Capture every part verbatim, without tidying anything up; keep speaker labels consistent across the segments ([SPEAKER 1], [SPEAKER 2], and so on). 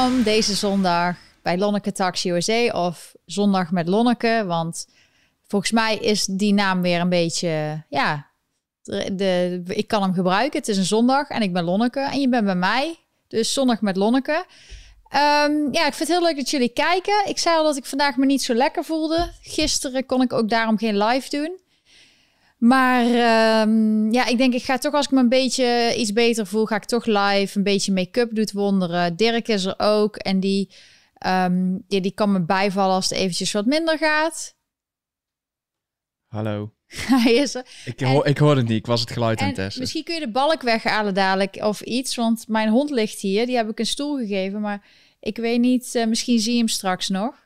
[SPEAKER 1] Welkom deze zondag bij Lonneke Talks U S A of Zondag met Lonneke. Want volgens mij is die naam weer een beetje, ja, de, de, ik kan hem gebruiken. Het is een zondag en ik ben Lonneke en je bent bij mij. Dus Zondag met Lonneke. Um, ja, ik vind het heel leuk dat jullie kijken. Ik zei al dat ik vandaag me niet zo lekker voelde. Gisteren kon ik ook daarom geen live doen. Maar um, ja, ik denk ik ga toch, als ik me een beetje iets beter voel, ga ik toch live. Een beetje make-up doet wonderen. Dirk is er ook en die, um, die, die kan me bijvallen als het eventjes wat minder gaat.
[SPEAKER 2] Hallo.
[SPEAKER 1] Hij is er.
[SPEAKER 2] Ik, hoor, ik hoorde het niet, ik was het geluid aan het testen.
[SPEAKER 1] Misschien kun je de balk weghalen dadelijk of iets, want mijn hond ligt hier. Die heb ik een stoel gegeven, maar ik weet niet, uh, misschien zie je hem straks nog.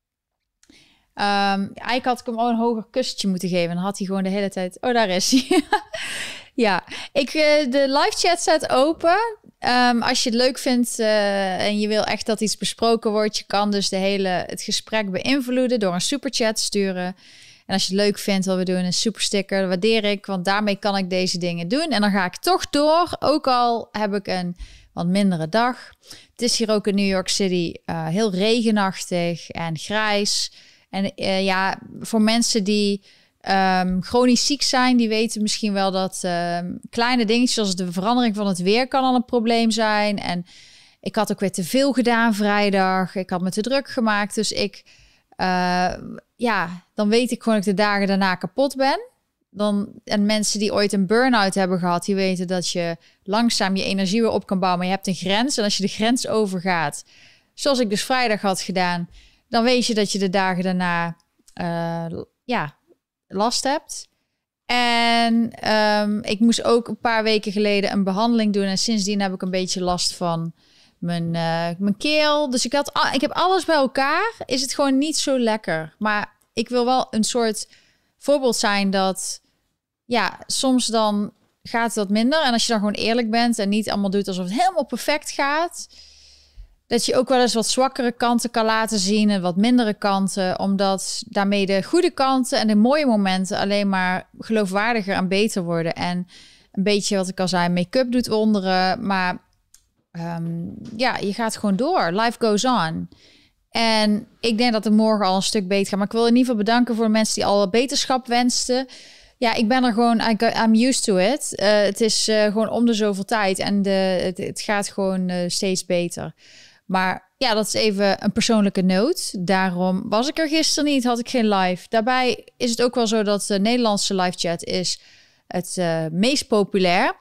[SPEAKER 1] Um, eigenlijk had ik hem ook een hoger kussentje moeten geven. Dan had hij gewoon de hele tijd... Oh, daar is hij. Ja, ik, uh, de live chat staat open. Um, als je het leuk vindt uh, en je wil echt dat iets besproken wordt... je kan dus de hele, het gesprek beïnvloeden door een superchat te sturen. En als je het leuk vindt wat we doen, een supersticker, dat waardeer ik. Want daarmee kan ik deze dingen doen. En dan ga ik toch door, ook al heb ik een wat mindere dag. Het is hier ook in New York City uh, heel regenachtig en grijs... En uh, ja, voor mensen die um, chronisch ziek zijn, die weten misschien wel dat uh, kleine dingetjes als de verandering van het weer kan al een probleem zijn. En ik had ook weer te veel gedaan vrijdag. Ik had me te druk gemaakt. Dus ik, uh, ja, dan weet ik gewoon dat ik de dagen daarna kapot ben. Dan, en mensen die ooit een burn-out hebben gehad, die weten dat je langzaam je energie weer op kan bouwen. Maar je hebt een grens. En als je de grens overgaat, zoals ik dus vrijdag had gedaan, dan weet je dat je de dagen daarna uh, ja, last hebt. En um, ik moest ook een paar weken geleden een behandeling doen. En sindsdien heb ik een beetje last van mijn, uh, mijn keel. Dus ik, had, ik heb alles bij elkaar. Is het gewoon niet zo lekker. Maar ik wil wel een soort voorbeeld zijn dat... Ja, soms dan gaat het wat minder. En als je dan gewoon eerlijk bent en niet allemaal doet alsof het helemaal perfect gaat... dat je ook wel eens wat zwakkere kanten kan laten zien en wat mindere kanten, omdat daarmee de goede kanten en de mooie momenten alleen maar geloofwaardiger en beter worden. En een beetje wat ik al zei, make-up doet wonderen, maar um, ja, je gaat gewoon door. Life goes on. En ik denk dat het morgen al een stuk beter gaat. Maar ik wil in ieder geval bedanken voor de mensen die al beterschap wensten. Ja, ik ben er gewoon, I'm used to it. Uh, het is uh, gewoon om de zoveel tijd en de, het, het gaat gewoon uh, steeds beter. Maar ja, dat is even een persoonlijke noot. Daarom was ik er gisteren niet, had ik geen live. Daarbij is het ook wel zo dat de Nederlandse live chat is het uh, meest populair.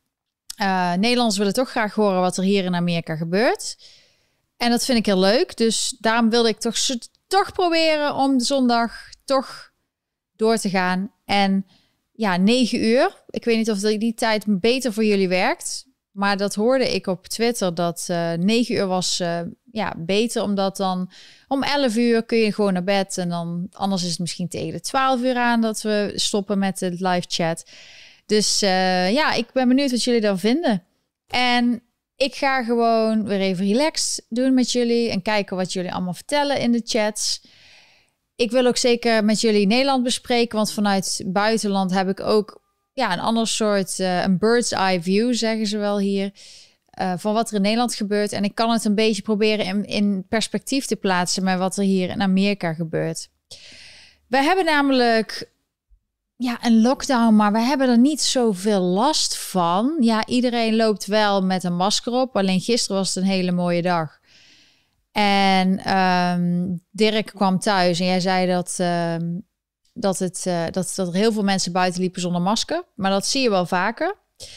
[SPEAKER 1] Uh, Nederlanders willen toch graag horen wat er hier in Amerika gebeurt. En dat vind ik heel leuk. Dus daarom wilde ik toch, toch proberen om de zondag toch door te gaan. En ja, negen uur. Ik weet niet of die tijd beter voor jullie werkt. Maar dat hoorde ik op Twitter, dat uh, negen uur was uh, ja, beter. Omdat dan om elf uur kun je gewoon naar bed. En dan anders is het misschien tegen de twaalf uur aan dat we stoppen met de live chat. Dus uh, ja, ik ben benieuwd wat jullie dan vinden. En ik ga gewoon weer even relaxed doen met jullie. En kijken wat jullie allemaal vertellen in de chats. Ik wil ook zeker met jullie Nederland bespreken. Want vanuit het buitenland heb ik ook... Ja, een ander soort, uh, een bird's eye view, zeggen ze wel hier, uh, van wat er in Nederland gebeurt. En ik kan het een beetje proberen in, in perspectief te plaatsen met wat er hier in Amerika gebeurt. We hebben namelijk, ja, een lockdown, maar we hebben er niet zoveel last van. Ja, iedereen loopt wel met een masker op, alleen gisteren was het een hele mooie dag. En um, Dirk kwam thuis en jij zei dat... Um, Dat, het, uh, dat, dat er heel veel mensen buiten liepen zonder masker. Maar dat zie je wel vaker.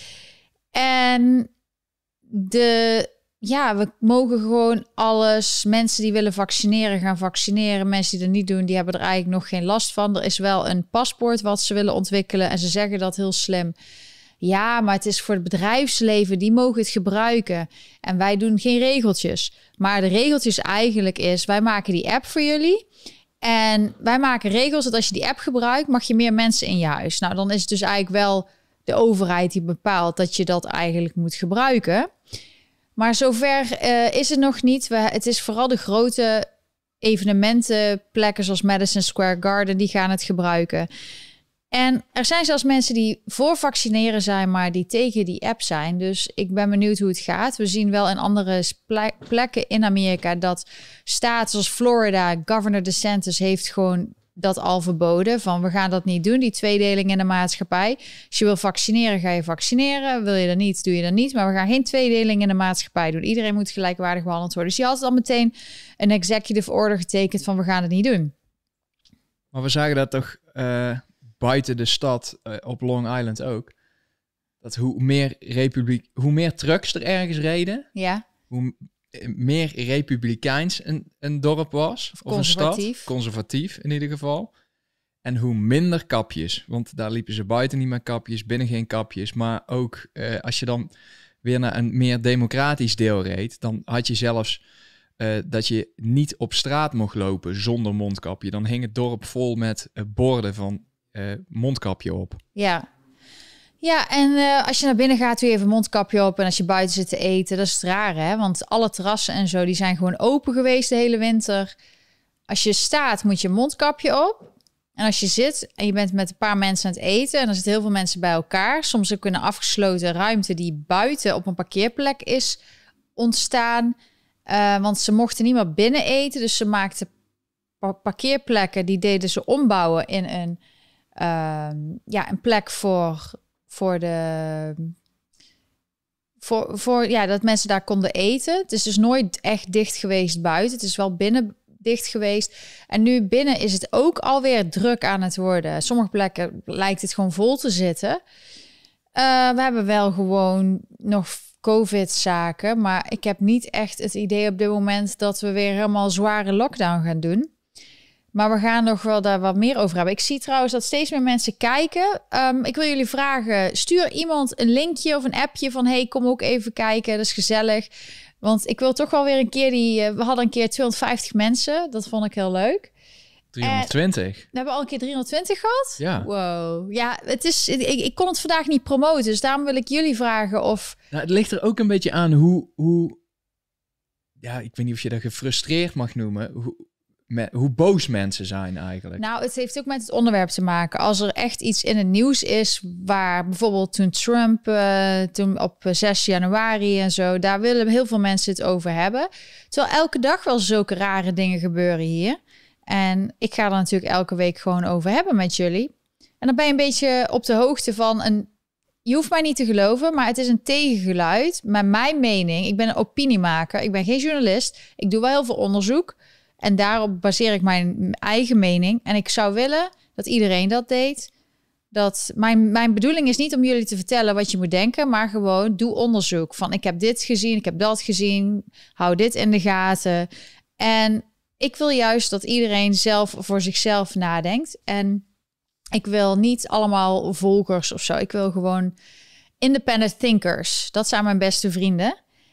[SPEAKER 1] En de, ja, we mogen gewoon alles. Mensen die willen vaccineren, gaan vaccineren. Mensen die dat niet doen, die hebben er eigenlijk nog geen last van. Er is wel een paspoort wat ze willen ontwikkelen. En ze zeggen dat heel slim. Ja, maar het is voor het bedrijfsleven, die mogen het gebruiken. En wij doen geen regeltjes. Maar de regeltjes eigenlijk is, wij maken die app voor jullie... En wij maken regels dat als je die app gebruikt, mag je meer mensen in je huis. Nou, dan is het dus eigenlijk wel de overheid die bepaalt dat je dat eigenlijk moet gebruiken. Maar zover uh, is het nog niet. We, het is vooral de grote evenementenplekken zoals Madison Square Garden, die gaan het gebruiken. En er zijn zelfs mensen die voor vaccineren zijn, maar die tegen die app zijn. Dus ik ben benieuwd hoe het gaat. We zien wel in andere plekken in Amerika dat staten zoals Florida, Governor DeSantis heeft gewoon dat al verboden. Van we gaan dat niet doen, die tweedeling in de maatschappij. Als je wil vaccineren, ga je vaccineren. Wil je dat niet, doe je dat niet. Maar we gaan geen tweedeling in de maatschappij doen. Iedereen moet gelijkwaardig behandeld worden. Dus je had al meteen een executive order getekend van we gaan het niet doen.
[SPEAKER 2] Maar we zagen dat toch uh, buiten de stad, uh, op Long Island ook. Dat hoe meer, republiek, hoe meer trucks er ergens reden,
[SPEAKER 1] ja.
[SPEAKER 2] hoe meer republikeins een, een dorp was.
[SPEAKER 1] Of,
[SPEAKER 2] of een stad. Conservatief in ieder geval. En hoe minder kapjes. Want daar liepen ze buiten niet met kapjes, binnen geen kapjes. Maar ook uh, als je dan weer naar een meer democratisch deel reed, dan had je zelfs uh, dat je niet op straat mocht lopen zonder mondkapje. Dan hing het dorp vol met uh, borden van uh, mondkapje op.
[SPEAKER 1] Ja. Ja, en uh, als je naar binnen gaat, doe je even mondkapje op. En als je buiten zit te eten, dat is het raar, hè? Want alle terrassen en zo, die zijn gewoon open geweest de hele winter. Als je staat, moet je een mondkapje op. En als je zit en je bent met een paar mensen aan het eten en er zitten heel veel mensen bij elkaar, soms ook in een afgesloten ruimte die buiten op een parkeerplek is ontstaan. Uh, want ze mochten niet meer binnen eten, dus ze maakten pa- parkeerplekken, die deden ze ombouwen in een, uh, ja, een plek voor, voor de... Voor, voor ja, dat mensen daar konden eten. Het is dus nooit echt dicht geweest buiten. Het is wel binnen dicht geweest. En nu binnen is het ook alweer druk aan het worden. Sommige plekken lijkt het gewoon vol te zitten. Uh, we hebben wel gewoon nog COVID-zaken, maar ik heb niet echt het idee op dit moment dat we weer helemaal zware lockdown gaan doen. Maar we gaan nog wel daar wat meer over hebben. Ik zie trouwens dat steeds meer mensen kijken. Um, ik wil jullie vragen, stuur iemand een linkje of een appje van hey, kom ook even kijken. Dat is gezellig. Want ik wil toch wel weer een keer die... Uh, we hadden een keer tweehonderdvijftig mensen. Dat vond ik heel leuk.
[SPEAKER 2] driehonderdtwintig. En
[SPEAKER 1] we hebben al een keer driehonderdtwintig gehad?
[SPEAKER 2] Ja.
[SPEAKER 1] Wow. Ja, het is, ik, ik kon het vandaag niet promoten. Dus daarom wil ik jullie vragen of...
[SPEAKER 2] Nou, het ligt er ook een beetje aan hoe... hoe ja, ik weet niet of je dat gefrustreerd mag noemen. Hoe, met, hoe boos mensen zijn eigenlijk.
[SPEAKER 1] Nou, het heeft ook met het onderwerp te maken. Als er echt iets in het nieuws is waar bijvoorbeeld toen Trump, uh, toen op zes januari en zo, daar willen heel veel mensen het over hebben. Terwijl elke dag wel zulke rare dingen gebeuren hier. En ik ga er natuurlijk elke week gewoon over hebben met jullie. En dan ben je een beetje op de hoogte van een... Je hoeft mij niet te geloven, maar het is een tegengeluid. Maar mijn mening, ik ben een opiniemaker. Ik ben geen journalist. Ik doe wel heel veel onderzoek. En daarop baseer ik mijn eigen mening. En ik zou willen dat iedereen dat deed. Dat mijn, mijn bedoeling is niet om jullie te vertellen wat je moet denken, maar gewoon doe onderzoek. Van ik heb dit gezien, ik heb dat gezien. Hou dit in de gaten. En ik wil juist dat iedereen zelf voor zichzelf nadenkt. En ik wil niet allemaal volgers of zo. Ik wil gewoon independent thinkers. Dat zijn mijn beste vrienden.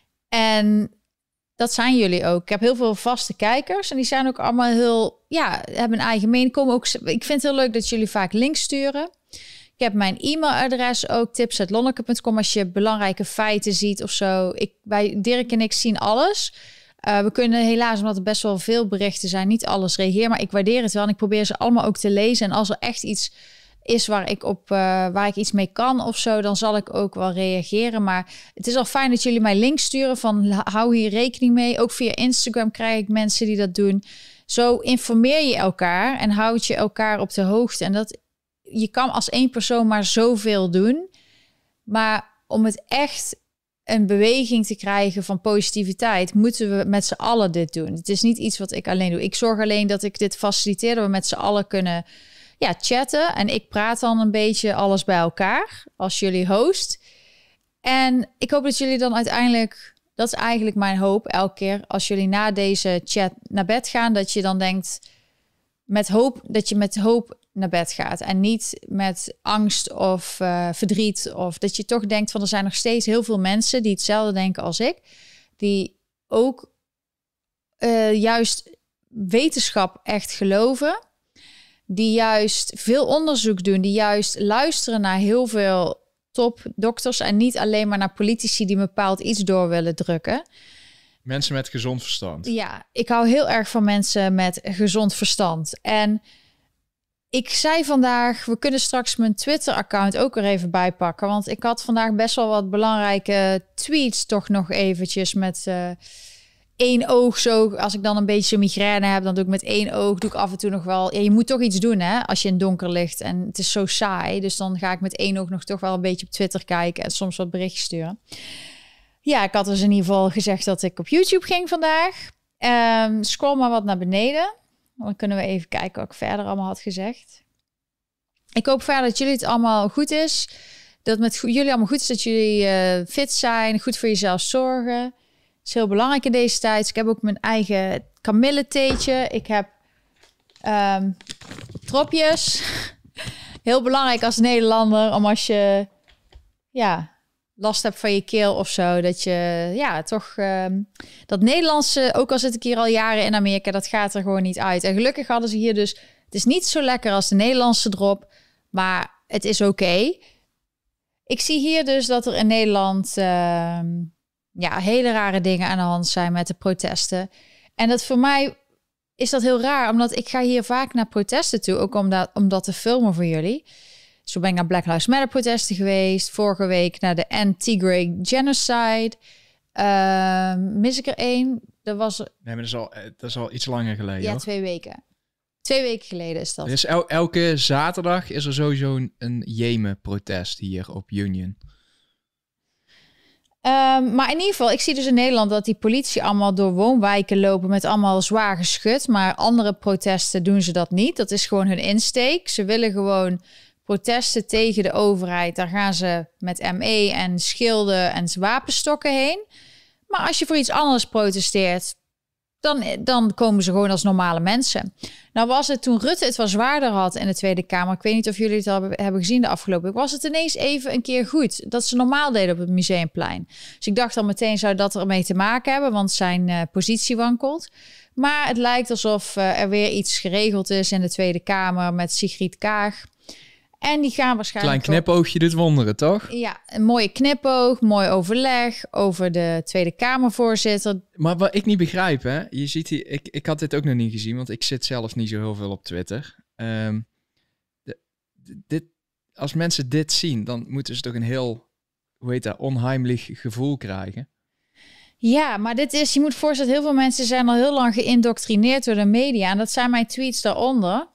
[SPEAKER 1] En dat zijn jullie ook. Ik heb heel veel vaste kijkers. En die zijn ook allemaal heel... Ja, hebben een eigen mening. Komen ook, ik vind het heel leuk dat jullie vaak links sturen. Ik heb mijn e-mailadres ook. tips at lonneke punt com als je belangrijke feiten ziet of zo. Ik, wij, Dirk en ik zien alles. Uh, we kunnen helaas, omdat er best wel veel berichten zijn, niet alles reageren. Maar ik waardeer het wel en ik probeer ze allemaal ook te lezen. En als er echt iets is waar ik, op, uh, waar ik iets mee kan of zo, dan zal ik ook wel reageren. Maar het is al fijn dat jullie mij links sturen van hou hier rekening mee. Ook via Instagram krijg ik mensen die dat doen. Zo informeer je elkaar en houd je elkaar op de hoogte. En dat je kan als één persoon maar zoveel doen. Maar om het echt een beweging te krijgen van positiviteit, moeten we met z'n allen dit doen. Het is niet iets wat ik alleen doe. Ik zorg alleen dat ik dit faciliteer, dat we met z'n allen kunnen ja, chatten. En ik praat dan een beetje alles bij elkaar als jullie host. En ik hoop dat jullie dan uiteindelijk, dat is eigenlijk mijn hoop elke keer, als jullie na deze chat naar bed gaan, dat je dan denkt met hoop, dat je met hoop naar bed gaat. En niet met angst of uh, verdriet. Of dat je toch denkt van er zijn nog steeds heel veel mensen die hetzelfde denken als ik. Die ook uh, juist wetenschap echt geloven. Die juist veel onderzoek doen. Die juist luisteren naar heel veel topdokters. En niet alleen maar naar politici die een bepaald iets door willen drukken.
[SPEAKER 2] Mensen met gezond verstand.
[SPEAKER 1] Ja, ik hou heel erg van mensen met gezond verstand. En ik zei vandaag, we kunnen straks mijn Twitter-account ook er even bij pakken. Want ik had vandaag best wel wat belangrijke tweets toch nog eventjes met uh, één oog zo. Als ik dan een beetje migraine heb, dan doe ik met één oog, doe ik af en toe nog wel. Ja, je moet toch iets doen, hè, als je in het donker ligt en het is zo saai. Dus dan ga ik met één oog nog toch wel een beetje op Twitter kijken en soms wat berichtjes sturen. Ja, ik had dus in ieder geval gezegd dat ik op YouTube ging vandaag. Um, scroll maar wat naar beneden. Dan kunnen we even kijken wat ik verder allemaal had gezegd. Ik hoop verder dat jullie het allemaal goed is. Dat het met jullie allemaal goed is. Dat jullie uh, fit zijn. Goed voor jezelf zorgen. Dat is heel belangrijk in deze tijd. Dus ik heb ook mijn eigen kamilletheetje. Ik heb um, dropjes. Heel belangrijk als Nederlander. Om als je ja, last hebt van je keel of zo. Dat je ja toch... Um, dat Nederlandse, ook al zit ik hier al jaren in Amerika, dat gaat er gewoon niet uit. En gelukkig hadden ze hier dus... Het is niet zo lekker als de Nederlandse drop. Maar het is oké. Okay. Ik zie hier dus dat er in Nederland... Uh, ja, hele rare dingen aan de hand zijn met de protesten. En dat voor mij is dat heel raar. Omdat ik ga hier vaak naar protesten toe. Ook om dat, om dat te filmen voor jullie. Zo ben ik naar Black Lives Matter protesten geweest. Vorige week naar de End Tigray Genocide. Uh, mis ik er één? Dat was...
[SPEAKER 2] Nee, maar dat is al, dat is al iets langer geleden.
[SPEAKER 1] Ja,
[SPEAKER 2] hoor.
[SPEAKER 1] twee weken. Twee weken geleden is dat.
[SPEAKER 2] Dus el- elke zaterdag is er sowieso een, een Jemen-protest hier op Union.
[SPEAKER 1] Um, maar in ieder geval, ik zie dus in Nederland dat die politie allemaal door woonwijken lopen met allemaal zwaar geschut. Maar andere protesten doen ze dat niet. Dat is gewoon hun insteek. Ze willen gewoon protesten tegen de overheid. Daar gaan ze met M E en schilden en wapenstokken heen. Maar als je voor iets anders protesteert, dan, dan komen ze gewoon als normale mensen. Nou was het toen Rutte het wat zwaarder had in de Tweede Kamer. Ik weet niet of jullie het al hebben gezien de afgelopen week. Was het ineens even een keer goed. Dat ze normaal deden op het Museumplein. Dus ik dacht al meteen zou dat ermee te maken hebben. Want zijn uh, positie wankelt. Maar het lijkt alsof uh, er weer iets geregeld is in de Tweede Kamer met Sigrid Kaag. En die gaan waarschijnlijk...
[SPEAKER 2] Klein knipoogje doet wonderen, toch?
[SPEAKER 1] Ja, een mooie knipoog, mooi overleg over de Tweede Kamervoorzitter.
[SPEAKER 2] Maar wat ik niet begrijp, hè. Je ziet hier... Ik, ik had dit ook nog niet gezien, want ik zit zelf niet zo heel veel op Twitter. Um, de, de, dit, als mensen dit zien, dan moeten ze toch een heel, hoe heet dat, onheimlich gevoel krijgen.
[SPEAKER 1] Ja, maar dit is... Je moet voorstellen, heel veel mensen zijn al heel lang geïndoctrineerd door de media. En dat zijn mijn tweets daaronder.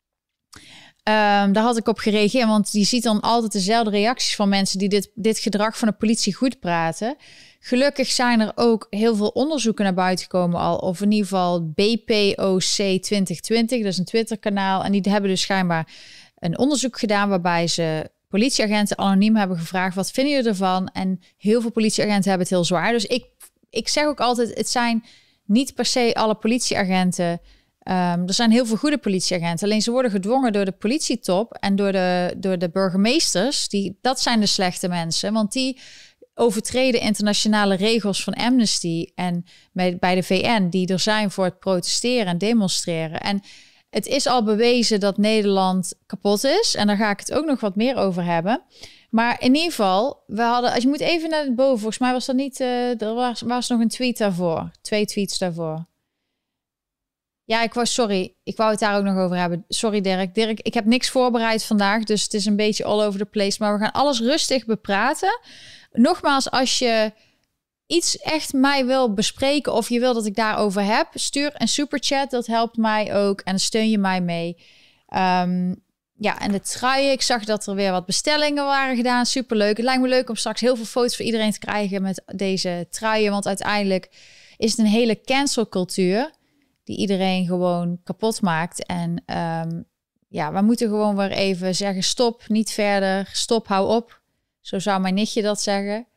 [SPEAKER 1] Um, daar had ik op gereageerd, want je ziet dan altijd dezelfde reacties van mensen die dit, dit gedrag van de politie goed praten. Gelukkig zijn er ook heel veel onderzoeken naar buiten gekomen al, of in ieder geval B P O C twintig twintig, dat is een Twitterkanaal. En die hebben dus schijnbaar een onderzoek gedaan waarbij ze politieagenten anoniem hebben gevraagd, wat vinden jullie ervan? En heel veel politieagenten hebben het heel zwaar. Dus ik, ik zeg ook altijd, het zijn niet per se alle politieagenten. Um, er zijn heel veel goede politieagenten. Alleen ze worden gedwongen door de politietop en door de, door de burgemeesters. Die, dat zijn de slechte mensen. Want die overtreden internationale regels van Amnesty en bij, bij de V N die er zijn voor het protesteren en demonstreren. En het is al bewezen dat Nederland kapot is. En daar ga ik het ook nog wat meer over hebben. Maar in ieder geval, we hadden, als je moet even naar het boven. Volgens mij was dat niet, uh, er was, was nog een tweet daarvoor. Twee tweets daarvoor. Ja, ik was sorry. Ik wou het daar ook nog over hebben. Sorry Dirk. Dirk, ik heb niks voorbereid vandaag, dus het is een beetje all over the place. Maar we gaan alles rustig bepraten. Nogmaals, als je iets echt mij wil bespreken of je wil dat ik daarover heb, stuur een superchat. Dat helpt mij ook en steun je mij mee. Um, ja, en de truien. Ik zag dat er weer wat bestellingen waren gedaan. Superleuk. Het lijkt me leuk om straks heel veel foto's voor iedereen te krijgen met deze truien. Want uiteindelijk is het een hele cancelcultuur die iedereen gewoon kapot maakt. En um, ja, we moeten gewoon weer even zeggen stop, niet verder. Stop, hou op. Zo zou mijn nichtje dat zeggen.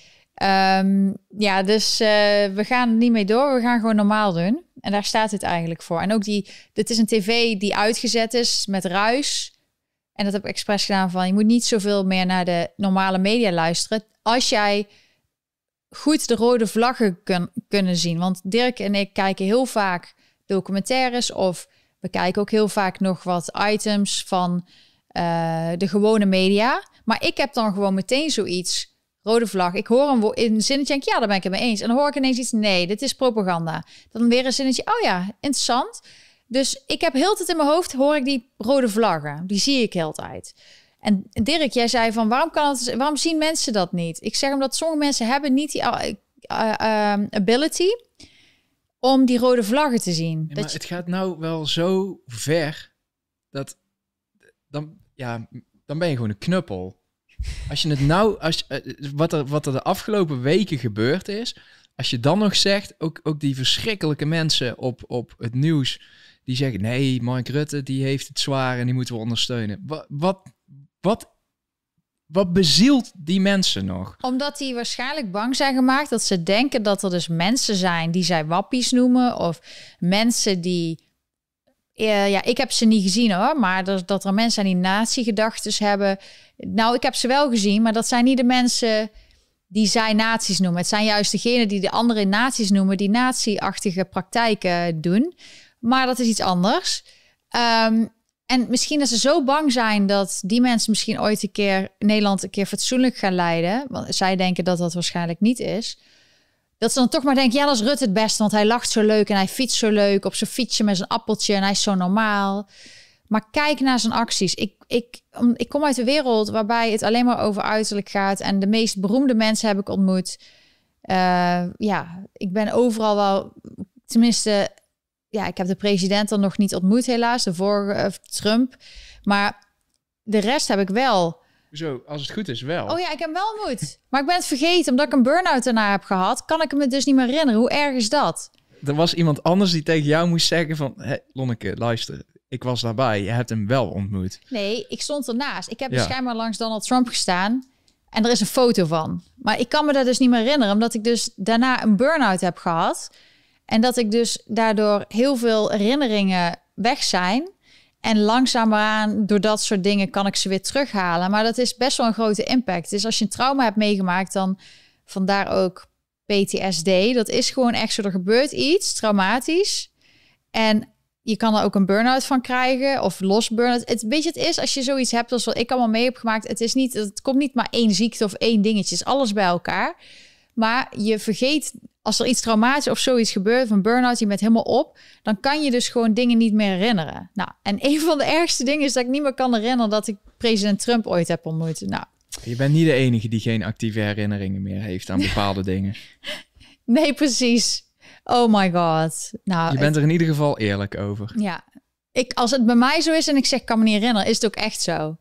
[SPEAKER 1] Um, ja, dus uh, we gaan er niet mee door. We gaan gewoon normaal doen. En daar staat het eigenlijk voor. En ook die, dit is een tv die uitgezet is met ruis. En dat heb ik expres gedaan van, je moet niet zoveel meer naar de normale media luisteren. Als jij goed de rode vlaggen kun, kunnen zien. Want Dirk en ik kijken heel vaak documentaires of we kijken ook heel vaak nog wat items van uh, de gewone media. Maar ik heb dan gewoon meteen zoiets, rode vlag. Ik hoor een, wo- een zinnetje, denk ja, daar ben ik het mee eens. En dan hoor ik ineens iets, nee, dit is propaganda. Dan weer een zinnetje, oh ja, interessant. Dus ik heb heel de tijd in mijn hoofd, hoor ik die rode vlaggen. Die zie ik heel de tijd. En Dirk, jij zei van, waarom, kan het, waarom zien mensen dat niet? Ik zeg omdat sommige mensen hebben niet die uh, uh, ability om die rode vlaggen te zien.
[SPEAKER 2] Ja,
[SPEAKER 1] dat
[SPEAKER 2] maar
[SPEAKER 1] je...
[SPEAKER 2] het gaat nou wel zo ver dat dan, ja, dan ben je gewoon een knuppel. Als je het nou, als, uh, wat, er, wat er de afgelopen weken gebeurd is, als je dan nog zegt, ook, ook die verschrikkelijke mensen op, op het nieuws, die zeggen, nee, Mark Rutte, die heeft het zwaar en die moeten we ondersteunen. Wat, wat, wat, wat bezielt die mensen nog?
[SPEAKER 1] Omdat die waarschijnlijk bang zijn gemaakt dat ze denken dat er dus mensen zijn die zij wappies noemen, of mensen die... Uh, ja, ik heb ze niet gezien hoor, maar dat, dat er mensen zijn die nazi-gedachtes hebben. Nou, ik heb ze wel gezien, maar dat zijn niet de mensen die zij nazi's noemen. Het zijn juist degenen die de andere nazi's noemen, die nazi-achtige praktijken doen. Maar dat is iets anders. Um, en misschien dat ze zo bang zijn dat die mensen misschien ooit een keer Nederland een keer fatsoenlijk gaan leiden. Want zij denken dat dat waarschijnlijk niet is. Dat ze dan toch maar denken, ja, dat is Rutte het beste, want hij lacht zo leuk en hij fietst zo leuk op zijn fietsje met zijn appeltje en hij is zo normaal. Maar kijk naar zijn acties. Ik, ik, ik kom uit de wereld waarbij het alleen maar over uiterlijk gaat en de meest beroemde mensen heb ik ontmoet. Uh, ja, ik ben overal wel, tenminste, ja, ik heb de president dan nog niet ontmoet helaas, de vorige uh, Trump. Maar de rest heb ik wel.
[SPEAKER 2] Zo, als het goed is wel.
[SPEAKER 1] Oh ja, ik heb hem wel ontmoet. Maar ik ben het vergeten, omdat ik een burn-out daarna heb gehad. Kan ik me dus niet meer herinneren. Hoe erg is dat?
[SPEAKER 2] Er was iemand anders die tegen jou moest zeggen van... Hey, Lonneke, luister, ik was daarbij. Je hebt hem wel ontmoet.
[SPEAKER 1] Nee, ik stond ernaast. Ik heb
[SPEAKER 2] ja.
[SPEAKER 1] schijnbaar langs Donald Trump gestaan. En er is een foto van. Maar ik kan me dat dus niet meer herinneren. Omdat ik dus daarna een burn-out heb gehad. En dat ik dus daardoor heel veel herinneringen weg zijn... En langzaamaan, door dat soort dingen, kan ik ze weer terughalen. Maar dat is best wel een grote impact. Dus als je een trauma hebt meegemaakt, dan vandaar ook P T S D. Dat is gewoon echt zo, er gebeurt iets traumatisch. En je kan er ook een burn-out van krijgen of los burn-out. Het, weet je, het is als je zoiets hebt als wat ik allemaal mee heb gemaakt. Het, is niet, het komt niet maar één ziekte of één dingetje. Het is alles bij elkaar. Maar je vergeet... Als er iets traumatisch of zoiets gebeurt, of een burn-out, je bent helemaal op, dan kan je dus gewoon dingen niet meer herinneren. Nou, en een van de ergste dingen is dat ik niet meer kan herinneren dat ik president Trump ooit heb ontmoet. Nou.
[SPEAKER 2] Je bent niet de enige die geen actieve herinneringen meer heeft aan bepaalde dingen.
[SPEAKER 1] Nee, precies. Oh my god. Nou,
[SPEAKER 2] je bent
[SPEAKER 1] het,
[SPEAKER 2] er in ieder geval eerlijk over.
[SPEAKER 1] Ja. Ik, als het bij mij zo is en ik zeg, ik kan me niet herinneren, is het ook echt zo.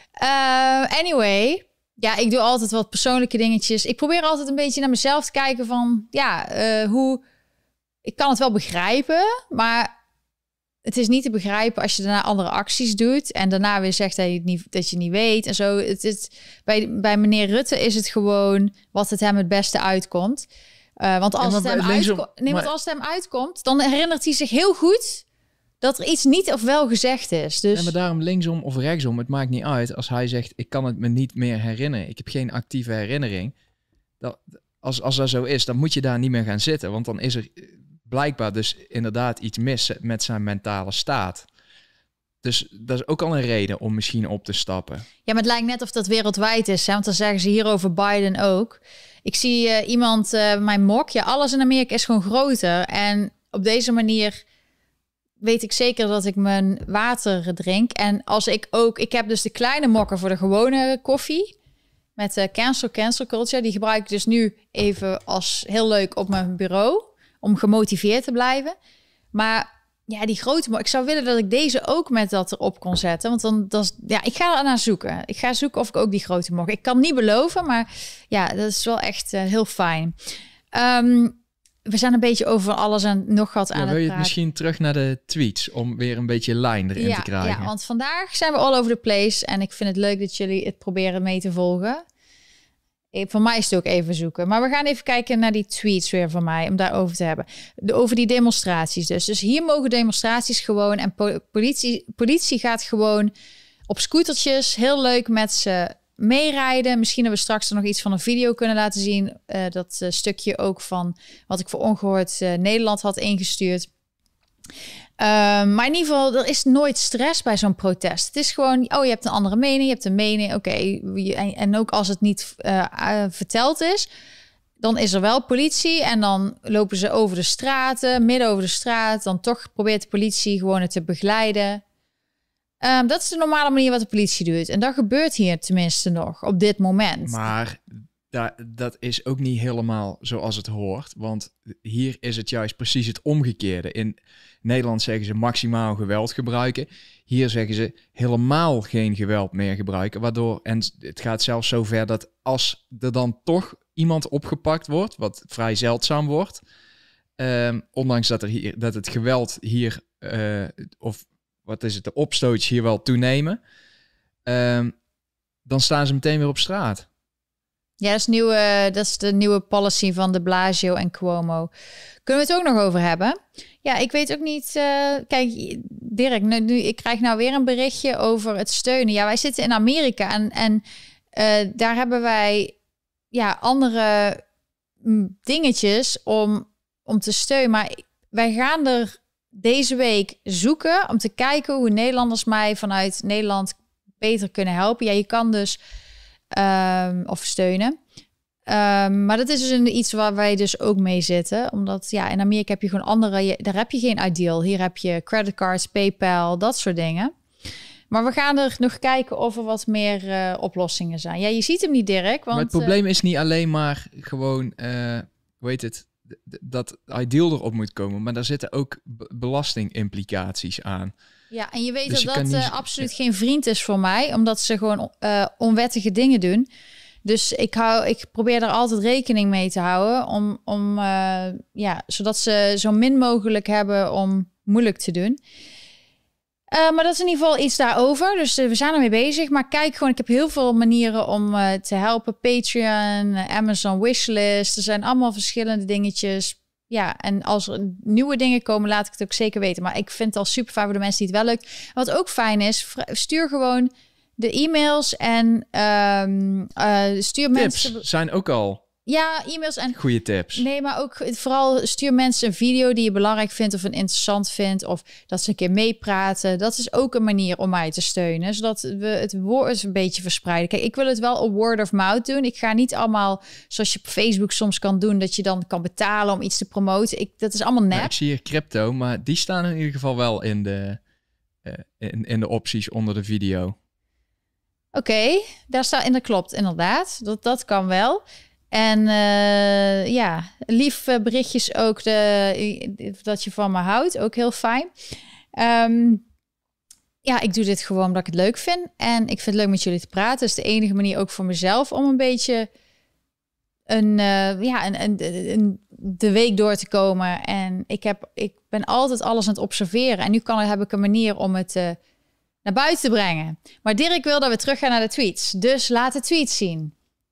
[SPEAKER 1] Uh, anyway... Ja, ik doe altijd wat persoonlijke dingetjes. Ik probeer altijd een beetje naar mezelf te kijken van... ja, uh, hoe... Ik kan het wel begrijpen, maar het is niet te begrijpen als je daarna andere acties doet... en daarna weer zegt dat je het niet, dat je niet weet en zo. Het is, bij, bij meneer Rutte is het gewoon wat het hem het beste uitkomt. Uh, want, als
[SPEAKER 2] ja,
[SPEAKER 1] het hem
[SPEAKER 2] linksom,
[SPEAKER 1] uitko- nee,
[SPEAKER 2] maar...
[SPEAKER 1] want als het hem uitkomt, dan herinnert hij zich heel goed... dat er iets niet of wel gezegd is. Dus...
[SPEAKER 2] Ja, maar daarom linksom of rechtsom, het maakt niet uit. Als hij zegt, ik kan het me niet meer herinneren. Ik heb geen actieve herinnering. Dat, als, als dat zo is, dan moet je daar niet meer gaan zitten. Want dan is er blijkbaar dus inderdaad iets mis met zijn mentale staat. Dus dat is ook al een reden om misschien op te stappen.
[SPEAKER 1] Ja, maar het lijkt net of dat wereldwijd is. Hè? Want dan zeggen ze hier over Biden ook. Ik zie uh, iemand, uh, mijn mok, ja, alles in Amerika is gewoon groter. En op deze manier... weet ik zeker dat ik mijn water drink. En als ik ook... Ik heb dus de kleine mokken voor de gewone koffie. Met de cancel, cancel culture. Die gebruik ik dus nu even als heel leuk op mijn bureau. Om gemotiveerd te blijven. Maar ja, die grote mok... Ik zou willen dat ik deze ook met dat erop kon zetten. Want dan... dan ja, ik ga er naar zoeken. Ik ga zoeken of ik ook die grote mok... Ik kan niet beloven, maar ja, dat is wel echt uh, heel fijn. Um, We zijn een beetje over alles en nog wat aan
[SPEAKER 2] ja,
[SPEAKER 1] het
[SPEAKER 2] wil je
[SPEAKER 1] praten.
[SPEAKER 2] misschien terug naar de tweets om weer een beetje lijn erin
[SPEAKER 1] ja,
[SPEAKER 2] te krijgen?
[SPEAKER 1] Ja, want vandaag zijn we all over the place en ik vind het leuk dat jullie het proberen mee te volgen. Voor mij is het ook even zoeken. Maar we gaan even kijken naar die tweets weer van mij om daarover te hebben. De, over die demonstraties dus. Dus hier mogen demonstraties gewoon en po- politie, politie gaat gewoon op scootertjes heel leuk met ze meerijden. Misschien hebben we straks er nog iets van een video kunnen laten zien. Uh, dat uh, stukje ook van wat ik voor Ongehoord uh, Nederland had ingestuurd. Uh, maar in ieder geval, er is nooit stress bij zo'n protest. Het is gewoon, oh, je hebt een andere mening, je hebt een mening, oké. Okay. En, en ook als het niet uh, uh, verteld is, dan is er wel politie en dan lopen ze over de straten, midden over de straat. Dan toch probeert de politie gewoon het te begeleiden. Um, dat is de normale manier wat de politie doet. En dat gebeurt hier tenminste nog op dit moment.
[SPEAKER 2] Maar da- dat is ook niet helemaal zoals het hoort. Want hier is het juist precies het omgekeerde. In Nederland zeggen ze maximaal geweld gebruiken. Hier zeggen ze helemaal geen geweld meer gebruiken. Waardoor, en het gaat zelfs zover dat als er dan toch iemand opgepakt wordt, wat vrij zeldzaam wordt, um, ondanks dat, er hier, dat het geweld hier, uh, of wat is het, de opstootjes hier wel toenemen, um, dan staan ze meteen weer op straat.
[SPEAKER 1] Ja, dat is, nieuwe, dat is de nieuwe policy van de Blasio en Cuomo. Kunnen we het ook nog over hebben? Ja, ik weet ook niet... Uh, kijk, Dirk, nu, nu, ik krijg nou weer een berichtje over het steunen. Ja, wij zitten in Amerika en, en uh, daar hebben wij ja, andere dingetjes om, om te steunen. Maar wij gaan er deze week zoeken om te kijken hoe Nederlanders mij vanuit Nederland beter kunnen helpen. Ja, je kan dus... Um, of steunen. Um, maar dat is dus een, iets waar wij dus ook mee zitten. Omdat ja, in Amerika heb je gewoon andere... Je, daar heb je geen Ideal. Hier heb je creditcards, PayPal, dat soort dingen. Maar we gaan er nog kijken of er wat meer uh, oplossingen zijn. Ja, je ziet hem niet, Dirk. Want,
[SPEAKER 2] maar het probleem uh, is niet alleen maar gewoon... Uh, hoe heet het? Dat Ideal erop moet komen. Maar daar zitten ook b- belastingimplicaties aan.
[SPEAKER 1] Ja, en je weet
[SPEAKER 2] dus
[SPEAKER 1] dat
[SPEAKER 2] je
[SPEAKER 1] dat
[SPEAKER 2] niet...
[SPEAKER 1] uh, absoluut geen vriend is voor mij, omdat ze gewoon uh, onwettige dingen doen. Dus ik, hou, ik probeer er altijd rekening mee te houden, om, om, uh, ja, zodat ze zo min mogelijk hebben om moeilijk te doen. Uh, maar dat is in ieder geval iets daarover. Dus uh, we zijn ermee bezig. Maar kijk gewoon, ik heb heel veel manieren om uh, te helpen. Patreon, uh, Amazon Wishlist. Er zijn allemaal verschillende dingetjes. Ja, en als er nieuwe dingen komen, laat ik het ook zeker weten. Maar ik vind het al super fijn voor de mensen die het wel lukt. Wat ook fijn is, stuur gewoon de e-mails en um, uh, stuur
[SPEAKER 2] Tips
[SPEAKER 1] mensen...
[SPEAKER 2] zijn ook al...
[SPEAKER 1] Ja, e-mails en...
[SPEAKER 2] Goeie tips.
[SPEAKER 1] Nee, maar ook vooral stuur mensen een video die je belangrijk vindt of een interessant vindt. Of dat ze een keer meepraten. Dat is ook een manier om mij te steunen. Zodat we het woord een beetje verspreiden. Kijk, ik wil het wel op word of mouth doen. Ik ga niet allemaal, zoals je op Facebook soms kan doen, dat je dan kan betalen om iets te promoten. Ik, dat is allemaal nep.
[SPEAKER 2] Nou, ik zie hier crypto, maar die staan in ieder geval wel in de, uh, in, in de opties onder de video.
[SPEAKER 1] Oké, okay, daar staat in, dat klopt inderdaad. Dat, dat kan wel. En uh, ja, lief uh, berichtjes ook de, dat je van me houdt. Ook heel fijn. Um, ja, ik doe dit gewoon omdat ik het leuk vind. En ik vind het leuk met jullie te praten. Dat is de enige manier ook voor mezelf om een beetje een, uh, ja, een, een, een, de week door te komen. En ik, heb, ik ben altijd alles aan het observeren. En nu kan, heb ik een manier om het uh, naar buiten te brengen. Maar Dirk wil dat we teruggaan naar de tweets. Dus laat de tweets zien.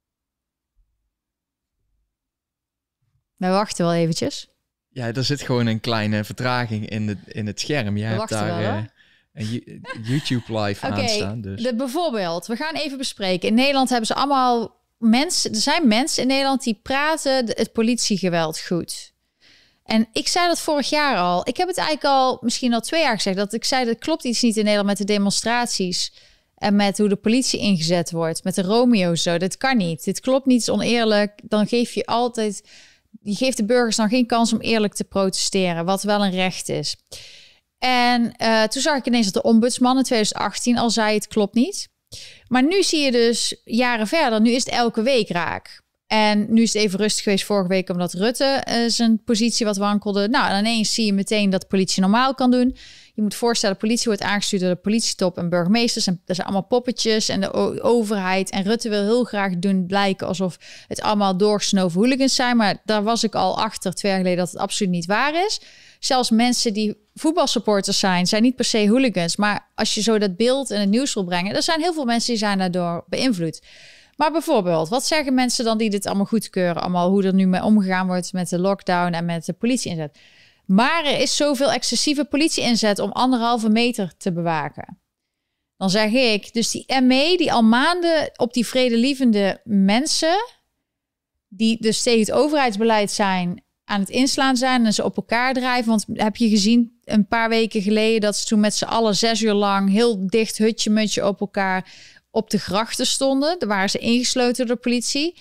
[SPEAKER 1] We wachten wel eventjes.
[SPEAKER 2] Ja, er zit gewoon een kleine vertraging in, de, in het scherm. Je
[SPEAKER 1] we
[SPEAKER 2] hebt daar
[SPEAKER 1] wel,
[SPEAKER 2] uh, een YouTube live
[SPEAKER 1] okay,
[SPEAKER 2] aanstaan. Dus.
[SPEAKER 1] De, bijvoorbeeld, we gaan even bespreken. In Nederland hebben ze allemaal mensen... Er zijn mensen in Nederland die praten het politiegeweld goed. En ik zei dat vorig jaar al. Ik heb het eigenlijk al misschien al twee jaar gezegd. Dat ik zei, dat klopt iets niet in Nederland met de demonstraties. En met hoe de politie ingezet wordt. Met de Romeo's zo. Dat kan niet. Dit klopt niet, is oneerlijk. Dan geef je altijd... Je geeft de burgers dan geen kans om eerlijk te protesteren, wat wel een recht is. En uh, toen zag ik ineens dat de ombudsman in twintig achttien al zei, het klopt niet. Maar nu zie je dus jaren verder, nu is het elke week raak. En nu is het even rustig geweest vorige week, omdat Rutte uh, zijn positie wat wankelde. Nou, en ineens zie je meteen dat de politie normaal kan doen. Je moet voorstellen, de politie wordt aangestuurd door de politietop en burgemeesters. En dat zijn allemaal poppetjes en de o- overheid. En Rutte wil heel graag doen blijken alsof het allemaal doorgesnoven hooligans zijn. Maar daar was ik al achter twee jaar geleden dat het absoluut niet waar is. Zelfs mensen die voetbalsupporters zijn, zijn niet per se hooligans. Maar als je zo dat beeld in het nieuws wil brengen, er zijn heel veel mensen die zijn daardoor beïnvloed. Maar bijvoorbeeld, wat zeggen mensen dan die dit allemaal goedkeuren? Allemaal hoe er nu mee omgegaan wordt met de lockdown en met de politie-inzet. Maar er is zoveel excessieve politie-inzet om anderhalve meter te bewaken. Dan zeg ik, dus die M E die al maanden op die vredelievende mensen, die dus tegen het overheidsbeleid zijn, aan het inslaan zijn en ze op elkaar drijven. Want heb je gezien een paar weken geleden dat ze toen met z'n allen zes uur lang heel dicht hutje-mutje op elkaar op de grachten stonden. Daar waren ze ingesloten door de politie.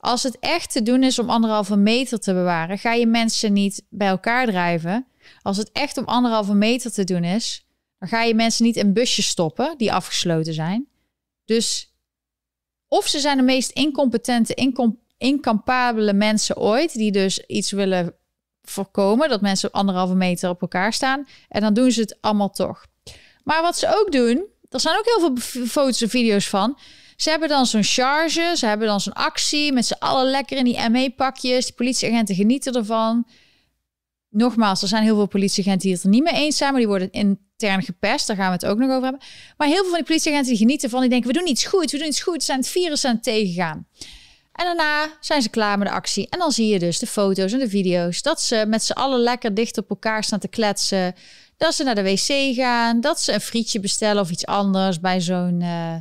[SPEAKER 1] Als het echt te doen is om anderhalve meter te bewaren, ga je mensen niet bij elkaar drijven. Als het echt om anderhalve meter te doen is, dan ga je mensen niet in busjes stoppen die afgesloten zijn. Dus of ze zijn de meest incompetente, incom- incapabele mensen ooit, die dus iets willen voorkomen, dat mensen anderhalve meter op elkaar staan. En dan doen ze het allemaal toch. Maar wat ze ook doen, er zijn ook heel veel foto's en video's van. Ze hebben dan zo'n charge, ze hebben dan zo'n actie met z'n allen lekker in die M E-pakjes. Die politieagenten genieten ervan. Nogmaals, er zijn heel veel politieagenten die het er niet mee eens zijn, maar die worden intern gepest. Daar gaan we het ook nog over hebben. Maar heel veel van die politieagenten die genieten ervan, die denken, we doen iets goed, we doen iets goed. Ze zijn het virus aan het tegengaan. En daarna zijn ze klaar met de actie. En dan zie je dus de foto's en de video's dat ze met z'n allen lekker dicht op elkaar staan te kletsen. Dat ze naar de wc gaan, dat ze een frietje bestellen of iets anders bij zo'n... Uh,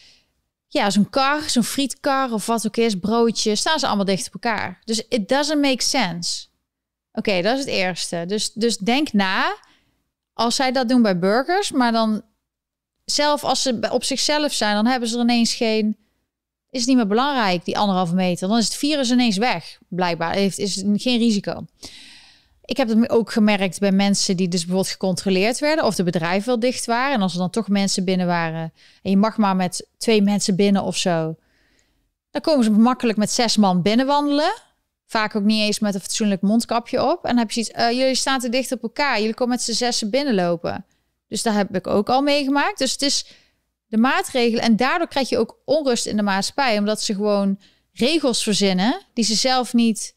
[SPEAKER 1] Ja, zo'n kar, zo'n frietkar of wat ook is, broodje, staan ze allemaal dicht op elkaar. Dus it doesn't make sense. Oké, okay, dat is het eerste. Dus, dus denk na, als zij dat doen bij burgers, maar dan zelf als ze op zichzelf zijn, dan hebben ze er ineens geen... Is het niet meer belangrijk, die anderhalve meter. Dan is het virus ineens weg, blijkbaar. Heeft, is het geen risico. Ik heb het ook gemerkt bij mensen die dus bijvoorbeeld gecontroleerd werden of de bedrijven wel dicht waren. En als er dan toch mensen binnen waren en je mag maar met twee mensen binnen of zo, dan komen ze makkelijk met zes man binnenwandelen. Vaak ook niet eens met een fatsoenlijk mondkapje op. En dan heb je zoiets, uh, jullie staan te dicht op elkaar. Jullie komen met z'n zessen binnenlopen. Dus daar heb ik ook al meegemaakt. Dus het is de maatregelen. En daardoor krijg je ook onrust in de maatschappij. Omdat ze gewoon regels verzinnen die ze zelf niet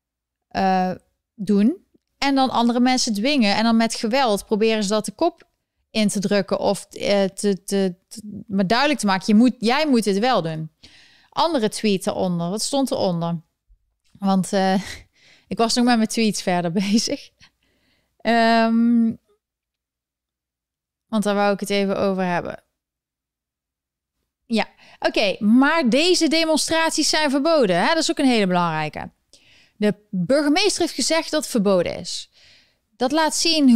[SPEAKER 1] uh, doen. En dan andere mensen dwingen. En dan met geweld proberen ze dat de kop in te drukken. Of uh, te, te, te, maar duidelijk te maken. Je moet, jij moet het wel doen. Andere tweet eronder. Wat stond eronder? Want uh, ik was nog met mijn tweets verder bezig. Um, want daar wou ik het even over hebben. Ja, oké. Okay, maar deze demonstraties zijn verboden. Hè? Dat is ook een hele belangrijke. De burgemeester heeft gezegd dat het verboden is. Dat laat zien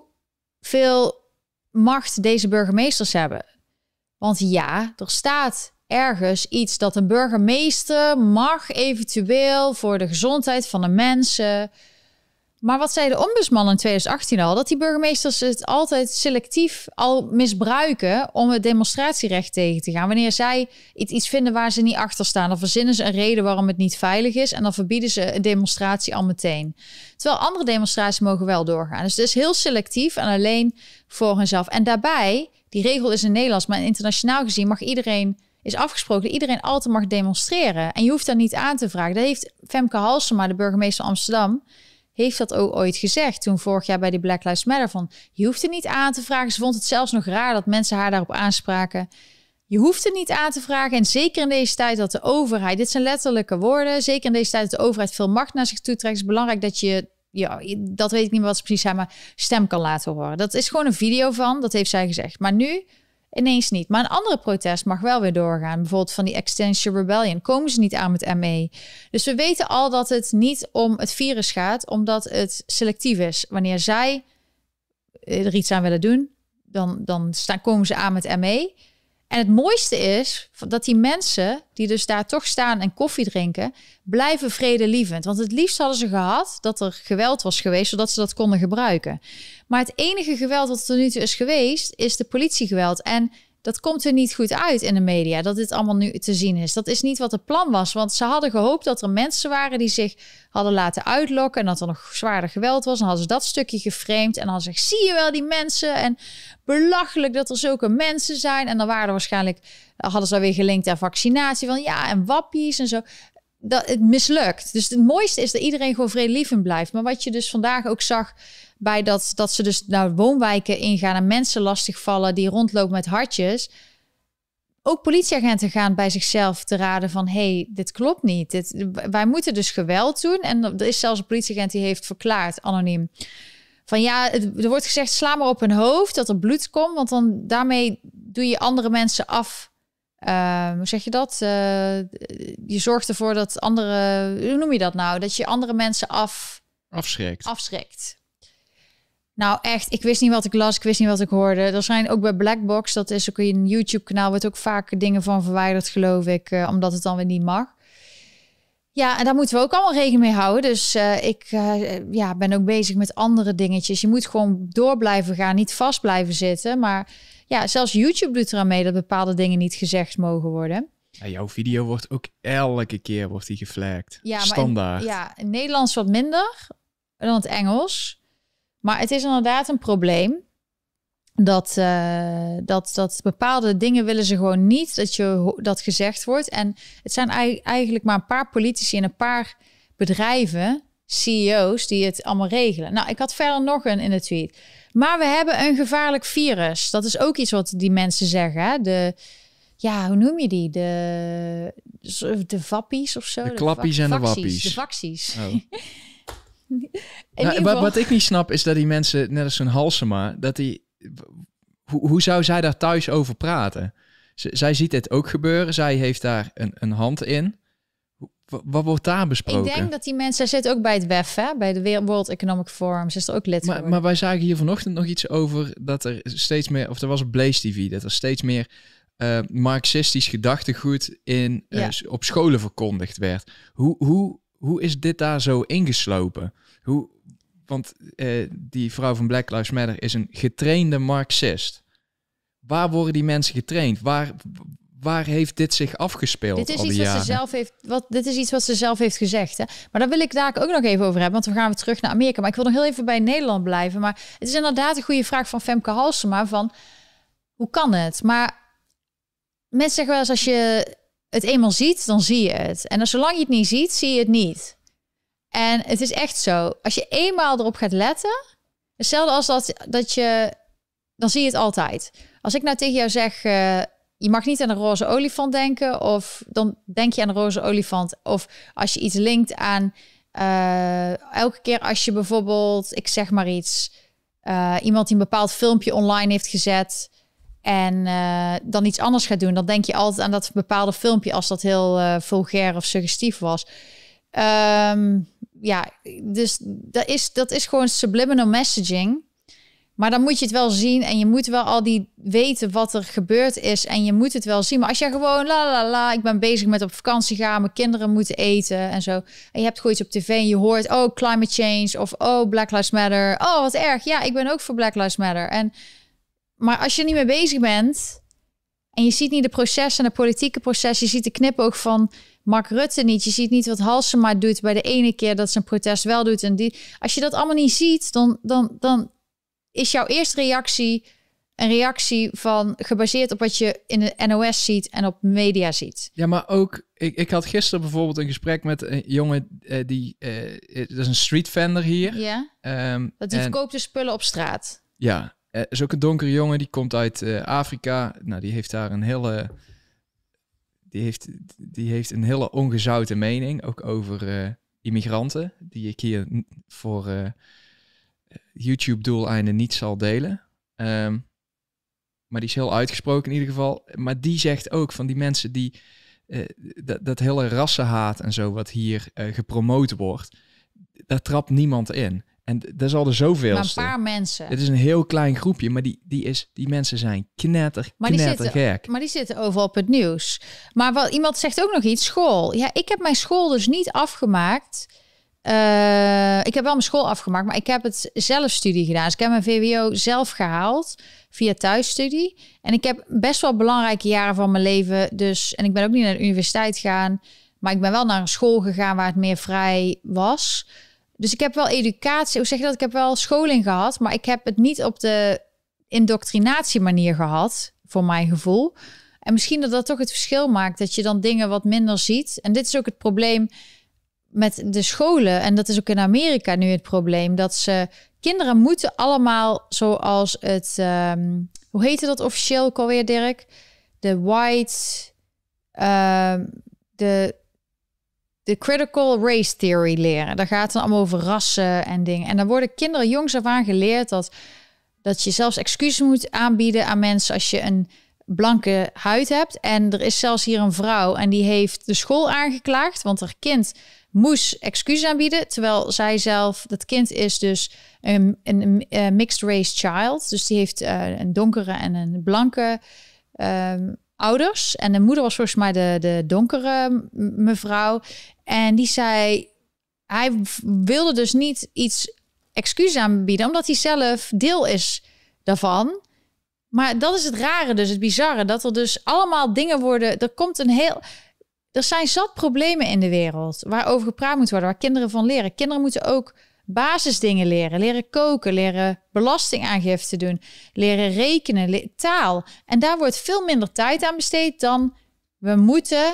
[SPEAKER 1] hoeveel macht deze burgemeesters hebben. Want ja, er staat ergens iets dat een burgemeester mag eventueel voor de gezondheid van de mensen. Maar wat zei de ombudsman in twintig achttien al? Dat die burgemeesters het altijd selectief al misbruiken om het demonstratierecht tegen te gaan. Wanneer zij iets vinden waar ze niet achter staan, dan verzinnen ze een reden waarom het niet veilig is en dan verbieden ze een demonstratie al meteen. Terwijl andere demonstraties mogen wel doorgaan. Dus het is heel selectief en alleen voor hunzelf. En daarbij, die regel is in Nederlands, maar internationaal gezien mag iedereen, is afgesproken dat iedereen altijd mag demonstreren. En je hoeft dat niet aan te vragen. Dat heeft Femke Halsema, de burgemeester van Amsterdam, heeft dat ook ooit gezegd toen vorig jaar bij die Black Lives Matter van je hoeft het niet aan te vragen. Ze vond het zelfs nog raar dat mensen haar daarop aanspraken. Je hoeft het niet aan te vragen en zeker in deze tijd dat de overheid, dit zijn letterlijke woorden, zeker in deze tijd dat de overheid veel macht naar zich toe trekt, is het belangrijk dat je, ja, dat weet ik niet meer wat ze precies zijn, maar stem kan laten horen. Dat is gewoon een video van, dat heeft zij gezegd. Maar nu ineens niet. Maar een andere protest mag wel weer doorgaan. Bijvoorbeeld van die Extinction Rebellion. Komen ze niet aan met M E. Dus we weten al dat het niet om het virus gaat, omdat het selectief is. Wanneer zij er iets aan willen doen, dan, dan staan, komen ze aan met M E. En het mooiste is dat die mensen die dus daar toch staan en koffie drinken, blijven vredelievend. Want het liefst hadden ze gehad dat er geweld was geweest, zodat ze dat konden gebruiken. Maar het enige geweld wat er nu toe is geweest, is de politiegeweld. En dat komt er niet goed uit in de media, dat dit allemaal nu te zien is. Dat is niet wat het plan was, want ze hadden gehoopt dat er mensen waren die zich hadden laten uitlokken en dat er nog zwaarder geweld was. En hadden ze dat stukje geframed en dan zeg, zie je wel die mensen en belachelijk dat er zulke mensen zijn. En dan waren er waarschijnlijk, hadden ze weer gelinkt aan vaccinatie van ja en wappies en zo. Dat het mislukt. Dus het mooiste is dat iedereen gewoon vredelievend blijft. Maar wat je dus vandaag ook zag bij dat, dat ze dus naar woonwijken ingaan en mensen lastigvallen die rondlopen met hartjes. Ook politieagenten gaan bij zichzelf te raden van hey, dit klopt niet. Dit, wij moeten dus geweld doen. En er is zelfs een politieagent die heeft verklaard, anoniem, van ja, er wordt gezegd sla maar op hun hoofd dat er bloed komt, want dan daarmee doe je andere mensen af. Uh, hoe zeg je dat? Uh, je zorgt ervoor dat andere, hoe noem je dat nou? Dat je andere mensen af
[SPEAKER 2] afschrikt.
[SPEAKER 1] afschrikt. Nou echt, ik wist niet wat ik las, ik wist niet wat ik hoorde. Er zijn ook bij Blackbox, dat is ook een YouTube-kanaal, wordt ook vaak dingen van verwijderd, geloof ik, uh, omdat het dan weer niet mag. Ja, en daar moeten we ook allemaal rekening mee houden. Dus uh, ik uh, ja, ben ook bezig met andere dingetjes. Je moet gewoon door blijven gaan, niet vast blijven zitten. Maar ja, zelfs YouTube doet eraan mee dat bepaalde dingen niet gezegd mogen worden.
[SPEAKER 2] Ja, jouw video wordt ook elke keer wordt die geflagd.
[SPEAKER 1] Ja,
[SPEAKER 2] standaard.
[SPEAKER 1] Maar in, ja, in Nederlands wat minder dan het Engels. Maar het is inderdaad een probleem. Dat, uh, dat, dat bepaalde dingen willen ze gewoon niet dat je dat gezegd wordt. En het zijn eigenlijk maar een paar politici en een paar bedrijven, C E O's, die het allemaal regelen. Nou, ik had verder nog een in de tweet. Maar we hebben een gevaarlijk virus. Dat is ook iets wat die mensen zeggen. Hè? De, ja, hoe noem je die? De, de wappies of zo?
[SPEAKER 2] De klappies de en de wappies.
[SPEAKER 1] De vaksies.
[SPEAKER 2] Oh. Nou, geval... Wat ik niet snap is dat die mensen, net als zo'n Halsema, dat die... Hoe, hoe zou zij daar thuis over praten? Z- zij ziet dit ook gebeuren. Zij heeft daar een, een hand in. W- wat wordt daar besproken?
[SPEAKER 1] Ik denk dat die mensen... Zij zit ook bij het W E F, hè? Bij de World Economic Forum. Ze is er ook lid
[SPEAKER 2] maar, maar wij zagen hier vanochtend nog iets over dat er steeds meer... Of er was op Blaze T V, dat er steeds meer uh, marxistisch gedachtegoed in, uh, ja. op scholen verkondigd werd. Hoe, hoe, hoe is dit daar zo ingeslopen? Hoe... Want uh, die vrouw van Black Lives Matter is een getrainde marxist. Waar worden die mensen getraind? Waar, waar heeft dit zich afgespeeld?
[SPEAKER 1] Dit is
[SPEAKER 2] al die
[SPEAKER 1] iets
[SPEAKER 2] jaren?
[SPEAKER 1] wat ze zelf heeft. Wat, dit is iets wat ze zelf heeft gezegd. Hè? Maar daar wil ik daar ook nog even over hebben. Want we gaan weer terug naar Amerika. Maar ik wil nog heel even bij Nederland blijven. Maar het is inderdaad een goede vraag van Femke Halsema. Van hoe kan het? Maar mensen zeggen wel eens, als je het eenmaal ziet, dan zie je het. En als zolang je het niet ziet, zie je het niet. En het is echt zo. Als je eenmaal erop gaat letten, hetzelfde als dat, dat je, dan zie je het altijd. Als ik nou tegen jou zeg, uh, je mag niet aan een roze olifant denken, of dan denk je aan een roze olifant. Of als je iets linkt aan, uh, elke keer als je bijvoorbeeld, ik zeg maar iets, uh, iemand die een bepaald filmpje online heeft gezet en uh, dan iets anders gaat doen, dan denk je altijd aan dat bepaalde filmpje als dat heel uh, vulgair of suggestief was. Um, ja, dus dat is, dat is gewoon subliminal messaging. Maar dan moet je het wel zien en je moet wel al die weten wat er gebeurd is en je moet het wel zien. Maar als je gewoon la la la, ik ben bezig met op vakantie gaan, mijn kinderen moeten eten en zo. En je hebt gewoon iets op tv en je hoort, oh, climate change of oh, Black Lives Matter. Oh, wat erg. Ja, ik ben ook voor Black Lives Matter. En, maar als je er niet mee bezig bent en je ziet niet de processen en de politieke processen, je ziet de knipoog van Mark Rutte niet. Je ziet niet wat Halsema doet bij de ene keer dat ze een protest wel doet. En die, als je dat allemaal niet ziet, dan, dan, dan is jouw eerste reactie een reactie van gebaseerd op wat je in de N O S ziet en op media ziet.
[SPEAKER 2] Ja, maar ook, ik, ik had gisteren bijvoorbeeld een gesprek met een jongen uh, die, uh, dat is een street vendor hier.
[SPEAKER 1] Ja,
[SPEAKER 2] um,
[SPEAKER 1] dat die
[SPEAKER 2] en,
[SPEAKER 1] verkoopt de spullen op straat.
[SPEAKER 2] Ja, uh, is ook een donkere jongen, die komt uit uh, Afrika. Nou, die heeft daar een hele... Die heeft, die heeft een hele ongezouten mening, ook over uh, immigranten, die ik hier voor uh, YouTube-doeleinden niet zal delen. Um, maar die is heel uitgesproken in ieder geval. Maar die zegt ook van die mensen die uh, dat, dat hele rassenhaat en zo wat hier uh, gepromoot wordt, daar trapt niemand in. En dat is al de zoveelste.
[SPEAKER 1] Maar een paar mensen.
[SPEAKER 2] Het is een heel klein groepje, maar die, die, is, die mensen zijn knetter,
[SPEAKER 1] maar
[SPEAKER 2] knetter
[SPEAKER 1] die zitten,
[SPEAKER 2] gek.
[SPEAKER 1] Maar die zitten overal op het nieuws. Maar wel, iemand zegt ook nog iets, school. Ja, ik heb mijn school dus niet afgemaakt. Uh, ik heb wel mijn school afgemaakt, maar ik heb het zelfstudie gedaan. Dus ik heb mijn V W O zelf gehaald via thuisstudie. En ik heb best wel belangrijke jaren van mijn leven. Dus, en ik ben ook niet naar de universiteit gegaan, maar ik ben wel naar een school gegaan waar het meer vrij was. Dus ik heb wel educatie, hoe zeg je dat? Ik heb wel scholing gehad, maar ik heb het niet op de indoctrinatie manier gehad, voor mijn gevoel. En misschien dat dat toch het verschil maakt, dat je dan dingen wat minder ziet. En dit is ook het probleem met de scholen. En dat is ook in Amerika nu het probleem, dat ze kinderen moeten allemaal zoals het, um, hoe heette dat officieel ook alweer, Dirk? De white, um, de... de critical race theory leren. Daar gaat het dan allemaal over rassen en dingen. En dan worden kinderen jongs af aan geleerd dat, dat je zelfs excuses moet aanbieden aan mensen als je een blanke huid hebt. En er is zelfs hier een vrouw en die heeft de school aangeklaagd, want haar kind moest excuses aanbieden, terwijl zij zelf, dat kind is dus een, een, een mixed race child. Dus die heeft uh, een donkere en een blanke um, ouders. En de moeder was volgens mij de, de donkere mevrouw. En die zei, hij wilde dus niet iets excuus aanbieden, omdat hij zelf deel is daarvan. Maar dat is het rare, dus het bizarre, dat er dus allemaal dingen worden. Er komt een heel. Er zijn zat problemen in de wereld waarover gepraat moet worden, waar kinderen van leren. Kinderen moeten ook basisdingen leren, leren koken, leren belastingaangifte doen, leren rekenen, le- taal. En daar wordt veel minder tijd aan besteed dan we moeten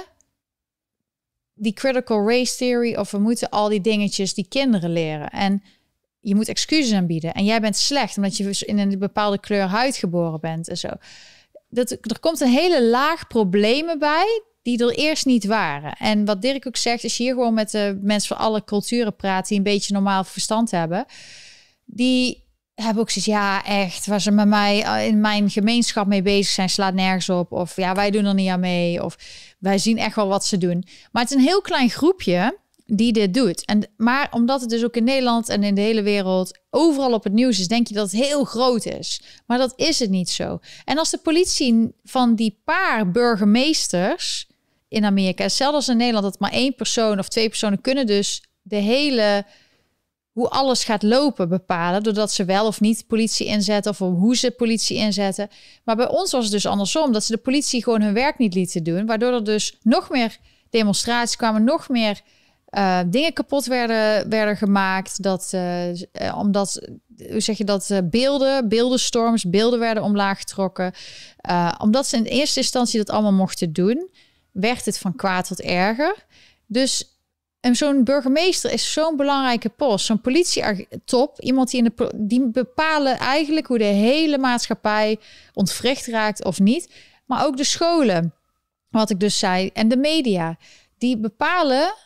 [SPEAKER 1] die critical race theory of we moeten al die dingetjes die kinderen leren. En je moet excuses aanbieden. En jij bent slecht omdat je in een bepaalde kleur huid geboren bent en zo. Dat, er komt een hele laag problemen bij die er eerst niet waren. En wat Dirk ook zegt, is hier gewoon met de mensen van alle culturen praat die een beetje normaal verstand hebben. Die hebben ook zoiets, ja echt, waar ze met mij in mijn gemeenschap mee bezig zijn, slaat nergens op. Of ja, wij doen er niet aan mee. Of wij zien echt wel wat ze doen. Maar het is een heel klein groepje die dit doet. En, maar omdat het dus ook in Nederland en in de hele wereld overal op het nieuws is, denk je dat het heel groot is. Maar dat is het niet zo. En als de politie van die paar burgemeesters in Amerika, hetzelfde als in Nederland, dat maar één persoon of twee personen kunnen dus de hele, hoe alles gaat lopen bepalen, doordat ze wel of niet politie inzetten of hoe ze politie inzetten. Maar bij ons was het dus andersom, dat ze de politie gewoon hun werk niet lieten doen, waardoor er dus nog meer demonstraties kwamen, nog meer Uh, dingen kapot werden, werden gemaakt. Dat, uh, uh, omdat, hoe zeg je dat, uh, beelden, beeldenstorms, beelden werden omlaag getrokken. Uh, omdat ze in eerste instantie dat allemaal mochten doen, werd het van kwaad tot erger. Dus en zo'n burgemeester is zo'n belangrijke post. Zo'n politietop, iemand die, in de, die bepalen eigenlijk hoe de hele maatschappij ontwricht raakt of niet. Maar ook de scholen, wat ik dus zei, en de media. Die bepalen.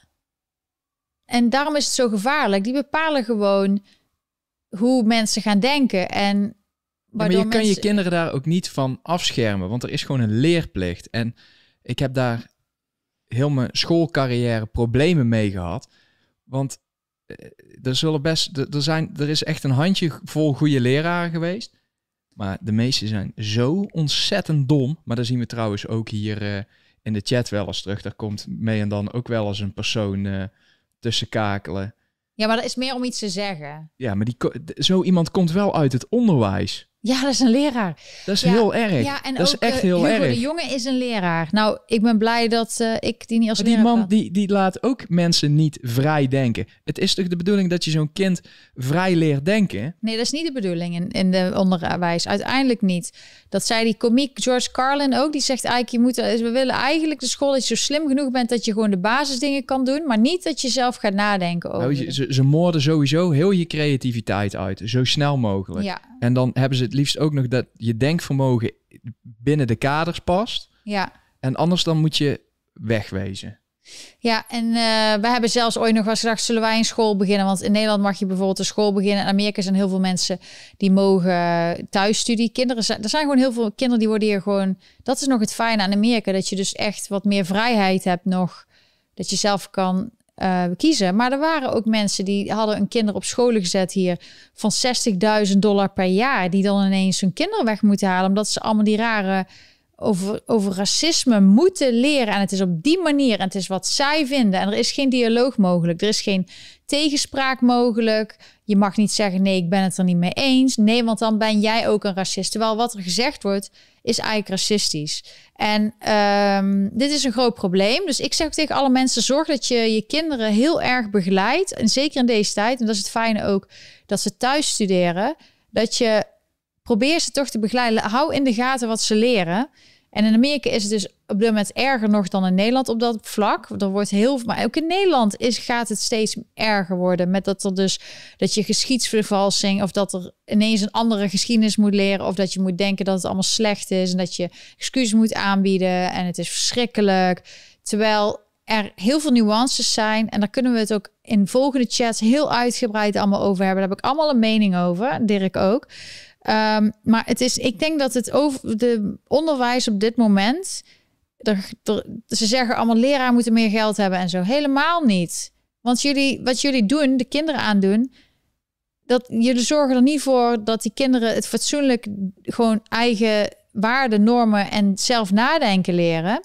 [SPEAKER 1] En daarom is het zo gevaarlijk. Die bepalen gewoon hoe mensen gaan denken. En
[SPEAKER 2] ja, maar je
[SPEAKER 1] mensen...
[SPEAKER 2] kan je kinderen daar ook niet van afschermen. Want er is gewoon een leerplicht. En ik heb daar heel mijn schoolcarrière problemen mee gehad. Want er zullen best... Er, zijn, er is echt een handjevol goede leraren geweest. Maar de meeste zijn zo ontzettend dom. Maar dat zien we trouwens ook hier uh, in de chat wel eens terug. Daar komt mee en dan ook wel eens een persoon... Uh, tussen kakelen.
[SPEAKER 1] Ja, maar dat is meer om iets te zeggen.
[SPEAKER 2] Ja, maar die, zo iemand komt wel uit het onderwijs.
[SPEAKER 1] Ja, dat is een leraar.
[SPEAKER 2] Dat is
[SPEAKER 1] ja,
[SPEAKER 2] heel erg.
[SPEAKER 1] Ja, en
[SPEAKER 2] dat
[SPEAKER 1] ook,
[SPEAKER 2] is echt heel
[SPEAKER 1] Hugo
[SPEAKER 2] erg.
[SPEAKER 1] de Jonge is een leraar. Nou, ik ben blij dat uh, ik die niet als
[SPEAKER 2] maar die
[SPEAKER 1] leraar
[SPEAKER 2] man, die, die laat ook mensen niet vrij denken. Het is toch de bedoeling dat je zo'n kind vrij leert denken?
[SPEAKER 1] Nee, dat is niet de bedoeling in, in de onderwijs. Uiteindelijk niet. Dat zei die komiek George Carlin ook. Die zegt eigenlijk, je moet, we willen eigenlijk de school dat je zo slim genoeg bent dat je gewoon de basisdingen kan doen, maar niet dat je zelf gaat nadenken over.
[SPEAKER 2] Nou, ze, ze moorden sowieso heel je creativiteit uit, zo snel mogelijk.
[SPEAKER 1] Ja.
[SPEAKER 2] En dan hebben ze het liefst ook nog dat je denkvermogen binnen de kaders past.
[SPEAKER 1] Ja.
[SPEAKER 2] En anders dan moet je wegwezen.
[SPEAKER 1] Ja, en uh, we hebben zelfs ooit nog wel eens gedacht, zullen wij een school beginnen? Want in Nederland mag je bijvoorbeeld een school beginnen. In Amerika zijn heel veel mensen die mogen thuisstudie. Kinderen zijn, er zijn gewoon heel veel kinderen die worden hier gewoon... Dat is nog het fijne aan Amerika, dat je dus echt wat meer vrijheid hebt nog. Dat je zelf kan uh, kiezen. Maar er waren ook mensen die hadden een kinder op scholen gezet hier van zestigduizend dollar per jaar. Die dan ineens hun kinderen weg moeten halen, omdat ze allemaal die rare... Over, over racisme moeten leren. En het is op die manier. En het is wat zij vinden. En er is geen dialoog mogelijk. Er is geen tegenspraak mogelijk. Je mag niet zeggen, nee, ik ben het er niet mee eens. Nee, want dan ben jij ook een racist. Terwijl wat er gezegd wordt, is eigenlijk racistisch. En um, dit is een groot probleem. Dus ik zeg ook tegen alle mensen, zorg dat je je kinderen heel erg begeleidt. En zeker in deze tijd. En dat is het fijne ook, dat ze thuis studeren. Dat je... Probeer ze toch te begeleiden. Hou in de gaten wat ze leren. En in Amerika is het dus op dit moment erger nog dan in Nederland op dat vlak. Er wordt heel, maar ook in Nederland is, gaat het steeds erger worden. Met dat er dus dat je geschiedsvervalsing of dat er ineens een andere geschiedenis moet leren. Of dat je moet denken dat het allemaal slecht is. En dat je excuses moet aanbieden. En het is verschrikkelijk. Terwijl er heel veel nuances zijn. En daar kunnen we het ook in volgende chats heel uitgebreid allemaal over hebben. Daar heb ik allemaal een mening over. Dirk ook. Um, maar het is, ik denk dat het over de onderwijs op dit moment, er, er, ze zeggen allemaal leraar moeten meer geld hebben en zo. Helemaal niet. Want jullie, wat jullie doen, de kinderen aandoen, dat jullie zorgen er niet voor dat die kinderen het fatsoenlijk gewoon eigen waarden, normen en zelf nadenken leren.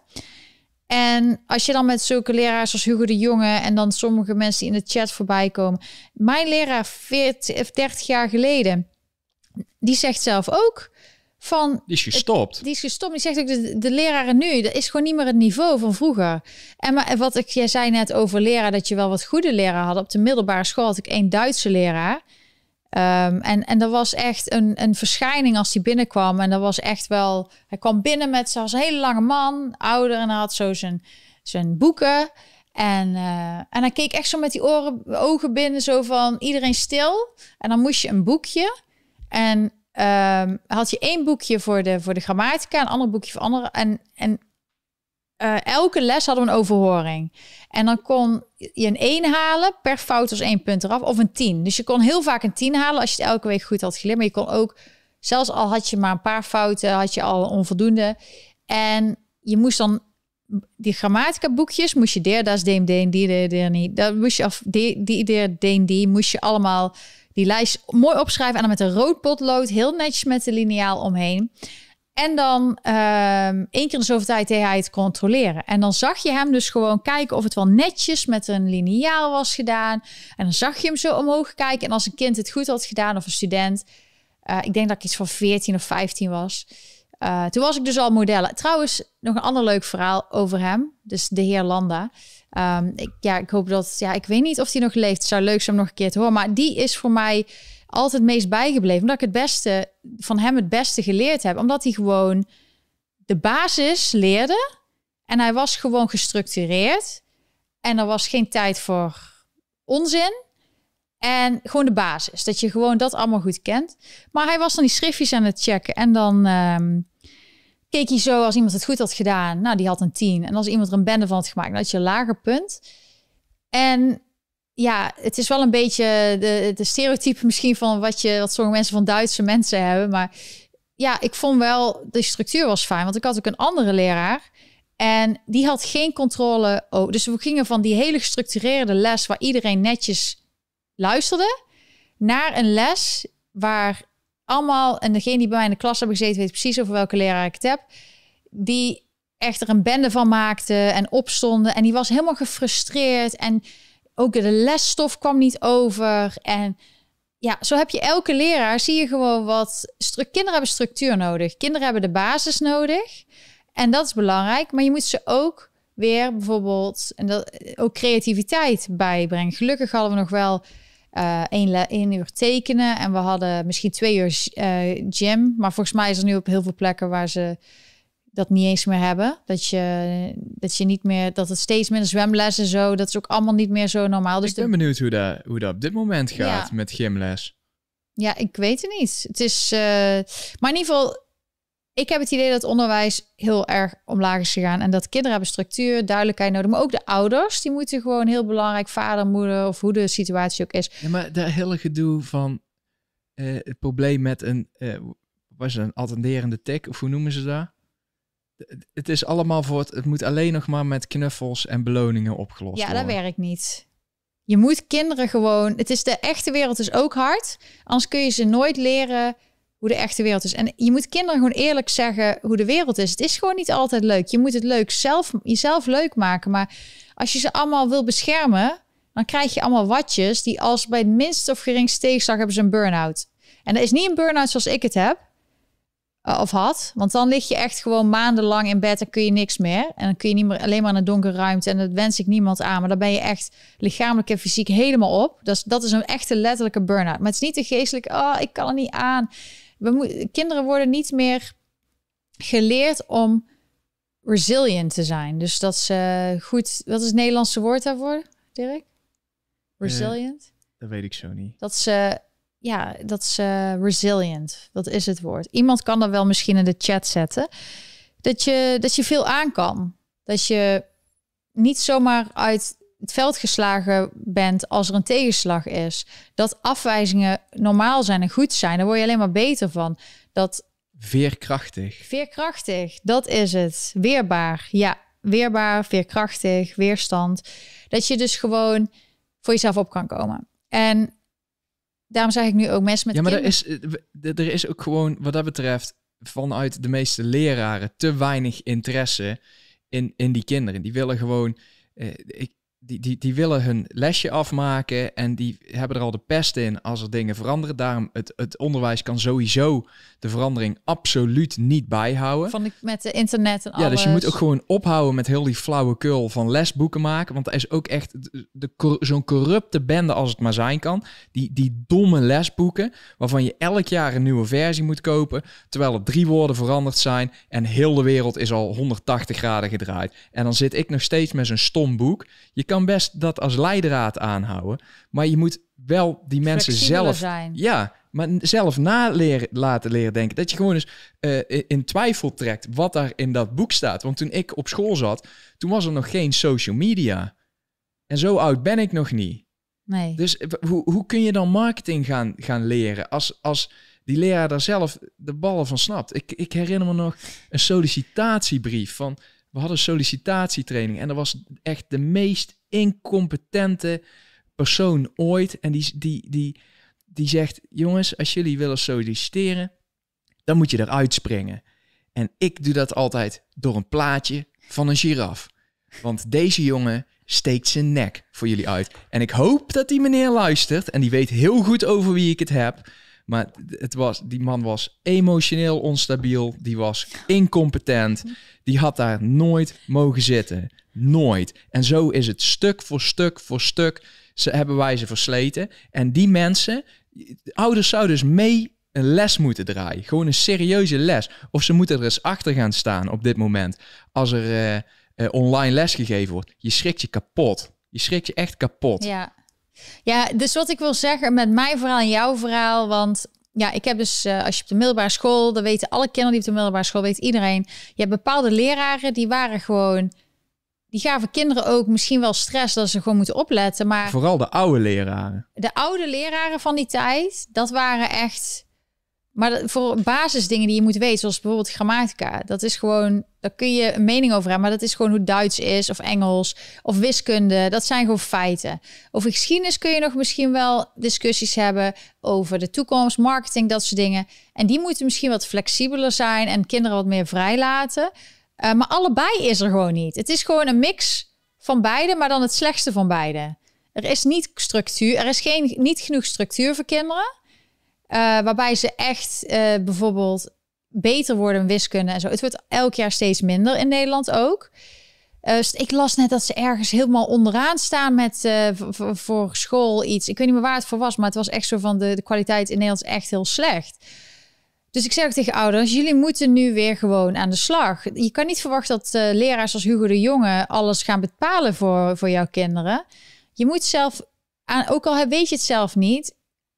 [SPEAKER 1] En als je dan met zulke leraars als Hugo de Jonge en dan sommige mensen die in de chat voorbij komen. Mijn leraar veertig of dertig jaar geleden, die zegt zelf ook van...
[SPEAKER 2] Die is gestopt.
[SPEAKER 1] Het, die is gestopt. Die zegt ook, de, de leraren nu, dat is gewoon niet meer het niveau van vroeger. En maar, wat ik, jij zei net over leraar, dat je wel wat goede leraar had. Op de middelbare school had ik één Duitse leraar. Um, en, en dat was echt een, een verschijning als hij binnenkwam. En dat was echt wel... Hij kwam binnen met... Hij was een hele lange man, ouder. En hij had zo zijn, zijn boeken. En, uh, en hij keek echt zo met die oren, ogen binnen. Zo van iedereen stil. En dan moest je een boekje. En um, had je één boekje voor de, voor de grammatica. Een ander boekje voor andere. En... en Uh, elke les hadden we een overhoring. En dan kon je een één halen. Per fout was één punt eraf. Of een tien. Dus je kon heel vaak een tien halen als je het elke week goed had geleerd. Maar je kon ook, zelfs al had je maar een paar fouten, had je al onvoldoende. En je moest dan die grammatica boekjes, moest je der, das, dem, den, die, der, niet. Dat moest je af, die, die, der, den, die, moest je allemaal die lijst mooi opschrijven. En dan met een rood potlood, heel netjes met de liniaal omheen. En dan um, één keer in zoveel tijd deed hij het controleren. En dan zag je hem dus gewoon kijken of het wel netjes met een liniaal was gedaan. En dan zag je hem zo omhoog kijken. En als een kind het goed had gedaan of een student. Uh, ik denk dat ik iets van veertien of vijftien was. Uh, toen was ik dus al modellen. Trouwens, nog een ander leuk verhaal over hem. Dus de heer Landa. Um, ik, ja, ik hoop dat... Ja, ik weet niet of hij nog leeft. Het zou leuk zijn om nog een keer te horen. Maar die is voor mij altijd het meest bijgebleven. Omdat ik het beste van hem het beste geleerd heb. Omdat hij gewoon de basis leerde. En hij was gewoon gestructureerd. En er was geen tijd voor onzin. En gewoon de basis. Dat je gewoon dat allemaal goed kent. Maar hij was dan die schriftjes aan het checken. En dan um, keek hij zo als iemand het goed had gedaan. Nou, die had een tien. En als iemand er een bende van had gemaakt, dan had je een lager punt. En ja, het is wel een beetje de, de stereotype misschien van wat, je, wat sommige mensen van Duitse mensen hebben. Maar ja, ik vond wel, de structuur was fijn. Want ik had ook een andere leraar. En die had geen controle. Oh, dus we gingen van die hele gestructureerde les waar iedereen netjes luisterde, naar een les waar allemaal, en degene die bij mij in de klas hebben gezeten weet precies over welke leraar ik het heb, die echt er een bende van maakte en opstonden. En die was helemaal gefrustreerd. En ook de lesstof kwam niet over. En ja, zo heb je elke leraar, zie je gewoon wat... Kinderen hebben structuur nodig. Kinderen hebben de basis nodig. En dat is belangrijk. Maar je moet ze ook weer bijvoorbeeld... en dat, ook creativiteit bijbrengen. Gelukkig hadden we nog wel uh, één, één uur tekenen. En we hadden misschien twee uur uh, gym. Maar volgens mij is er nu op heel veel plekken waar ze dat niet eens meer hebben. Dat je, dat je niet meer... Dat het steeds minder zwemlessen zo. Dat is ook allemaal niet meer zo normaal. Dus
[SPEAKER 2] ik ben de, benieuwd hoe dat, hoe dat op dit moment gaat ja. met gymles.
[SPEAKER 1] Ja, ik weet het niet. Het is... Uh, maar in ieder geval... Ik heb het idee dat het onderwijs heel erg omlaag is gegaan. En dat kinderen hebben structuur, duidelijkheid nodig. Maar ook de ouders, die moeten gewoon heel belangrijk... vader, moeder of hoe de situatie ook is.
[SPEAKER 2] Ja, maar dat hele gedoe van... Uh, het probleem met een... Uh, was het een attenderende tik? Of hoe noemen ze dat? Het is allemaal voor het... Het moet alleen nog maar met knuffels en beloningen opgelost
[SPEAKER 1] ja,
[SPEAKER 2] worden.
[SPEAKER 1] Ja, dat werkt niet. Je moet kinderen gewoon... Het is de echte wereld is ook hard. Anders kun je ze nooit leren... hoe de echte wereld is. En je moet kinderen gewoon eerlijk zeggen hoe de wereld is. Het is gewoon niet altijd leuk. Je moet het leuk zelf, jezelf leuk maken. Maar als je ze allemaal wil beschermen, dan krijg je allemaal watjes die als bij het minste of geringste tegenslag hebben ze een burn-out. En dat is niet een burn-out zoals ik het heb. Uh, of had. Want dan lig je echt gewoon maandenlang in bed en kun je niks meer. En dan kun je niet meer alleen maar in een donkere ruimte. En dat wens ik niemand aan. Maar dan ben je echt lichamelijk en fysiek helemaal op. Dat is, dat is een echte letterlijke burn-out. Maar het is niet de geestelijke, oh, ik kan er niet aan. We mo- kinderen worden niet meer geleerd om resilient te zijn. Dus dat ze goed... Wat is het Nederlandse woord daarvoor, Dirk? Resilient?
[SPEAKER 2] Uh, dat weet ik zo niet.
[SPEAKER 1] Dat ze... Ja, dat ze resilient. Dat is het woord. Iemand kan dat wel misschien in de chat zetten. Dat je, dat je veel aan kan. Dat je niet zomaar uit het veld geslagen bent als er een tegenslag is. Dat afwijzingen normaal zijn en goed zijn. Daar word je alleen maar beter van. Dat
[SPEAKER 2] veerkrachtig.
[SPEAKER 1] Veerkrachtig, dat is het. Weerbaar, ja. Weerbaar, veerkrachtig, weerstand. Dat je dus gewoon voor jezelf op kan komen. En daarom zeg ik nu ook mensen met
[SPEAKER 2] ja, maar
[SPEAKER 1] kinderen...
[SPEAKER 2] er is, er is ook gewoon, wat dat betreft... vanuit de meeste leraren te weinig interesse in, in die kinderen. Die willen gewoon... Uh, ik, Die, die, die willen hun lesje afmaken en die hebben er al de pest in als er dingen veranderen. Daarom, het, het onderwijs kan sowieso de verandering absoluut niet bijhouden.
[SPEAKER 1] Van de, met de internet en alles.
[SPEAKER 2] Ja, dus je moet ook gewoon ophouden met heel die flauwekul van lesboeken maken. Want er is ook echt de, de, zo'n corrupte bende als het maar zijn kan. Die, die domme lesboeken waarvan je elk jaar een nieuwe versie moet kopen. Terwijl er drie woorden veranderd zijn en heel de wereld is al honderdtachtig graden gedraaid. En dan zit ik nog steeds met zo'n stom boek. Je kan best dat als leidraad aanhouden, maar je moet wel die mensen zelf
[SPEAKER 1] zijn.
[SPEAKER 2] Ja, maar zelf na leren, laten leren denken. Dat je gewoon eens uh, in twijfel trekt wat daar in dat boek staat. Want toen ik op school zat, toen was er nog geen social media. En zo oud ben ik nog niet.
[SPEAKER 1] Nee.
[SPEAKER 2] Dus hoe, hoe kun je dan marketing gaan, gaan leren als, als die leraar daar zelf de ballen van snapt? Ik, ik herinner me nog een sollicitatiebrief van... We hadden sollicitatietraining en dat was echt de meest incompetente persoon ooit. En die, die, die, die zegt, jongens, als jullie willen solliciteren, dan moet je eruit springen. En ik doe dat altijd door een plaatje van een giraf. Want deze jongen steekt zijn nek voor jullie uit. En ik hoop dat die meneer luistert en die weet heel goed over wie ik het heb. Maar het was, die man was emotioneel onstabiel, die was incompetent, die had daar nooit mogen zitten. Nooit. En zo is het stuk voor stuk voor stuk, ze, hebben wij ze versleten. En die mensen, ouders zouden dus mee een les moeten draaien. Gewoon een serieuze les. Of ze moeten er eens achter gaan staan op dit moment. Als er uh, uh, online les gegeven wordt. Je schrikt je kapot. Je schrikt je echt kapot.
[SPEAKER 1] Ja. Ja, dus wat ik wil zeggen met mijn verhaal en jouw verhaal, want ja, ik heb dus, uh, als je op de middelbare school, dan weten alle kinderen die op de middelbare school, weet iedereen, je hebt bepaalde leraren, die waren gewoon, die gaven kinderen ook misschien wel stress dat ze gewoon moeten opletten, maar...
[SPEAKER 2] Vooral de oude leraren.
[SPEAKER 1] De oude leraren van die tijd, dat waren echt... Maar dat, voor basisdingen die je moet weten, zoals bijvoorbeeld grammatica, dat is gewoon, daar kun je een mening over hebben, maar dat is gewoon hoe Duits is, of Engels, of wiskunde. Dat zijn gewoon feiten. Over geschiedenis kun je nog misschien wel discussies hebben over de toekomst, marketing, dat soort dingen. En die moeten misschien wat flexibeler zijn en kinderen wat meer vrij laten. Uh, maar allebei is er gewoon niet. Het is gewoon een mix van beide, maar dan het slechtste van beide. Er is niet structuur, er is geen, niet genoeg structuur voor kinderen. Uh, waarbij ze echt uh, bijvoorbeeld beter worden in wiskunde en zo. Het wordt elk jaar steeds minder in Nederland ook. Uh, dus ik las net dat ze ergens helemaal onderaan staan met uh, voor, voor school iets. Ik weet niet meer waar het voor was, maar het was echt zo van de, de kwaliteit in Nederland is echt heel slecht. Dus ik zeg ook tegen ouders, jullie moeten nu weer gewoon aan de slag. Je kan niet verwachten dat uh, leraars als Hugo de Jonge alles gaan bepalen voor, voor jouw kinderen. Je moet zelf, aan, ook al weet je het zelf niet,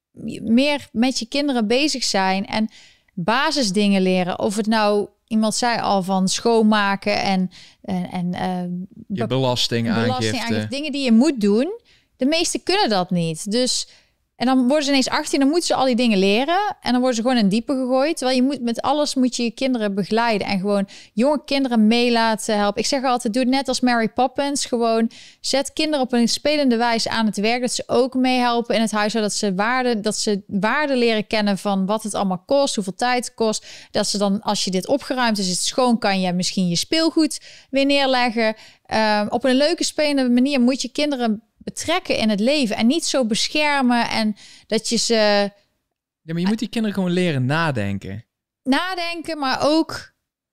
[SPEAKER 1] meer met je kinderen bezig zijn en basisdingen leren. Of het nou, iemand zei al van schoonmaken en, en, en uh,
[SPEAKER 2] je belasting,
[SPEAKER 1] belasting aangifte. Dingen die je moet doen. De meesten kunnen dat niet. Dus en dan worden ze ineens achttien, dan moeten ze al die dingen leren. En dan worden ze gewoon in diepe gegooid. Terwijl je moet met alles moet je je kinderen begeleiden. En gewoon jonge kinderen mee laten helpen. Ik zeg altijd, doe het net als Mary Poppins. Gewoon zet kinderen op een spelende wijze aan het werk. Dat ze ook meehelpen in het huishouden. Dat ze waarde, dat ze waarde leren kennen van wat het allemaal kost. Hoeveel tijd het kost. Dat ze dan, als je dit opgeruimd is, het schoon, kan je misschien je speelgoed weer neerleggen. Uh, op een leuke spelende manier moet je kinderen betrekken in het leven en niet zo beschermen en dat je ze...
[SPEAKER 2] Ja, maar je moet die kinderen gewoon leren nadenken.
[SPEAKER 1] Nadenken, maar ook...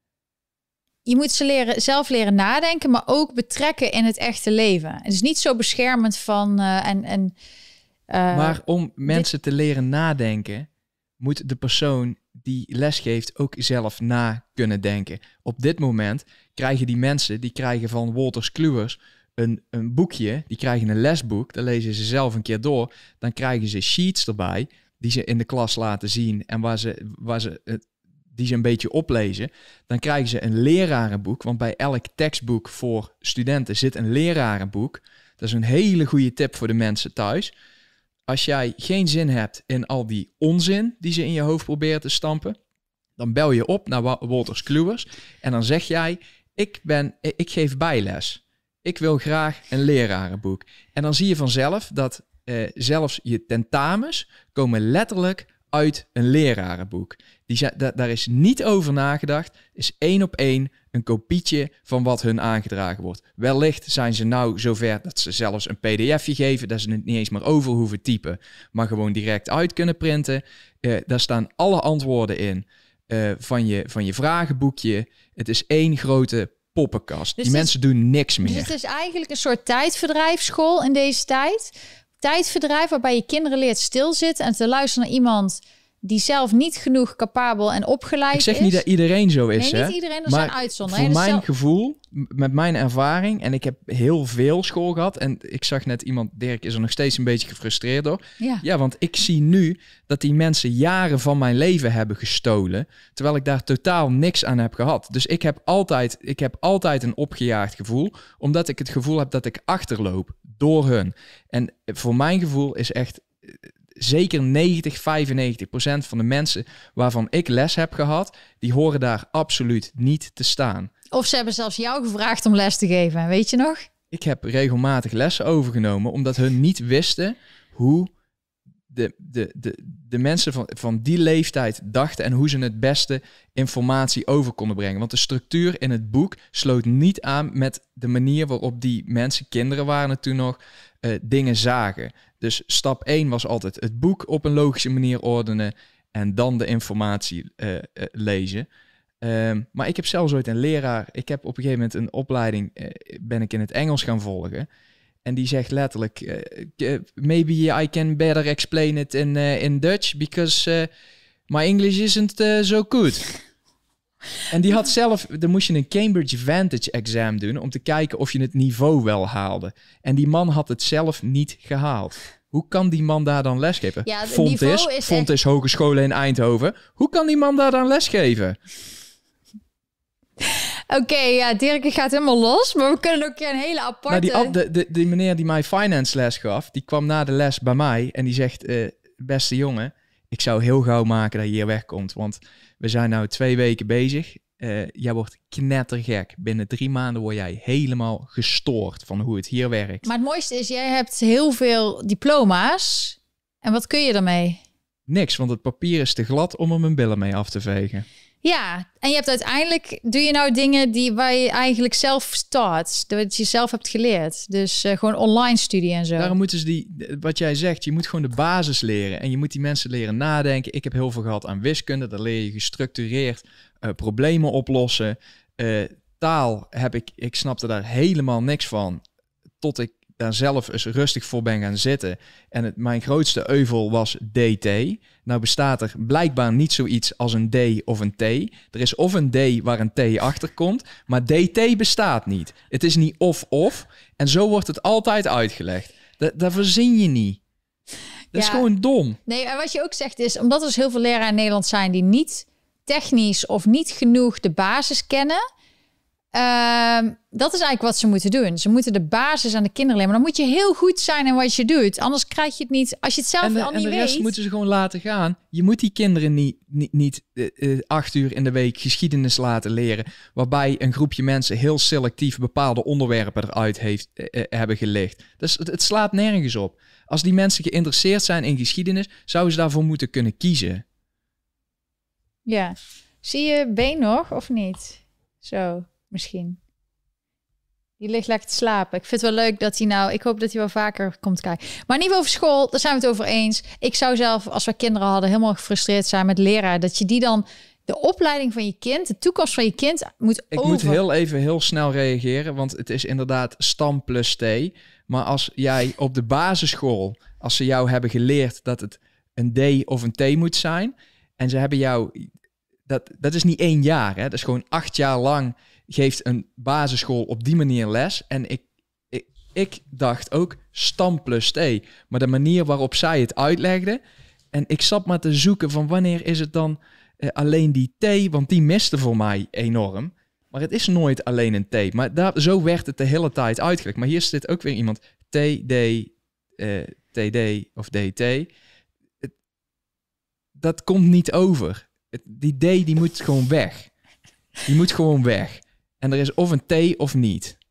[SPEAKER 1] Je moet ze leren, zelf leren nadenken, maar ook betrekken in het echte leven. Het is niet zo beschermend van... Uh, en, en, uh,
[SPEAKER 2] maar om mensen
[SPEAKER 1] dit...
[SPEAKER 2] te leren nadenken, moet de persoon die lesgeeft ook zelf na kunnen denken. Op dit moment krijgen die mensen, die krijgen van Wolters Kluwers Een, een boekje, die krijgen een lesboek, daar lezen ze zelf een keer door. Dan krijgen ze sheets erbij, die ze in de klas laten zien en waar ze, waar ze, die ze een beetje oplezen. Dan krijgen ze een lerarenboek, want bij elk tekstboek voor studenten zit een lerarenboek. Dat is een hele goede tip voor de mensen thuis. Als jij geen zin hebt in al die onzin die ze in je hoofd proberen te stampen, dan bel je op naar Wolters Kluwers en dan zeg jij, ik, ben, ik geef bijles. Ik wil graag een lerarenboek. En dan zie je vanzelf dat uh, zelfs je tentamens komen letterlijk uit een lerarenboek. Die zijn, da, daar is niet over nagedacht. Is één op één een kopietje van wat hun aangedragen wordt. Wellicht zijn ze nou zover dat ze zelfs een pdfje geven, dat ze het niet eens meer over hoeven typen, maar gewoon direct uit kunnen printen. Uh, daar staan alle antwoorden in uh, van, je, van je vragenboekje. Het is één grote poppenkast. Dus die mensen is, doen niks meer.
[SPEAKER 1] Dus het is eigenlijk een soort tijdverdrijfschool in deze tijd. Tijdverdrijf waarbij je kinderen leert stilzitten en te luisteren naar iemand die zelf niet genoeg capabel en opgeleid is.
[SPEAKER 2] Ik zeg niet dat iedereen zo is,
[SPEAKER 1] nee,
[SPEAKER 2] hè?
[SPEAKER 1] niet iedereen, er
[SPEAKER 2] maar
[SPEAKER 1] zijn uitzonderingen.
[SPEAKER 2] Voor mijn
[SPEAKER 1] zelf...
[SPEAKER 2] gevoel, met mijn ervaring, en ik heb heel veel school gehad, en ik zag net iemand, Dirk is er nog steeds een beetje gefrustreerd door.
[SPEAKER 1] Ja.
[SPEAKER 2] ja, want ik zie nu dat die mensen jaren van mijn leven hebben gestolen, terwijl ik daar totaal niks aan heb gehad. Dus ik heb altijd, ik heb altijd een opgejaagd gevoel, omdat ik het gevoel heb dat ik achterloop door hun. En voor mijn gevoel is echt zeker negentig, vijfennegentig procent van de mensen waarvan ik les heb gehad, die horen daar absoluut niet te staan.
[SPEAKER 1] Of ze hebben zelfs jou gevraagd om les te geven, weet je nog?
[SPEAKER 2] Ik heb regelmatig lessen overgenomen, omdat hun niet wisten hoe de, de, de, de mensen van, van die leeftijd dachten en hoe ze het beste informatie over konden brengen. Want de structuur in het boek sloot niet aan met de manier waarop die mensen, kinderen waren het toen nog, uh, dingen zagen. Dus stap één was altijd het boek op een logische manier ordenen en dan de informatie uh, uh, lezen. Um, maar ik heb zelfs ooit een leraar, ik heb op een gegeven moment een opleiding, uh, ben ik in het Engels gaan volgen. En die zegt letterlijk, uh, maybe I can better explain it in, uh, in Dutch, because uh, my English isn't uh, so good. En die had zelf, dan moest je een Cambridge Vantage exam doen om te kijken of je het niveau wel haalde. En die man had het zelf niet gehaald. Hoe kan die man daar dan lesgeven?
[SPEAKER 1] Ja,
[SPEAKER 2] Fontis,
[SPEAKER 1] is
[SPEAKER 2] Fontis
[SPEAKER 1] echt...
[SPEAKER 2] Hogescholen in Eindhoven. Hoe kan die man daar dan lesgeven?
[SPEAKER 1] Oké, okay, ja, Dirk gaat helemaal los, maar we kunnen ook een hele aparte...
[SPEAKER 2] Nou, die, de, de, die meneer die mij finance les gaf, die kwam na de les bij mij en die zegt, uh, beste jongen, ik zou heel gauw maken dat je hier wegkomt, want we zijn nou twee weken bezig. Uh, jij wordt knettergek. Binnen drie maanden word jij helemaal gestoord van hoe het hier werkt.
[SPEAKER 1] Maar het mooiste is, jij hebt heel veel diploma's. En wat kun je daarmee?
[SPEAKER 2] Niks, want het papier is te glad om er mijn billen mee af te vegen.
[SPEAKER 1] Ja, en je hebt uiteindelijk, doe je nou dingen die waar je eigenlijk zelf start, dat je zelf hebt geleerd. Dus uh, gewoon online studie en zo.
[SPEAKER 2] Daarom moeten ze die, wat jij zegt, je moet gewoon de basis leren. En je moet die mensen leren nadenken. Ik heb heel veel gehad aan wiskunde. Daar leer je gestructureerd uh, problemen oplossen. Uh, taal heb ik, ik snapte daar helemaal niks van. Tot ik daar zelf eens rustig voor ben gaan zitten. En het, mijn grootste euvel was D T. Nou bestaat er blijkbaar niet zoiets als een D of een T. Er is of een D waar een T achter komt, maar D T bestaat niet. Het is niet of-of. En zo wordt het altijd uitgelegd. Dat, dat verzin je niet. Dat ja. is gewoon dom.
[SPEAKER 1] Nee, en wat je ook zegt is, omdat er dus heel veel leraren in Nederland zijn die niet technisch of niet genoeg de basis kennen, Uh, dat is eigenlijk wat ze moeten doen. Ze moeten de basis aan de kinderen leren. Maar dan moet je heel goed zijn in wat je doet. Anders krijg je het niet. Als je het zelf
[SPEAKER 2] en de,
[SPEAKER 1] al niet
[SPEAKER 2] weet. En de rest
[SPEAKER 1] weet,
[SPEAKER 2] moeten ze gewoon laten gaan. Je moet die kinderen niet, niet, niet uh, uh, acht uur in de week geschiedenis laten leren. Waarbij een groepje mensen heel selectief bepaalde onderwerpen eruit heeft, uh, uh, hebben gelicht. Dus het, het slaat nergens op. Als die mensen geïnteresseerd zijn in geschiedenis, zouden ze daarvoor moeten kunnen kiezen.
[SPEAKER 1] Ja. Zie je been nog of niet? Zo. Misschien. Die ligt lekker te slapen. Ik vind het wel leuk dat hij nou... Ik hoop dat hij wel vaker komt kijken. Maar in ieder geval over school, daar zijn we het over eens. Ik zou zelf, als we kinderen hadden, helemaal gefrustreerd zijn met leraar. Dat je die dan... De opleiding van je kind, de toekomst van je kind moet
[SPEAKER 2] Ik
[SPEAKER 1] over.
[SPEAKER 2] moet heel even heel snel reageren, want het is inderdaad stam plus T. Maar als jij op de basisschool, als ze jou hebben geleerd dat het een D of een T moet zijn, en ze hebben jou... Dat, dat is niet één jaar, hè? Dat is gewoon acht jaar lang geeft een basisschool op die manier les. En ik, ik, ik dacht ook stam plus T. Maar de manier waarop zij het uitlegden, en ik zat maar te zoeken van wanneer is het dan uh, alleen die T, want die miste voor mij enorm. Maar het is nooit alleen een T. Maar daar, zo werd het de hele tijd uitgelegd. Maar hier zit ook weer iemand, T, D, uh, T D of D T. Het, dat komt niet over. Het, die D die moet gewoon weg. Die moet gewoon weg. En er is of een T of niet.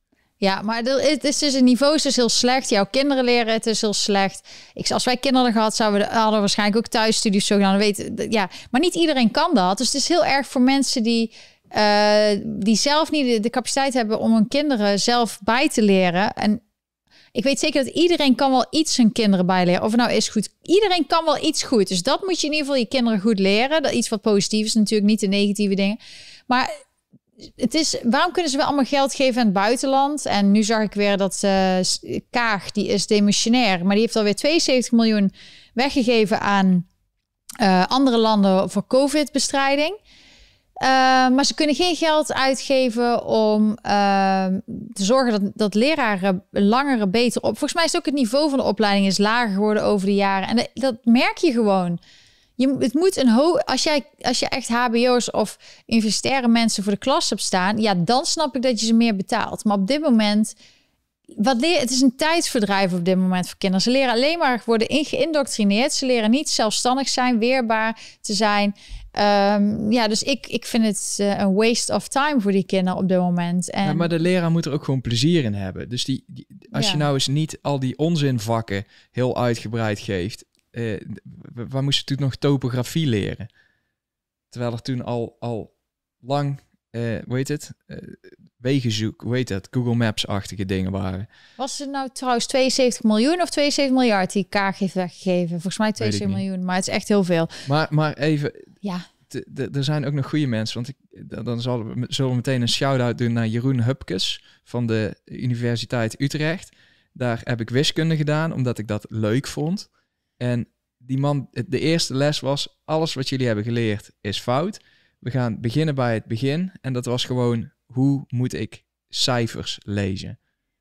[SPEAKER 1] Ja, maar het is dus, het niveau is dus heel slecht. Jouw kinderen leren het is heel slecht. Ik, als wij kinderen gehad zouden we hadden we waarschijnlijk ook thuisstudies zogenaamd weten. Ja, maar niet iedereen kan dat. Dus het is heel erg voor mensen die, uh, die zelf niet de, de capaciteit hebben om hun kinderen zelf bij te leren. En ik weet zeker dat iedereen kan wel iets zijn kinderen bijleren. Of het nou is goed. Iedereen kan wel iets goed. Dus dat moet je in ieder geval je kinderen goed leren. Dat iets wat positief is natuurlijk, niet de negatieve dingen. Maar het is, waarom kunnen ze wel allemaal geld geven aan het buitenland? En nu zag ik weer dat uh, Kaag, die is demissionair, maar die heeft alweer tweeënzeventig miljoen weggegeven aan uh, andere landen voor COVID-bestrijding. Uh, maar ze kunnen geen geld uitgeven om uh, te zorgen dat, dat leraren langere beter op. Volgens mij is ook het niveau van de opleiding is lager geworden over de jaren. En dat, dat merk je gewoon. Je, het moet een ho als jij als je echt H B O's of universitaire mensen voor de klas hebt staan, ja, dan snap ik dat je ze meer betaalt. Maar op dit moment, wat leer, het is een tijdsverdrijf op dit moment voor kinderen. Ze leren alleen maar worden geïndoctrineerd. Ze leren niet zelfstandig zijn, weerbaar te zijn. Um, ja, dus ik, ik vind het uh, een waste of time voor die kinderen op dit moment. En
[SPEAKER 2] ja, maar de leraar moet er ook gewoon plezier in hebben. Dus die, die als ja. je nou eens niet al die onzinvakken heel uitgebreid geeft. Uh, waar moest je toen nog topografie leren? Terwijl er toen al, al lang, uh, hoe heet het? Uh, wegenzoek, hoe heet dat? Google Maps-achtige dingen waren.
[SPEAKER 1] Was het nou trouwens tweeënzeventig miljoen of tweeënzeventig miljard die Kaag heeft weggegeven? Volgens mij tweeënzeventig miljoen, maar het is echt heel veel.
[SPEAKER 2] Maar, maar even,
[SPEAKER 1] ja.
[SPEAKER 2] er zijn ook nog goede mensen, want ik, dan zullen we, zullen we meteen een shout-out doen naar Jeroen Hupkes van de Universiteit Utrecht. Daar heb ik wiskunde gedaan, omdat ik dat leuk vond. En die man, de eerste les was, alles wat jullie hebben geleerd is fout. We gaan beginnen bij het begin. En dat was gewoon, hoe moet ik cijfers lezen?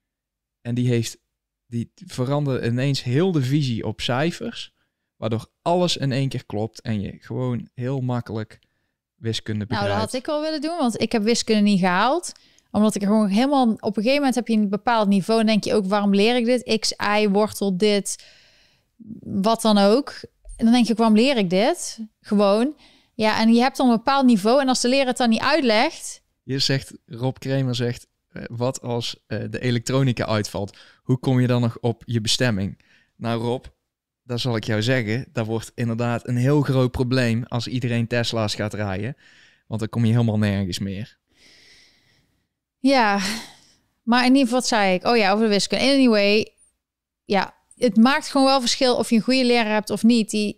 [SPEAKER 2] En die heeft, die veranderde ineens heel de visie op cijfers, waardoor alles in één keer klopt en je gewoon heel makkelijk wiskunde begrijpt.
[SPEAKER 1] Nou, dat had ik wel willen doen, want ik heb wiskunde niet gehaald. Omdat ik gewoon helemaal, op een gegeven moment heb je een bepaald niveau en denk je ook, waarom leer ik dit? X, Y, wortel, dit, wat dan ook. En dan denk je, waarom leer ik dit? Gewoon. Ja, en je hebt dan een bepaald niveau en als de leraar het dan niet uitlegt.
[SPEAKER 2] Je zegt, Rob Kramer zegt, uh, wat als uh, de elektronica uitvalt? Hoe kom je dan nog op je bestemming? Nou Rob, daar zal ik jou zeggen, dat wordt inderdaad een heel groot probleem als iedereen Tesla's gaat rijden. Want dan kom je helemaal nergens meer.
[SPEAKER 1] Ja, maar in ieder geval, wat zei ik? Oh ja, over de wiskunde. Anyway, ja, het maakt gewoon wel verschil of je een goede leraar hebt of niet. Die,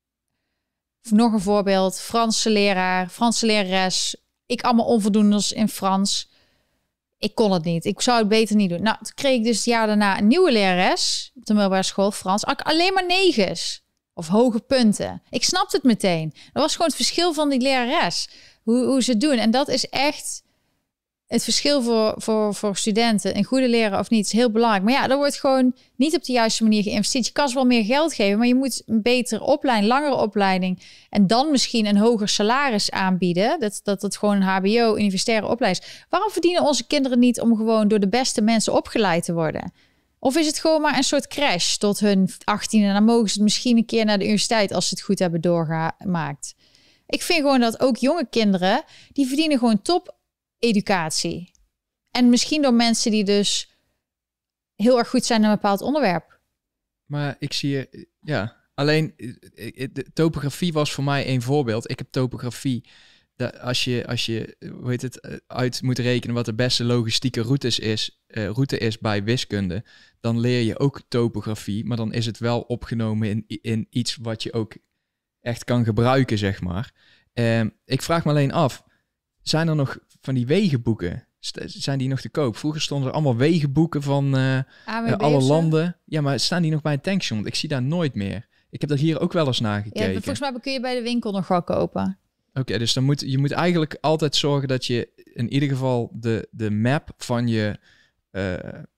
[SPEAKER 1] nog een voorbeeld, Franse leraar, Franse lerares. Ik allemaal onvoldoendes in Frans. Ik kon het niet. Ik zou het beter niet doen. Nou, toen kreeg ik dus het jaar daarna een nieuwe lerares op de middelbare school, Frans. Alleen maar negens of hoge punten. Ik snapte het meteen. Dat was gewoon het verschil van die lerares. Hoe, hoe ze het doen. En dat is echt het verschil voor, voor, voor studenten. Een goede leraar of niet is heel belangrijk. Maar ja, er wordt gewoon niet op de juiste manier geïnvesteerd. Je kan ze wel meer geld geven, maar je moet een betere opleiding, langere opleiding en dan misschien een hoger salaris aanbieden. Dat, dat het gewoon een H B O, universitaire opleiding is. Waarom verdienen onze kinderen niet om gewoon door de beste mensen opgeleid te worden? Of is het gewoon maar een soort crash tot hun achttiende en dan mogen ze het misschien een keer naar de universiteit als ze het goed hebben doorgemaakt? Ik vind gewoon dat ook jonge kinderen, die verdienen gewoon top educatie. En misschien door mensen die dus heel erg goed zijn in een bepaald onderwerp.
[SPEAKER 2] Maar ik zie je, ja, alleen de topografie was voor mij een voorbeeld. Ik heb topografie, dat als je, als je, hoe heet het, uit moet rekenen wat de beste logistieke routes is, uh, route is bij wiskunde, dan leer je ook topografie, maar dan is het wel opgenomen in, in iets wat je ook echt kan gebruiken, zeg maar. Uh, ik vraag me alleen af, zijn er nog van die wegenboeken? Zijn die nog te koop? Vroeger stonden er allemaal wegenboeken van uh, uh, alle landen. Ja, maar staan die nog bij een tankstation? Want ik zie daar nooit meer. Ik heb er hier ook wel eens naar gekeken.
[SPEAKER 1] Ja, volgens mij kun je bij de winkel nog wel kopen.
[SPEAKER 2] Oké, okay, dus dan moet je moet eigenlijk altijd zorgen dat je in ieder geval de, de map van je uh,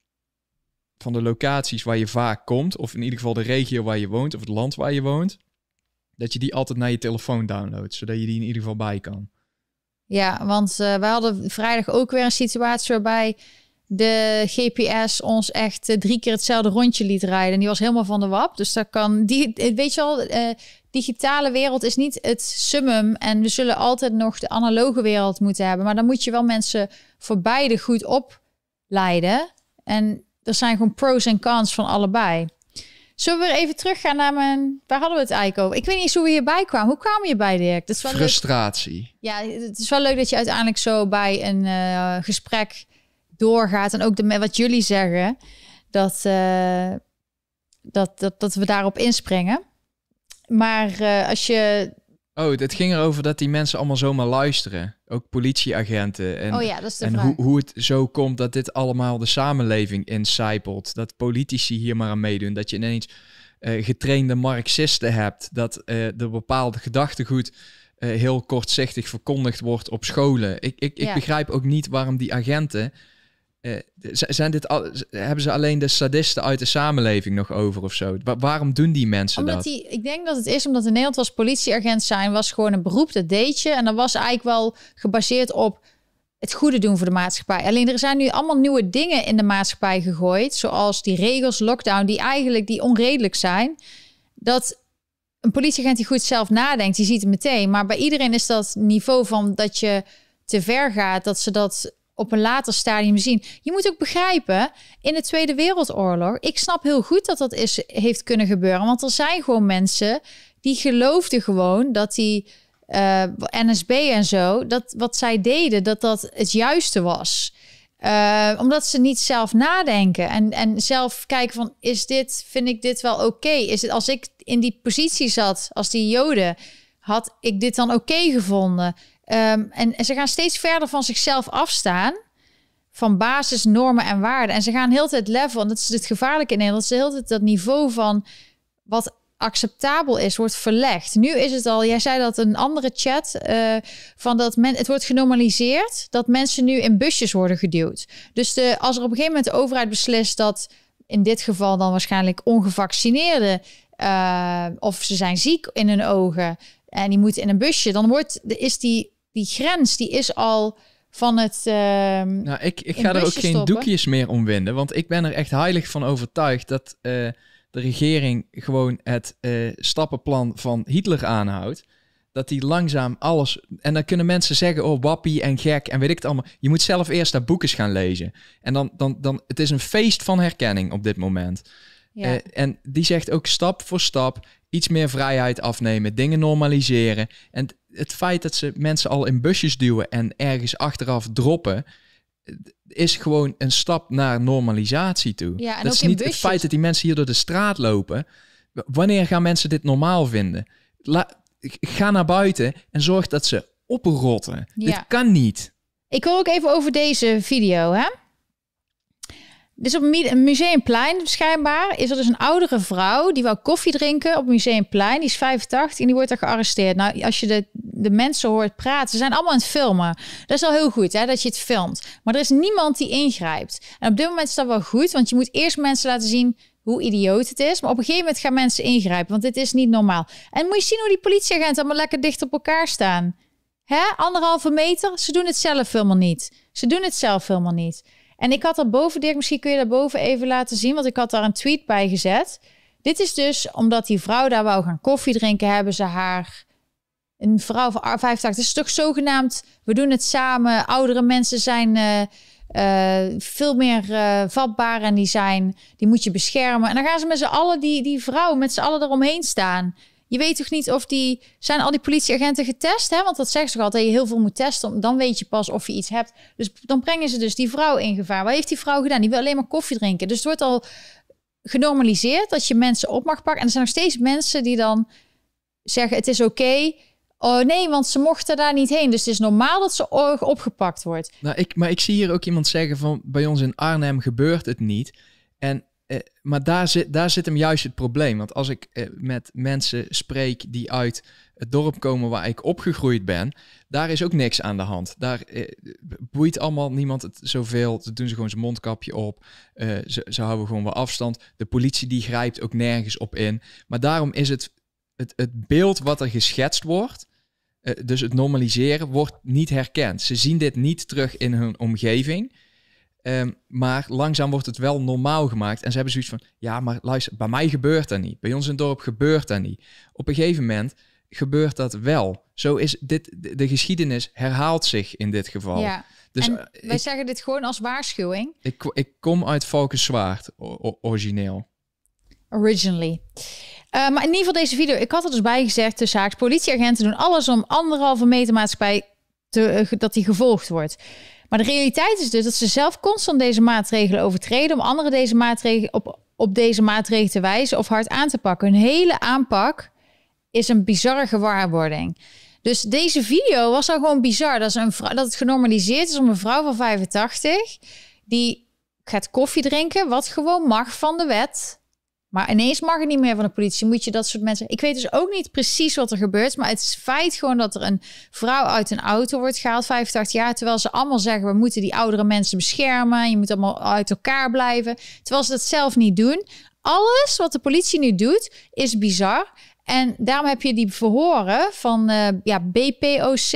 [SPEAKER 2] van de locaties waar je vaak komt, of in ieder geval de regio waar je woont, of het land waar je woont, dat je die altijd naar je telefoon downloadt, zodat je die in ieder geval bij kan.
[SPEAKER 1] Ja, want uh, wij hadden vrijdag ook weer een situatie waarbij de G P S ons echt uh, drie keer hetzelfde rondje liet rijden. En die was helemaal van de wap. Dus daar kan die, weet je wel, uh, digitale wereld is niet het summum. En we zullen altijd nog de analoge wereld moeten hebben. Maar dan moet je wel mensen voor beide goed opleiden. En er zijn gewoon pros en cons van allebei. Zullen we weer even teruggaan naar mijn... Waar hadden we het eigenlijk over? Ik weet niet eens hoe we hierbij kwamen. Hoe kwamen je bij, Dirk? Dat is wel
[SPEAKER 2] Frustratie.
[SPEAKER 1] Leuk. Ja, het is wel leuk dat je uiteindelijk zo bij een uh, gesprek doorgaat. En ook de, wat jullie zeggen, dat, uh, dat, dat, dat we daarop inspringen. Maar uh, als je...
[SPEAKER 2] Oh, het ging erover dat die mensen allemaal zomaar luisteren. Ook politieagenten. En,
[SPEAKER 1] oh ja, dat is de
[SPEAKER 2] en
[SPEAKER 1] vraag.
[SPEAKER 2] hoe, hoe het zo komt dat dit allemaal de samenleving incijpelt. Dat politici hier maar aan meedoen. Dat je ineens uh, getrainde marxisten hebt. Dat uh, er bepaalde gedachtegoed uh, heel kortzichtig verkondigd wordt op scholen. Ik, ik, ik ja. begrijp ook niet waarom die agenten... Uh, zijn dit al, hebben ze alleen de sadisten uit de samenleving nog over of zo? Wa- waarom doen die mensen
[SPEAKER 1] omdat
[SPEAKER 2] dat?
[SPEAKER 1] Die, ik denk dat het is omdat in Nederland was politieagent zijn... was gewoon een beroep, dat deed je. En dat was eigenlijk wel gebaseerd op het goede doen voor de maatschappij. Alleen er zijn nu allemaal nieuwe dingen in de maatschappij gegooid. Zoals die regels, lockdown, die eigenlijk die onredelijk zijn. Dat een politieagent die goed zelf nadenkt, die ziet het meteen. Maar bij iedereen is dat niveau van dat je te ver gaat, dat ze dat... op een later stadium zien. Je moet ook begrijpen, in de Tweede Wereldoorlog... ik snap heel goed dat dat is, heeft kunnen gebeuren. Want er zijn gewoon mensen die geloofden gewoon... dat die uh, N S B en zo, dat wat zij deden... dat dat het juiste was. Uh, omdat ze niet zelf nadenken. En, en zelf kijken van, is dit, vind ik dit wel oké? Okay? Is het, als ik in die positie zat, als die Joden... had ik dit dan oké okay gevonden... Um, en, en ze gaan steeds verder van zichzelf afstaan. Van basisnormen en waarden. En ze gaan heel de tijd level. En dat is het gevaarlijke in Nederland. Dat is de hele tijd dat niveau van wat acceptabel is, wordt verlegd. Nu is het al, jij zei dat een andere chat, uh, van dat men, het wordt genormaliseerd dat mensen nu in busjes worden geduwd. Dus de, als er op een gegeven moment de overheid beslist dat in dit geval dan waarschijnlijk ongevaccineerden uh, of ze zijn ziek in hun ogen en die moeten in een busje, dan wordt is die die grens die is al van het. Uh,
[SPEAKER 2] nou, ik, ik ga er ook geen stoppen. doekjes meer om winden, want ik ben er echt heilig van overtuigd dat uh, de regering gewoon het uh, stappenplan van Hitler aanhoudt. Dat die langzaam alles... En dan kunnen mensen zeggen, oh, wappie en gek en weet ik het allemaal. Je moet zelf eerst naar boeken gaan lezen. En dan, dan, dan... Het is een feest van herkenning op dit moment. Ja. Uh, en die zegt ook stap voor stap iets meer vrijheid afnemen, dingen normaliseren. En het feit dat ze mensen al in busjes duwen en ergens achteraf droppen, is gewoon een stap naar normalisatie toe.
[SPEAKER 1] Ja, en
[SPEAKER 2] dat
[SPEAKER 1] ook
[SPEAKER 2] is niet
[SPEAKER 1] busjes.
[SPEAKER 2] Het feit dat die mensen hier door de straat lopen. Wanneer gaan mensen dit normaal vinden? La, ga naar buiten en zorg dat ze oprotten. Ja. Dit kan niet.
[SPEAKER 1] Ik hoor ook even over deze video, hè? Dus op een Museumplein, schijnbaar, is er dus een oudere vrouw die wou koffie drinken op Museumplein. Die is vijfentachtig en die wordt daar gearresteerd. Nou, als je de, de mensen hoort praten, ze zijn allemaal aan het filmen. Dat is al heel goed, hè, dat je het filmt. Maar er is niemand die ingrijpt. En op dit moment is dat wel goed, want je moet eerst mensen laten zien hoe idioot het is. Maar op een gegeven moment gaan mensen ingrijpen, want dit is niet normaal. En moet je zien hoe die politieagenten allemaal lekker dicht op elkaar staan. Hè? Anderhalve meter, ze doen het zelf helemaal niet. Ze doen het zelf helemaal niet. En ik had daarboven, Dirk, misschien kun je daarboven even laten zien, want ik had daar een tweet bij gezet. Dit is dus omdat die vrouw daar wou gaan koffie drinken, hebben ze haar, een vrouw van vijfentachtig, het is toch zogenaamd, we doen het samen, oudere mensen zijn uh, uh, veel meer uh, vatbaar en die zijn, die moet je beschermen. En dan gaan ze met z'n allen, die, die vrouw met z'n allen eromheen staan. Je weet toch niet of die... Zijn al die politieagenten getest? Hè? Want dat zeggen ze altijd, dat je heel veel moet testen. Dan weet je pas of je iets hebt. Dus dan brengen ze dus die vrouw in gevaar. Wat heeft die vrouw gedaan? Die wil alleen maar koffie drinken. Dus het wordt al genormaliseerd dat je mensen op mag pakken. En er zijn nog steeds mensen die dan zeggen, het is oké. Okay. Oh nee, want ze mochten daar niet heen. Dus het is normaal dat ze opgepakt wordt.
[SPEAKER 2] Nou, ik, maar ik zie hier ook iemand zeggen van, bij ons in Arnhem gebeurt het niet. En... Uh, maar daar zit, daar zit hem juist het probleem. Want als ik uh, met mensen spreek die uit het dorp komen waar ik opgegroeid ben, daar is ook niks aan de hand. Daar uh, boeit allemaal niemand het zoveel. Ze doen ze gewoon zijn mondkapje op. Uh, ze, ze houden gewoon wel afstand. De politie die grijpt ook nergens op in. Maar daarom is het, het, het beeld wat er geschetst wordt, uh, dus het normaliseren, wordt niet herkend. Ze zien dit niet terug in hun omgeving. Um, maar langzaam wordt het wel normaal gemaakt. En ze hebben zoiets van, ja, maar luister, bij mij gebeurt dat niet. Bij ons in het dorp gebeurt dat niet. Op een gegeven moment gebeurt dat wel. Zo is dit, de, de geschiedenis herhaalt zich in dit geval.
[SPEAKER 1] Ja.
[SPEAKER 2] Dus,
[SPEAKER 1] en
[SPEAKER 2] uh,
[SPEAKER 1] wij
[SPEAKER 2] ik,
[SPEAKER 1] zeggen dit gewoon als waarschuwing.
[SPEAKER 2] Ik, ik kom uit Valkenswaard, o- origineel.
[SPEAKER 1] Originally. Uh, maar in ieder geval deze video, ik had er dus bij gezegd, tussen haaks, politieagenten doen alles om anderhalve meter maatschappij te, uh, dat die gevolgd wordt. Maar de realiteit is dus dat ze zelf constant deze maatregelen overtreden om anderen deze maatregelen op, op deze maatregelen te wijzen of hard aan te pakken. Hun hele aanpak is een bizarre gewaarwording. Dus deze video was al gewoon bizar. Dat, is een vrouw, dat het genormaliseerd is om een vrouw van vijfentachtig die gaat koffie drinken, wat gewoon mag van de wet. Maar ineens mag het niet meer van de politie. Moet je dat soort mensen... Ik weet dus ook niet precies wat er gebeurt. Maar het is feit gewoon dat er een vrouw uit een auto wordt gehaald, vijfentachtig jaar. Terwijl ze allemaal zeggen, we moeten die oudere mensen beschermen. Je moet allemaal uit elkaar blijven. Terwijl ze dat zelf niet doen. Alles wat de politie nu doet, is bizar. En daarom heb je die verhoren van uh, ja, B P O C.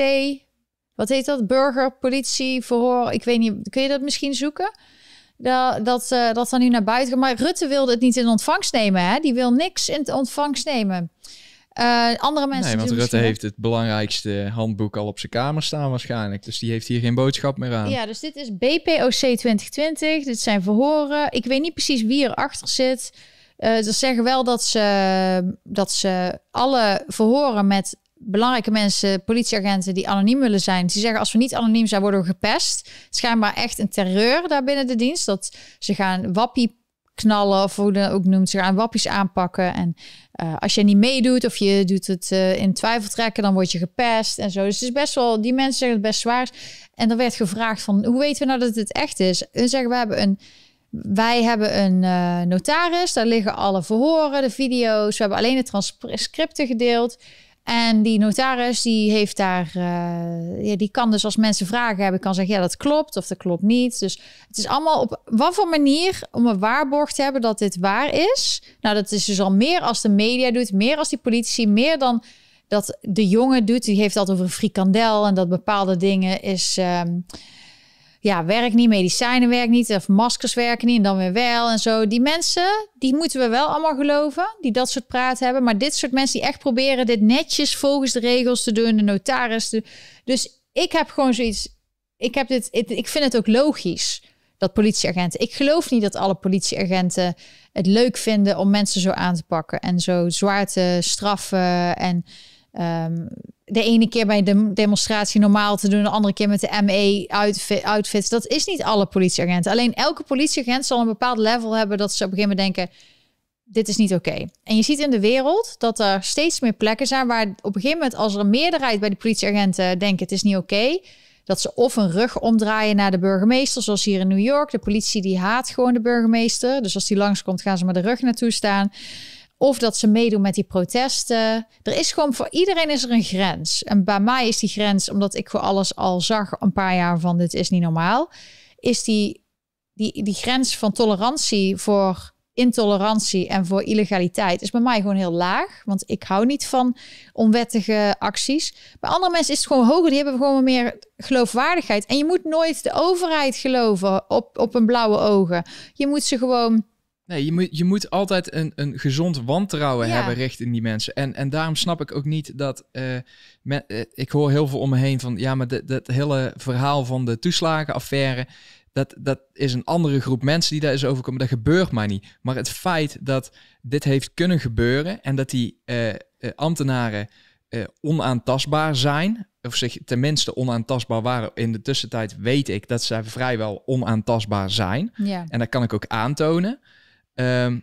[SPEAKER 1] Wat heet dat? Burger, politie, verhoor. Ik weet niet, kun je dat misschien zoeken? Dat, dat, uh, dat dan nu naar buiten gaat. Maar Rutte wilde het niet in ontvangst nemen. Hè? Die wil niks in ontvangst nemen. Uh, andere mensen...
[SPEAKER 2] Nee, want Rutte heeft het belangrijkste handboek al op zijn kamer staan waarschijnlijk. Dus die heeft hier geen boodschap meer aan.
[SPEAKER 1] Ja, dus dit is B P O C twintig twintig. Dit zijn verhoren. Ik weet niet precies wie erachter zit. Uh, ze zeggen wel dat ze, dat ze alle verhoren met belangrijke mensen, politieagenten die anoniem willen zijn. Die zeggen, als we niet anoniem zijn, worden we gepest. Het is schijnbaar echt een terreur daar binnen de dienst. Dat ze gaan wappie knallen, of hoe je dat ook noemt. Ze gaan wappies aanpakken. En uh, als je niet meedoet of je doet het uh, in twijfel trekken, dan word je gepest en zo. Dus het is best wel, die mensen zeggen het best zwaar. En er werd gevraagd van, hoe weten we nou dat het echt is? Hun zeggen, we hebben een Wij hebben een uh, notaris, daar liggen alle verhoren, de video's. We hebben alleen de transcripten gedeeld. En die notaris, die heeft daar, uh, ja, die kan dus als mensen vragen hebben, kan zeggen, ja, dat klopt of dat klopt niet. Dus het is allemaal op wat voor manier om een waarborg te hebben dat dit waar is. Nou, dat is dus al meer als de media doet, meer als die politici, meer dan dat de jongen doet. Die heeft altijd over een frikandel en dat bepaalde dingen is... Um, ja, werkt niet, medicijnen werken niet, of maskers werken niet en dan weer wel en zo. Die mensen, die moeten we wel allemaal geloven, die dat soort praat hebben. Maar dit soort mensen die echt proberen dit netjes volgens de regels te doen, de notaris. Te... Dus ik heb gewoon zoiets, ik heb dit, ik vind het ook logisch, dat politieagenten. Ik geloof niet dat alle politieagenten het leuk vinden om mensen zo aan te pakken en zo zwaar te straffen en... Um, de ene keer bij de demonstratie normaal te doen, de andere keer met de M E-outfits. Dat is niet alle politieagenten. Alleen elke politieagent zal een bepaald level hebben dat ze op een gegeven moment denken, dit is niet oké. Okay. En je ziet in de wereld dat er steeds meer plekken zijn waar op een gegeven moment, als er een meerderheid bij de politieagenten denken, het is niet oké, okay, dat ze of een rug omdraaien naar de burgemeester, zoals hier in New York. De politie die haat gewoon de burgemeester. Dus als die langskomt, gaan ze met de rug naartoe staan. Of dat ze meedoen met die protesten. Er is gewoon voor iedereen is er een grens. En bij mij is die grens, omdat ik voor alles al zag een paar jaar van dit is niet normaal, is die, die, die grens van tolerantie voor intolerantie en voor illegaliteit is bij mij gewoon heel laag. Want ik hou niet van onwettige acties. Bij andere mensen is het gewoon hoger. Die hebben gewoon meer geloofwaardigheid. En je moet nooit de overheid geloven op, op een blauwe ogen. Je moet ze gewoon...
[SPEAKER 2] Nee, je moet, je moet altijd een, een gezond wantrouwen
[SPEAKER 1] ja.
[SPEAKER 2] hebben richting die mensen. En, en daarom snap ik ook niet dat... Uh, met, uh, ik hoor heel veel om me heen van... Ja, maar dat, dat hele verhaal van de toeslagenaffaire... Dat, dat is een andere groep mensen die daar is overkomen. Dat gebeurt maar niet. Maar het feit dat dit heeft kunnen gebeuren... en dat die uh, uh, ambtenaren uh, onaantastbaar zijn... of zich tenminste onaantastbaar waren... in de tussentijd weet ik dat zij vrijwel onaantastbaar zijn.
[SPEAKER 1] Ja.
[SPEAKER 2] En dat kan ik ook aantonen... Um,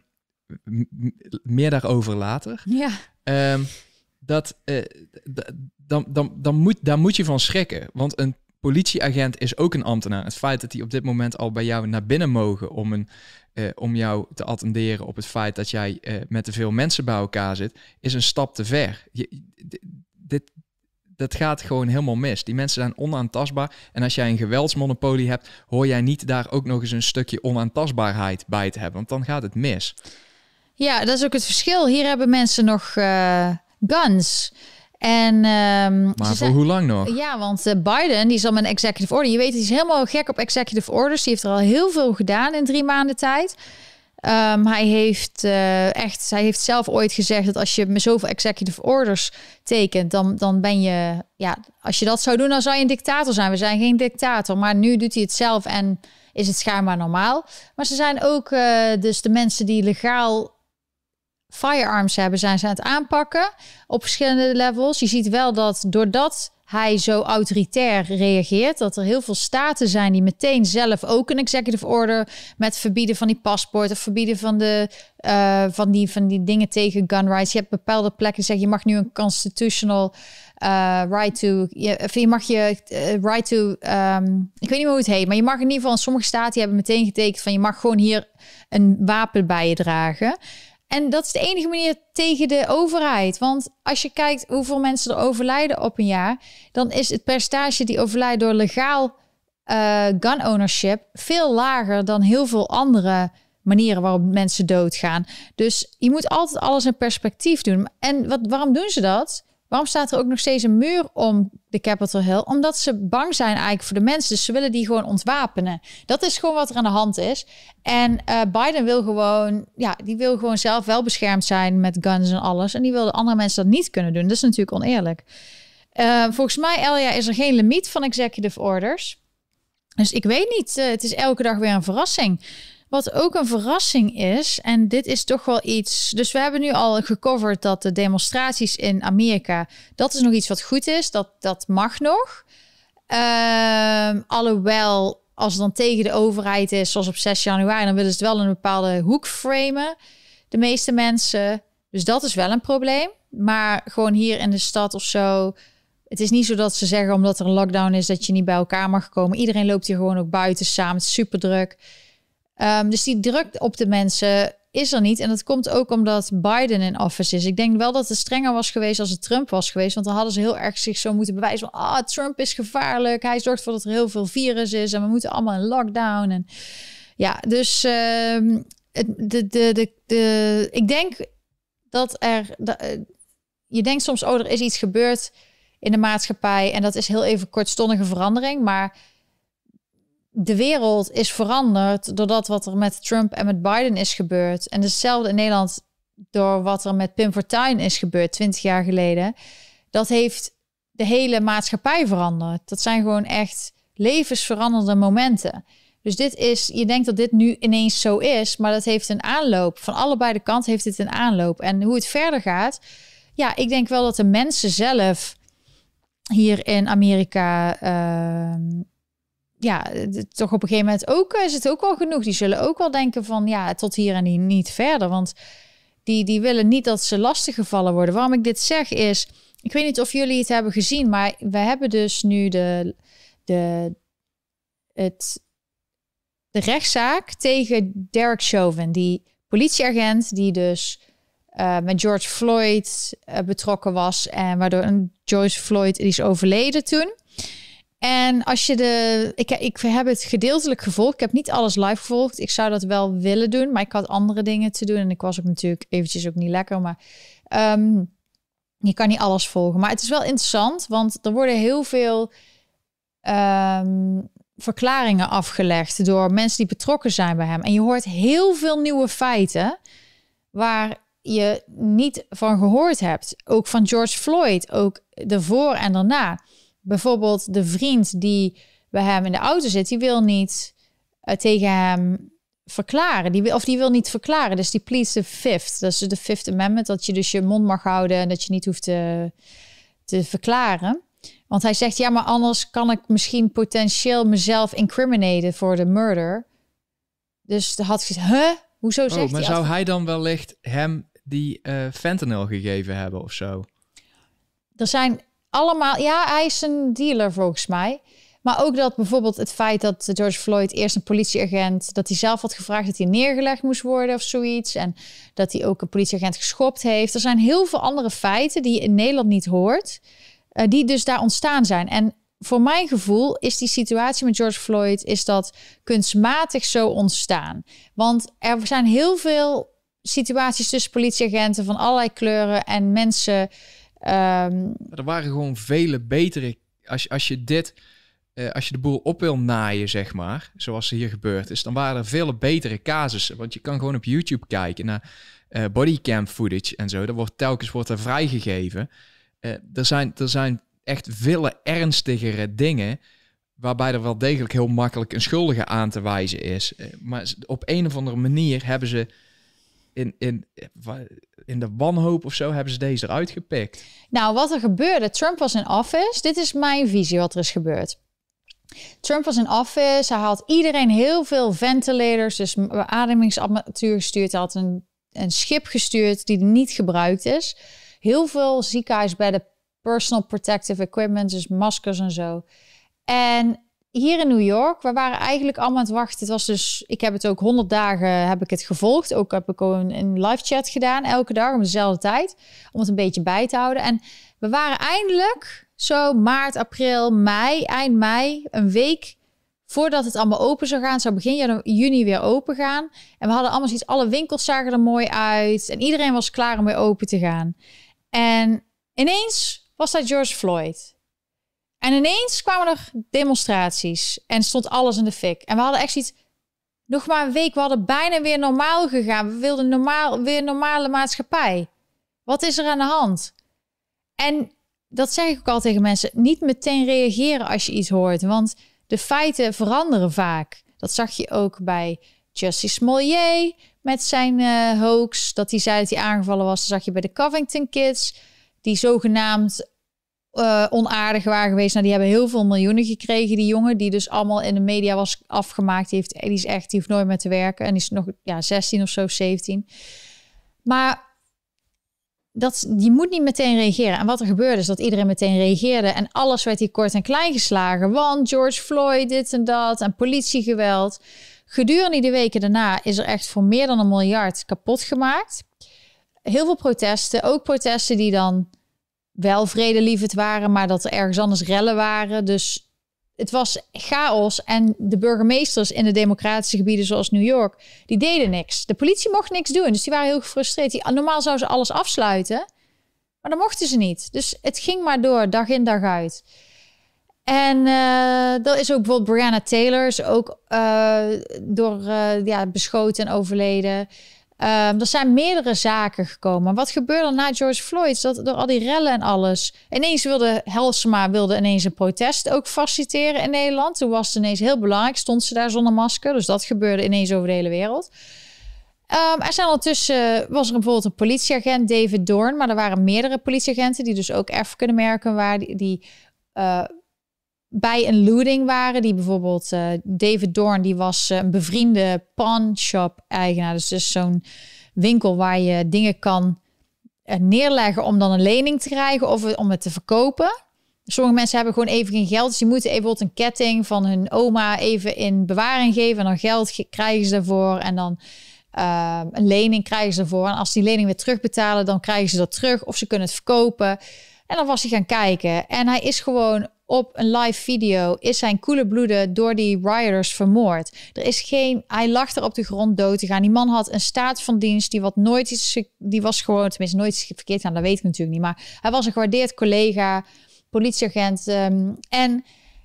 [SPEAKER 2] m- meer daarover later.
[SPEAKER 1] Ja.
[SPEAKER 2] Um, dat, uh, d- dan, dan, dan moet, daar moet je van schrikken. Want een politieagent is ook een ambtenaar. Het feit dat die op dit moment al bij jou naar binnen mogen... om, een, uh, om jou te attenderen op het feit dat jij uh, met te veel mensen bij elkaar zit... is een stap te ver. Je, d- dit, dat gaat gewoon helemaal mis. Die mensen zijn onaantastbaar. En als jij een geweldsmonopolie hebt... hoor jij niet daar ook nog eens een stukje onaantastbaarheid bij te hebben. Want dan gaat het mis.
[SPEAKER 1] Ja, dat is ook het verschil. Hier hebben mensen nog uh, guns. En, um,
[SPEAKER 2] maar voor
[SPEAKER 1] zijn...
[SPEAKER 2] hoe lang nog?
[SPEAKER 1] Ja, want uh, Biden, die is al met een executive order. Je weet, hij is helemaal gek op executive orders. Die heeft er al heel veel gedaan in drie maanden tijd. Um, hij heeft uh, echt, hij heeft zelf ooit gezegd dat als je met zoveel executive orders tekent, dan, dan ben je, ja, als je dat zou doen, dan zou je een dictator zijn. We zijn geen dictator, maar nu doet hij het zelf en is het schijnbaar normaal. Maar ze zijn ook, uh, dus de mensen die legaal firearms hebben, zijn ze aan het aanpakken op verschillende levels. Je ziet wel dat doordat hij zo autoritair reageert, dat er heel veel staten zijn die meteen zelf ook een executive order met verbieden van die paspoort of verbieden van de uh, van die van die dingen tegen gun rights. Je hebt bepaalde plekken zeg je mag nu een constitutional uh, right to je, of je mag je uh, right to um, ik weet niet meer hoe het heet, maar je mag in ieder geval in sommige staten die hebben meteen getekend van je mag gewoon hier een wapen bij je dragen. En dat is de enige manier tegen de overheid. Want als je kijkt hoeveel mensen er overlijden op een jaar, dan is het percentage die overlijdt door legaal uh, gun ownership veel lager dan heel veel andere manieren waarop mensen doodgaan. Dus je moet altijd alles in perspectief doen. En wat, waarom doen ze dat? Waarom staat er ook nog steeds een muur om de Capitol Hill? Omdat ze bang zijn eigenlijk voor de mensen. Dus ze willen die gewoon ontwapenen. Dat is gewoon wat er aan de hand is. En uh, Biden wil gewoon, ja, die wil gewoon zelf wel beschermd zijn met guns en alles. En die wil de andere mensen dat niet kunnen doen. Dat is natuurlijk oneerlijk. Uh, volgens mij, Elia, is er geen limiet van executive orders. Dus ik weet niet. Uh, het is elke dag weer een verrassing. Wat ook een verrassing is, en dit is toch wel iets. Dus we hebben nu al gecoverd dat de demonstraties in Amerika, dat is nog iets wat goed is. Dat, dat mag nog. Uh, alhoewel, als het dan tegen de overheid is, zoals op zes januari, dan willen ze het wel in een bepaalde hoek framen. De meeste mensen. Dus dat is wel een probleem. Maar gewoon hier in de stad of zo. Het is niet zo dat ze zeggen, omdat er een lockdown is, dat je niet bij elkaar mag komen. Iedereen loopt hier gewoon ook buiten samen. Het is super druk. Um, dus die druk op de mensen is er niet. En dat komt ook omdat Biden in office is. Ik denk wel dat het strenger was geweest als het Trump was geweest. Want dan hadden ze heel erg zich zo moeten bewijzen van, ah, Trump is gevaarlijk. Hij zorgt ervoor dat er heel veel virus is. En we moeten allemaal in lockdown. En ja, dus um, de, de, de, de, ik denk dat er... De, je denkt soms, oh, er is iets gebeurd in de maatschappij. En dat is heel even kortstondige verandering. Maar de wereld is veranderd doordat wat er met Trump en met Biden is gebeurd. En hetzelfde in Nederland door wat er met Pim Fortuyn is gebeurd twintig jaar geleden. Dat heeft de hele maatschappij veranderd. Dat zijn gewoon echt levensveranderende momenten. Dus dit is, je denkt dat dit nu ineens zo is, maar dat heeft een aanloop. Van allebei de kanten heeft dit een aanloop. En hoe het verder gaat, ja, ik denk wel dat de mensen zelf hier in Amerika, Uh, ja, toch op een gegeven moment ook is het ook al genoeg. Die zullen ook wel denken van ja, tot hier en niet verder. Want die, die willen niet dat ze lastiggevallen worden. Waarom ik dit zeg is, ik weet niet of jullie het hebben gezien, maar we hebben dus nu de, de, het, de rechtszaak tegen Derek Chauvin, die politieagent die dus uh, met George Floyd uh, betrokken was en waardoor een George Floyd is overleden toen. En als je de... Ik, ik heb het gedeeltelijk gevolgd. Ik heb niet alles live gevolgd. Ik zou dat wel willen doen, maar ik had andere dingen te doen. En ik was ook natuurlijk eventjes ook niet lekker. Maar um, je kan niet alles volgen. Maar het is wel interessant, want er worden heel veel um, verklaringen afgelegd door mensen die betrokken zijn bij hem. En je hoort heel veel nieuwe feiten waar je niet van gehoord hebt. Ook van George Floyd, ook ervoor en daarna. Bijvoorbeeld de vriend die bij hem in de auto zit, die wil niet uh, tegen hem verklaren. Die wil, of die wil niet verklaren. Dus die pleads the fifth. Dat is de Fifth Amendment, dat je dus je mond mag houden en dat je niet hoeft te, te verklaren. Want hij zegt, ja, maar anders kan ik misschien potentieel mezelf incriminaten voor de murder. Dus had gezegd, huh? Hoezo zegt hij?
[SPEAKER 2] Oh, maar zou hij dan wellicht hem die uh, fentanyl gegeven hebben of zo?
[SPEAKER 1] Er zijn allemaal, ja, hij is een dealer volgens mij. Maar ook dat bijvoorbeeld het feit dat George Floyd eerst een politieagent, dat hij zelf had gevraagd dat hij neergelegd moest worden of zoiets. En dat hij ook een politieagent geschopt heeft. Er zijn heel veel andere feiten die je in Nederland niet hoort, uh, die dus daar ontstaan zijn. En voor mijn gevoel is die situatie met George Floyd, is dat kunstmatig zo ontstaan. Want er zijn heel veel situaties tussen politieagenten van allerlei kleuren en mensen. Um,
[SPEAKER 2] er waren gewoon vele betere. Als je, als je dit uh, als je de boel op wil naaien, zeg maar, zoals hier gebeurd is, dan waren er veel betere casussen. Want je kan gewoon op YouTube kijken naar uh, bodycam footage en zo. Dat wordt telkens wordt er vrijgegeven. Uh, er zijn, er zijn echt veel ernstigere dingen waarbij er wel degelijk heel makkelijk een schuldige aan te wijzen is. Uh, maar op een of andere manier hebben ze in, in, in de wanhoop of zo hebben ze deze eruit gepikt.
[SPEAKER 1] Nou, wat er gebeurde, Trump was in office. Dit is mijn visie wat er is gebeurd. Trump was in office. Hij had iedereen heel veel ventilators, dus beademingsapparatuur gestuurd. Hij had een, een schip gestuurd die niet gebruikt is. Heel veel ziekenhuisbedden, personal protective equipment, dus maskers en zo. En hier in New York, we waren eigenlijk allemaal aan het wachten. Het was dus, ik heb het ook honderd dagen heb ik het gevolgd. Ook heb ik een, een live chat gedaan, elke dag om dezelfde tijd. Om het een beetje bij te houden. En we waren eindelijk zo maart, april, mei, eind mei, een week voordat het allemaal open zou gaan. Het zou begin juni weer open gaan. En we hadden allemaal zoiets, alle winkels zagen er mooi uit. En iedereen was klaar om weer open te gaan. En ineens was dat George Floyd. En ineens kwamen er demonstraties en stond alles in de fik. En we hadden echt zoiets, nog maar een week, we hadden bijna weer normaal gegaan. We wilden normaal, weer normale maatschappij. Wat is er aan de hand? En dat zeg ik ook al tegen mensen, niet meteen reageren als je iets hoort. Want de feiten veranderen vaak. Dat zag je ook bij Jussie Smollett met zijn uh, hoax. Dat hij zei dat hij aangevallen was. Dat zag je bij de Covington Kids, die zogenaamd Uh, onaardig waren geweest. Nou, die hebben heel veel miljoenen gekregen, die jongen, die dus allemaal in de media was afgemaakt. Die, heeft, die is echt, die hoeft nooit meer te werken. En die is nog ja, zestien of zo, zeventien. Maar dat, die moet niet meteen reageren. En wat er gebeurde is dat iedereen meteen reageerde. En alles werd hier kort en klein geslagen. Want George Floyd, dit en dat. En politiegeweld. Gedurende die weken daarna is er echt voor meer dan een miljard kapot gemaakt. Heel veel protesten. Ook protesten die dan wel vredelievend waren, maar dat er ergens anders rellen waren. Dus het was chaos. En de burgemeesters in de democratische gebieden zoals New York, die deden niks. De politie mocht niks doen, dus die waren heel gefrustreerd. Die, normaal zouden ze alles afsluiten, maar dat mochten ze niet. Dus het ging maar door, dag in, dag uit. En uh, er is ook bijvoorbeeld Breonna Taylor, is ook uh, door uh, ja, beschoten en overleden. Um, er zijn meerdere zaken gekomen. Wat gebeurde na George Floyd? Dat door al die rellen en alles. Ineens wilde Halsema wilde ineens een protest ook faciliteren in Nederland. Toen was het ineens heel belangrijk. Stond ze daar zonder masker. Dus dat gebeurde ineens over de hele wereld. Um, er zijn ondertussen, was er bijvoorbeeld een politieagent, David Dorn. Maar er waren meerdere politieagenten die dus ook African American waren. Die, die uh, bij een looting waren. Die bijvoorbeeld uh, David Dorn, die was uh, een bevriende pawn shop eigenaar. Dus, dus zo'n winkel waar je dingen kan uh, neerleggen om dan een lening te krijgen of om het te verkopen. Sommige mensen hebben gewoon even geen geld. Dus die moeten even bijvoorbeeld een ketting van hun oma even in bewaring geven. En dan geld krijgen ze daarvoor. En dan uh, een lening krijgen ze ervoor. En als die lening weer terugbetalen, dan krijgen ze dat terug. Of ze kunnen het verkopen. En dan was hij gaan kijken. En hij is gewoon op een live video, is zijn koele bloeden door die rioters vermoord. Er is geen, hij lag er op de grond dood te gaan. Die man had een staat van dienst, die wat nooit iets, die was gewoon, tenminste nooit iets verkeerd gaan, dat weet ik natuurlijk niet. Maar hij was een gewaardeerd collega, politieagent. Um, en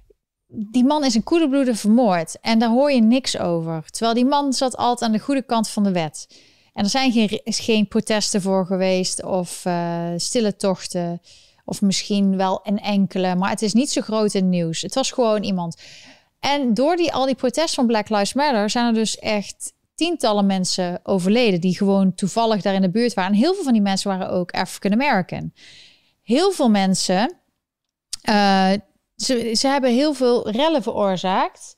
[SPEAKER 1] die man is een koele bloeden vermoord. En daar hoor je niks over. Terwijl die man zat altijd aan de goede kant van de wet. En er zijn geen, is geen protesten voor geweest of uh, stille tochten. Of misschien wel een enkele, maar het is niet zo groot in het nieuws. Het was gewoon iemand. En door die, al die protesten van Black Lives Matter zijn er dus echt tientallen mensen overleden die gewoon toevallig daar in de buurt waren. En heel veel van die mensen waren ook African American. Heel veel mensen, uh, ze, ze hebben heel veel rellen veroorzaakt.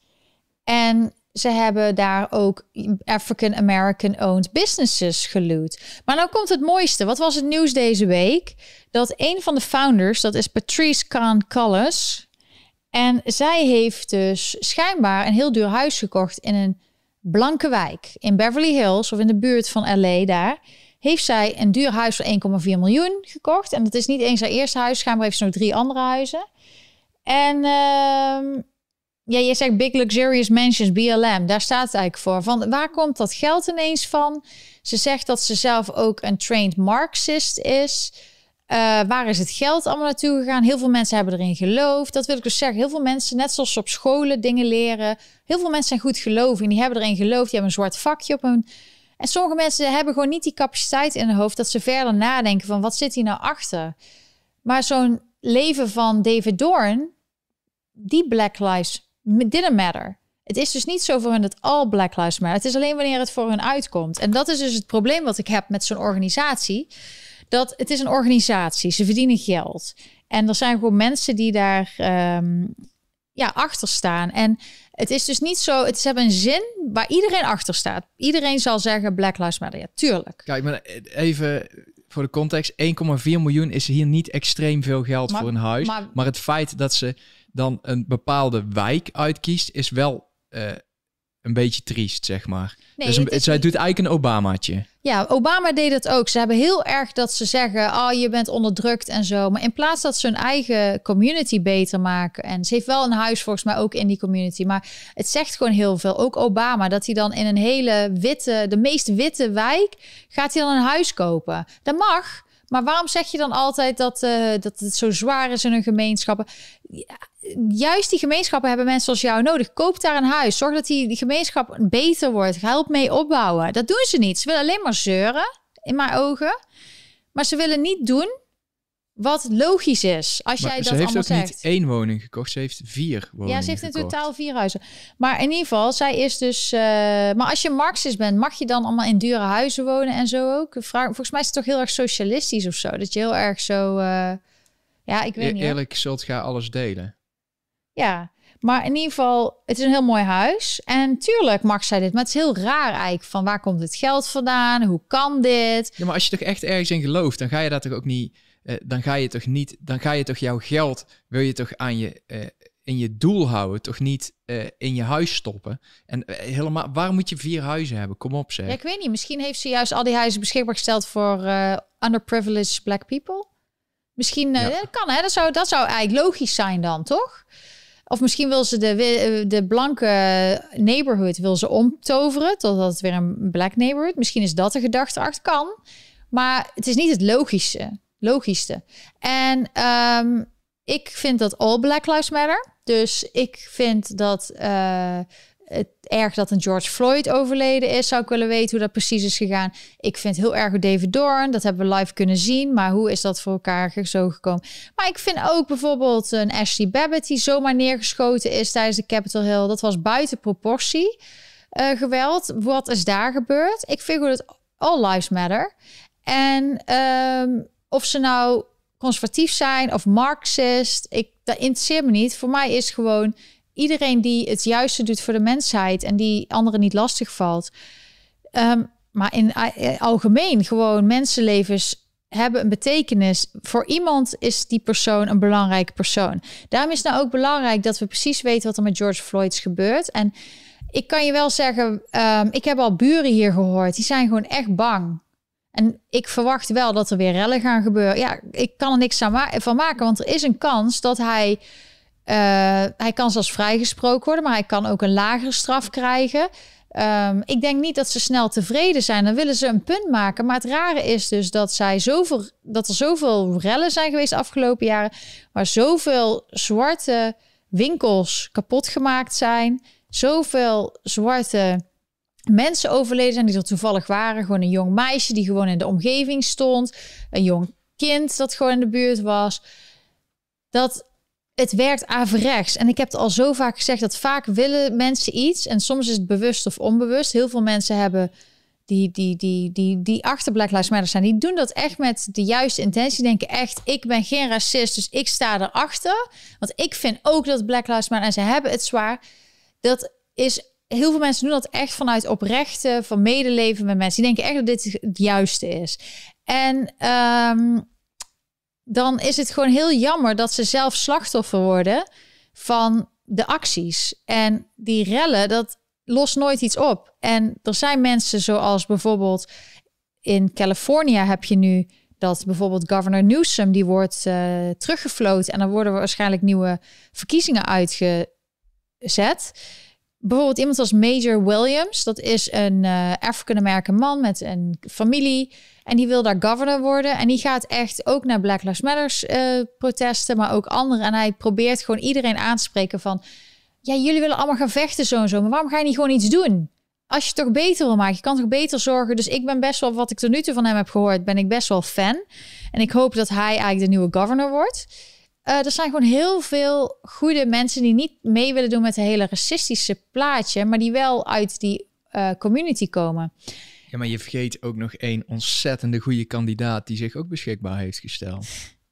[SPEAKER 1] En ze hebben daar ook African American owned businesses geloot. Maar nou komt het mooiste. Wat was het nieuws deze week? Dat een van de founders, dat is Patrisse Khan-Cullis. En zij heeft dus schijnbaar een heel duur huis gekocht in een blanke wijk. In Beverly Hills of in de buurt van L A daar. Heeft zij een duur huis voor één komma vier miljoen gekocht. En dat is niet eens haar eerste huis. Schijnbaar heeft ze nog drie andere huizen. En Uh, ja, je zegt Big Luxurious Mansions, B L M. Daar staat het eigenlijk voor. Van waar komt dat geld ineens van? Ze zegt dat ze zelf ook een trained Marxist is. Uh, waar is het geld allemaal naartoe gegaan? Heel veel mensen hebben erin geloofd. Dat wil ik dus zeggen. Heel veel mensen, net zoals ze op scholen dingen leren. Heel veel mensen zijn goed geloven. En die hebben erin geloofd. Die hebben een zwart vakje op hun. En sommige mensen hebben gewoon niet die capaciteit in hun hoofd. Dat ze verder nadenken van wat zit hier nou achter? Maar zo'n leven van David Dorn. Die Black Lives didn't matter. Het is dus niet zo voor hun dat all Black Lives matter. Het is alleen wanneer het voor hun uitkomt. En dat is dus het probleem wat ik heb met zo'n organisatie. Dat het is een organisatie. Ze verdienen geld. En er zijn gewoon mensen die daar um, ja, achter staan. En het is dus niet zo... Het, ze hebben een zin waar iedereen achter staat. Iedereen zal zeggen Black Lives Matter. Ja, tuurlijk.
[SPEAKER 2] Kijk, maar even voor de context. één komma vier miljoen is hier niet extreem veel geld maar, voor een huis. Maar, maar het feit dat ze dan een bepaalde wijk uitkiest... is wel uh, een beetje triest, zeg maar. Nee, dus een, zij niet... doet eigenlijk een Obamaatje.
[SPEAKER 1] Ja, Obama deed het ook. Ze hebben heel erg dat ze zeggen... oh, je bent onderdrukt en zo. Maar in plaats dat ze hun eigen community beter maken... en ze heeft wel een huis volgens mij ook in die community... maar het zegt gewoon heel veel. Ook Obama, dat hij dan in een hele witte... de meest witte wijk... gaat hij dan een huis kopen. Dat mag... Maar waarom zeg je dan altijd dat, uh, dat het zo zwaar is in hun gemeenschappen? Ja, juist die gemeenschappen hebben mensen zoals jou nodig. Koop daar een huis. Zorg dat die, die gemeenschap beter wordt. Help mee opbouwen. Dat doen ze niet. Ze willen alleen maar zeuren, in mijn ogen. Maar ze willen niet doen wat logisch is. Als
[SPEAKER 2] maar
[SPEAKER 1] jij dat
[SPEAKER 2] ze heeft
[SPEAKER 1] allemaal
[SPEAKER 2] ook
[SPEAKER 1] zegt.
[SPEAKER 2] niet één woning gekocht. Ze heeft vier woningen
[SPEAKER 1] Ja, ze heeft in
[SPEAKER 2] gekocht.
[SPEAKER 1] totaal vier huizen. Maar in ieder geval, zij is dus... Uh, maar als je Marxist bent, mag je dan allemaal in dure huizen wonen en zo ook? Vraag, volgens mij is het toch heel erg socialistisch of zo? Dat je heel erg zo... Uh, ja, ik weet e- niet.
[SPEAKER 2] Eerlijk, zult gij alles delen.
[SPEAKER 1] Ja, maar in ieder geval, het is een heel mooi huis. En tuurlijk mag zij dit, maar het is heel raar eigenlijk. Van waar komt het geld vandaan? Hoe kan dit?
[SPEAKER 2] Ja, maar als je toch echt ergens in gelooft, dan ga je dat toch ook niet... Uh, dan ga je toch niet... Dan ga je toch jouw geld... Wil je toch aan je... Uh, in je doel houden, toch niet uh, in je huis stoppen. En uh, helemaal, waarom moet je vier huizen hebben? Kom op, zeg.
[SPEAKER 1] Ja, ik weet niet. Misschien heeft ze juist al die huizen beschikbaar gesteld voor uh, underprivileged black people. Misschien, uh, ja. dat kan hè. Dat zou, dat zou eigenlijk logisch zijn dan, toch? Of misschien wil ze de, de blanke neighborhood wil ze omtoveren totdat het weer een black neighborhood. Misschien is dat de gedachte achter, kan. Maar het is niet het logische. Logischste. En um, ik vind dat all Black Lives Matter. Dus ik vind dat uh, het erg dat een George Floyd overleden is. Zou ik willen weten hoe dat precies is gegaan. Ik vind heel erg David Dorn. Dat hebben we live kunnen zien. Maar hoe is dat voor elkaar zo gekomen? Maar ik vind ook bijvoorbeeld een Ashley Babbitt... die zomaar neergeschoten is tijdens de Capitol Hill. Dat was buiten proportie uh, geweld. Wat is daar gebeurd? Ik vind dat all lives matter. En um, of ze nou... conservatief zijn of Marxist, ik, dat interesseert me niet. Voor mij is gewoon iedereen die het juiste doet voor de mensheid en die anderen niet lastig valt. Um, maar in uh, algemeen gewoon mensenlevens hebben een betekenis. Voor iemand is die persoon een belangrijke persoon. Daarom is het nou ook belangrijk dat we precies weten wat er met George Floyd is gebeurd. En ik kan je wel zeggen, um, ik heb al buren hier gehoord, die zijn gewoon echt bang. En ik verwacht wel dat er weer rellen gaan gebeuren. Ja, ik kan er niks van maken, want er is een kans dat hij... Uh, hij kan zelfs vrijgesproken worden, maar hij kan ook een lagere straf krijgen. Um, ik denk niet dat ze snel tevreden zijn. Dan willen ze een punt maken. Maar het rare is dus dat, zij zoveel, dat er zoveel rellen zijn geweest de afgelopen jaren, waar zoveel zwarte winkels kapot gemaakt zijn. Zoveel zwarte... mensen overleden zijn die er toevallig waren. Gewoon een jong meisje die gewoon in de omgeving stond. Een jong kind dat gewoon in de buurt was. Dat het werkt averechts. En ik heb het al zo vaak gezegd dat vaak willen mensen iets. En soms is het bewust of onbewust. Heel veel mensen hebben die, die, die, die, die achter Black Lives Matter zijn. Die doen dat echt met de juiste intentie. Denken echt, ik ben geen racist, dus ik sta erachter. Want ik vind ook dat Black Lives Matter, en ze hebben het zwaar. Dat is... Heel veel mensen doen dat echt vanuit oprechte, van medeleven met mensen. Die denken echt dat dit het juiste is. En um, dan is het gewoon heel jammer dat ze zelf slachtoffer worden van de acties. En die rellen, dat lost nooit iets op. En er zijn mensen zoals bijvoorbeeld in Californië heb je nu dat bijvoorbeeld governor Newsom, die wordt uh, teruggefloten. En dan worden er waarschijnlijk nieuwe verkiezingen uitgezet. bijvoorbeeld iemand als Major Williams. Dat is een uh, African-American man met een familie. En die wil daar governor worden. En die gaat echt ook naar Black Lives Matter uh, protesten, maar ook anderen. En hij probeert gewoon iedereen aan te spreken van... ja, jullie willen allemaal gaan vechten zo en zo. Maar waarom ga je niet gewoon iets doen? Als je het toch beter wil maken, je kan toch beter zorgen. Dus ik ben best wel, wat ik tot nu toe van hem heb gehoord, ben ik best wel fan. En ik hoop dat hij eigenlijk de nieuwe governor wordt. Uh, er zijn gewoon heel veel goede mensen die niet mee willen doen met het hele racistische plaatje, maar die wel uit die uh, community komen.
[SPEAKER 2] Ja, maar je vergeet ook nog één ontzettende goede kandidaat die zich ook beschikbaar heeft gesteld.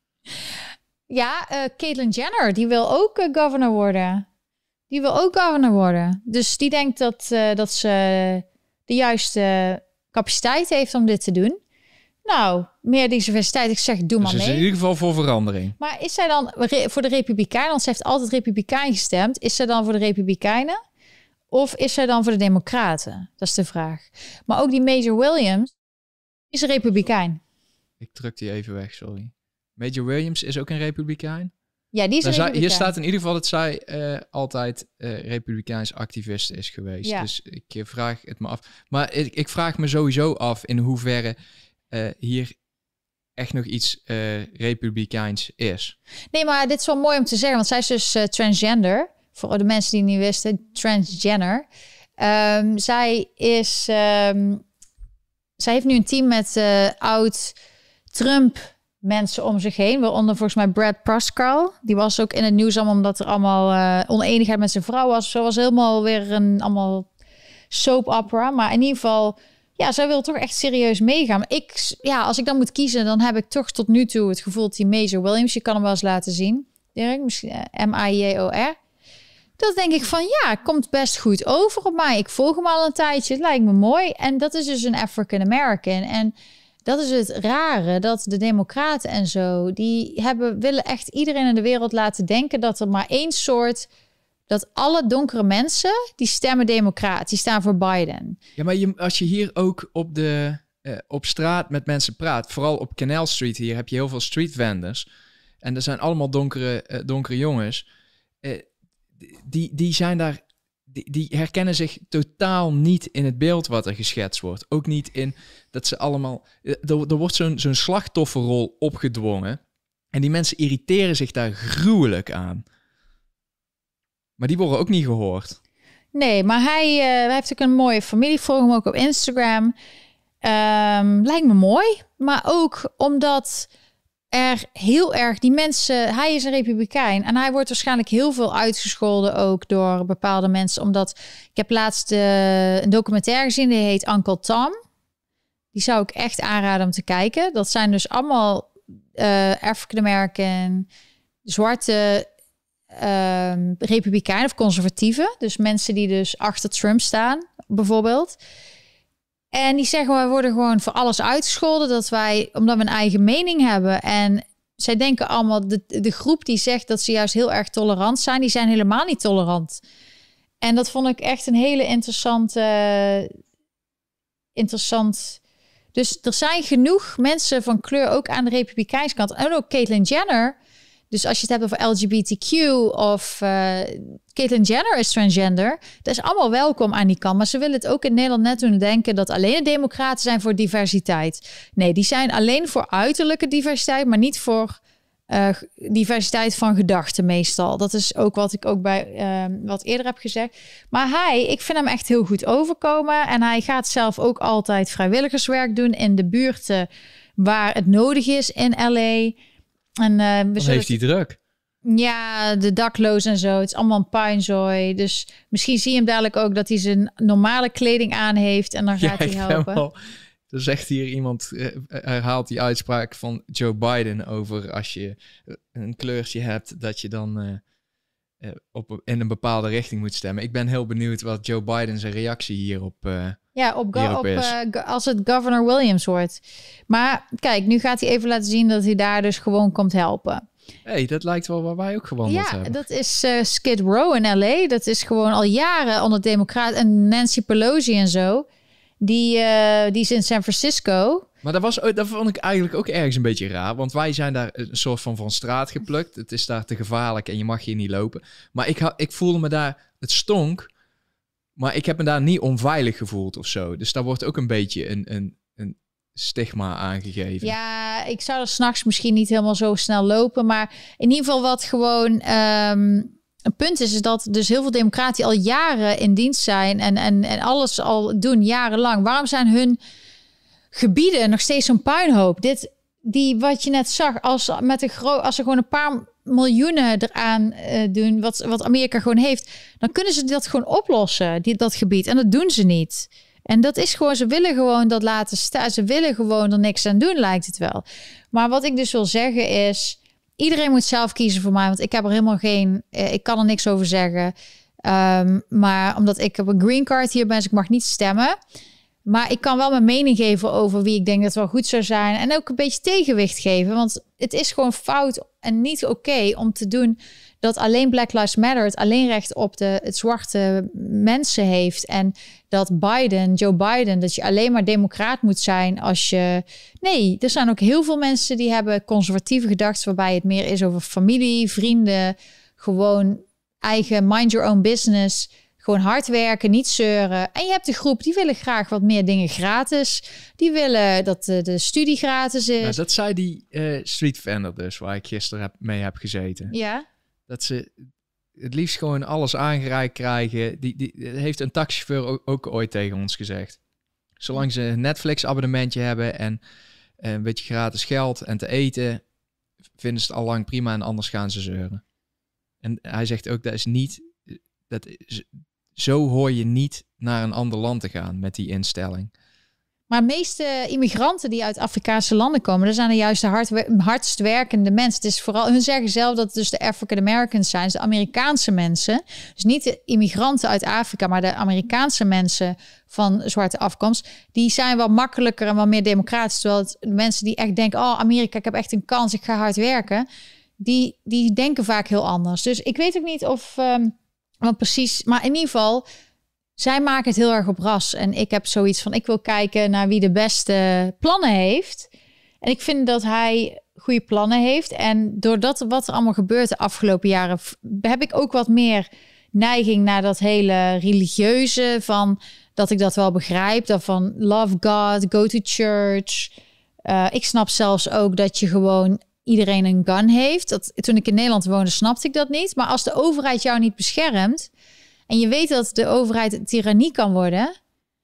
[SPEAKER 1] Ja, uh, Caitlyn Jenner, die wil ook uh, governor worden. Die wil ook governor worden. Dus die denkt dat, uh, dat ze de juiste capaciteit heeft om dit te doen. Nou, meer diversiteit. Ik zeg, doe
[SPEAKER 2] dus
[SPEAKER 1] maar mee.
[SPEAKER 2] Dus in ieder geval voor verandering.
[SPEAKER 1] Maar is zij dan re- voor de Republikeinen? Want ze heeft altijd Republikein gestemd. Is zij dan voor de Republikeinen? Of is zij dan voor de Democraten? Dat is de vraag. Maar ook die Major Williams is een Republikein.
[SPEAKER 2] Ik druk die even weg, sorry. Major Williams is ook een Republikein?
[SPEAKER 1] Ja, die is een Republikein.
[SPEAKER 2] Hier staat in ieder geval dat zij uh, altijd uh, Republikeins activist is geweest. Ja. Dus ik uh, vraag het me af. Maar ik, ik vraag me sowieso af in hoeverre uh, hier echt nog iets uh, Republikeins is.
[SPEAKER 1] Nee, maar dit is wel mooi om te zeggen, want zij is dus uh, transgender. Voor de mensen die het niet wisten, transgender. Um, zij is... Um, zij heeft nu een team met uh, oud-Trump mensen om zich heen, waaronder volgens mij Brad Parscale. Die was ook in het nieuws allemaal omdat er allemaal uh, oneenigheid met zijn vrouw was. Zo was helemaal weer een allemaal soap opera. Maar in ieder geval, ja, zij wil toch echt serieus meegaan. Maar ik, ja, als ik dan moet kiezen, dan heb ik toch tot nu toe het gevoel dat die Major Williams, je kan hem wel eens laten zien, Dirk, misschien uh, M I J O R. Dat denk ik van, ja, komt best goed over op mij. Ik volg hem al een tijdje, het lijkt me mooi. En dat is dus een African American. En dat is het rare, dat de democraten en zo, die hebben, willen echt iedereen in de wereld laten denken dat er maar één soort, dat alle donkere mensen, die stemmen democraat, die staan voor Biden.
[SPEAKER 2] Ja, maar je, als je hier ook op, de, uh, op straat met mensen praat, vooral op Canal Street hier, heb je heel veel street vendors. En er zijn allemaal donkere, uh, donkere jongens. Uh, die, die zijn daar... Die, die herkennen zich totaal niet in het beeld wat er geschetst wordt. Ook niet in dat ze allemaal... Er, er wordt zo'n, zo'n slachtofferrol opgedwongen. En die mensen irriteren zich daar gruwelijk aan. Maar die worden ook niet gehoord.
[SPEAKER 1] Nee, maar hij, uh, hij heeft ook een mooie familie. Volg hem ook op Instagram. Um, lijkt me mooi. Maar ook omdat er heel erg... Die mensen... Hij is een republikein. En hij wordt waarschijnlijk heel veel uitgescholden ook door bepaalde mensen. Omdat... Ik heb laatst uh, een documentaire gezien. Die heet Uncle Tom. Die zou ik echt aanraden om te kijken. Dat zijn dus allemaal uh, African-American, zwarte uh, republikeinen of conservatieven. Dus mensen die dus achter Trump staan, bijvoorbeeld. En die zeggen, wij worden gewoon voor alles uitgescholden, dat wij, omdat we een eigen mening hebben. En zij denken allemaal, de, de groep die zegt dat ze juist heel erg tolerant zijn, die zijn helemaal niet tolerant. En dat vond ik echt een hele interessante, interessant. Dus er zijn genoeg mensen van kleur ook aan de Republikeinse kant. En ook Caitlyn Jenner. Dus als je het hebt over L G B T Q of uh, Caitlyn Jenner is transgender. Dat is allemaal welkom aan die kant. Maar ze willen het ook in Nederland net doen denken dat alleen de democraten zijn voor diversiteit. Nee, die zijn alleen voor uiterlijke diversiteit, maar niet voor uh, diversiteit van gedachten meestal. Dat is ook wat ik ook bij uh, wat eerder heb gezegd. Maar hij, ik vind hem echt heel goed overkomen. En hij gaat zelf ook altijd vrijwilligerswerk doen in de buurten waar het nodig is in L A. En, uh, we
[SPEAKER 2] Dan heeft hij druk.
[SPEAKER 1] Ja, de daklozen en zo. Het is allemaal een puinzooi. Dus misschien zie je hem dadelijk ook dat hij zijn normale kleding aan heeft. En dan gaat ja, hij helpen. Wel,
[SPEAKER 2] er zegt hier iemand, uh, herhaalt die uitspraak van Joe Biden over als je een kleurtje hebt, dat je dan uh, uh, op, in een bepaalde richting moet stemmen. Ik ben heel benieuwd wat Joe Biden zijn reactie hierop uh,
[SPEAKER 1] Ja, op, go- op uh, als het Governor Williams wordt. Maar kijk, nu gaat hij even laten zien dat hij daar dus gewoon komt helpen.
[SPEAKER 2] Hey, dat lijkt wel waar wij ook gewandeld
[SPEAKER 1] ja,
[SPEAKER 2] hebben.
[SPEAKER 1] Ja, dat is uh, Skid Row in L A. Dat is gewoon al jaren onder Democraten. En Nancy Pelosi en zo. Die, uh, die is in San Francisco.
[SPEAKER 2] Maar dat, was, dat vond ik eigenlijk ook ergens een beetje raar. Want wij zijn daar een soort van van straat geplukt. Het is daar te gevaarlijk en je mag hier niet lopen. Maar ik, ha- ik voelde me daar... Het stonk Maar ik heb me daar niet onveilig gevoeld of zo. Dus daar wordt ook een beetje een, een, een stigma aangegeven.
[SPEAKER 1] Ja, ik zou er 's nachts misschien niet helemaal zo snel lopen. Maar in ieder geval wat gewoon um, een punt is... is dat dus heel veel democraten al jaren in dienst zijn... en, en, en alles al doen jarenlang. Waarom zijn hun gebieden nog steeds zo'n puinhoop? Dit, die, wat je net zag, als, met een gro- als er gewoon een paar miljoenen eraan uh, doen... Wat, wat Amerika gewoon heeft... dan kunnen ze dat gewoon oplossen, die, dat gebied. En dat doen ze niet. En dat is gewoon, ze willen gewoon dat laten staan. Ze willen gewoon er niks aan doen, lijkt het wel. Maar wat ik dus wil zeggen is... iedereen moet zelf kiezen voor mij, want ik heb er helemaal geen... Eh, ik kan er niks over zeggen. Um, maar omdat ik op een green card hier ben, dus ik mag niet stemmen... Maar ik kan wel mijn mening geven over wie ik denk dat wel goed zou zijn. En ook een beetje tegenwicht geven. Want het is gewoon fout en niet oké okay om te doen dat alleen Black Lives Matter het alleen recht op de het zwarte mensen heeft. En dat Biden, Joe Biden, dat je alleen maar democraat moet zijn als je... Nee, er zijn ook heel veel mensen die hebben conservatieve gedachten waarbij het meer is over familie, vrienden, gewoon eigen mind your own business... Gewoon hard werken, niet zeuren. En je hebt de groep, die willen graag wat meer dingen gratis. Die willen dat de, de studie gratis is.
[SPEAKER 2] Nou, dat zei die uh, street vendor dus, waar ik gisteren heb, mee heb gezeten.
[SPEAKER 1] Ja.
[SPEAKER 2] Dat ze het liefst gewoon alles aangereikt krijgen. Die, die heeft een taxichauffeur ook, ook ooit tegen ons gezegd. Zolang ze een Netflix-abonnementje hebben en een beetje gratis geld en te eten, vinden ze het al lang prima en anders gaan ze zeuren. En hij zegt ook, dat is niet... Dat is, zo hoor je niet naar een ander land te gaan met die instelling.
[SPEAKER 1] Maar de meeste immigranten die uit Afrikaanse landen komen, dat zijn de juist de hard, hardst werkende mensen. Het is vooral, hun zeggen zelf dat het dus de African Americans zijn, dus de Amerikaanse mensen. Dus niet de immigranten uit Afrika, maar de Amerikaanse mensen van zwarte afkomst. Die zijn wel makkelijker en wel meer democratisch. Terwijl het, de mensen die echt denken, oh Amerika, ik heb echt een kans, ik ga hard werken. Die, die denken vaak heel anders. Dus ik weet ook niet of... Um, want precies, maar in ieder geval, zij maken het heel erg op ras. En ik heb zoiets van, ik wil kijken naar wie de beste plannen heeft. En ik vind dat hij goede plannen heeft. En doordat wat er allemaal gebeurt de afgelopen jaren, heb ik ook wat meer neiging naar dat hele religieuze van dat ik dat wel begrijp. Dat van love God, go to church. Uh, ik snap zelfs ook dat je gewoon iedereen een gun heeft. Dat, toen ik in Nederland woonde, snapte ik dat niet. Maar als de overheid jou niet beschermt en je weet dat de overheid een tirannie kan worden,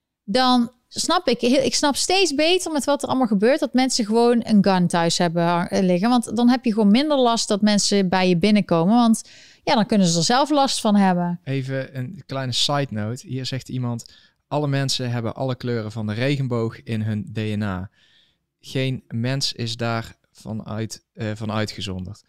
[SPEAKER 1] dan snap ik, ik snap steeds beter met wat er allemaal gebeurt, dat mensen gewoon een gun thuis hebben liggen. Want dan heb je gewoon minder last dat mensen bij je binnenkomen. Want ja, dan kunnen ze er zelf last van hebben.
[SPEAKER 2] Even een kleine side note. Hier zegt iemand, alle mensen hebben alle kleuren van de regenboog in hun D N A. Geen mens is daar vanuit, uh, van uitgezonderd.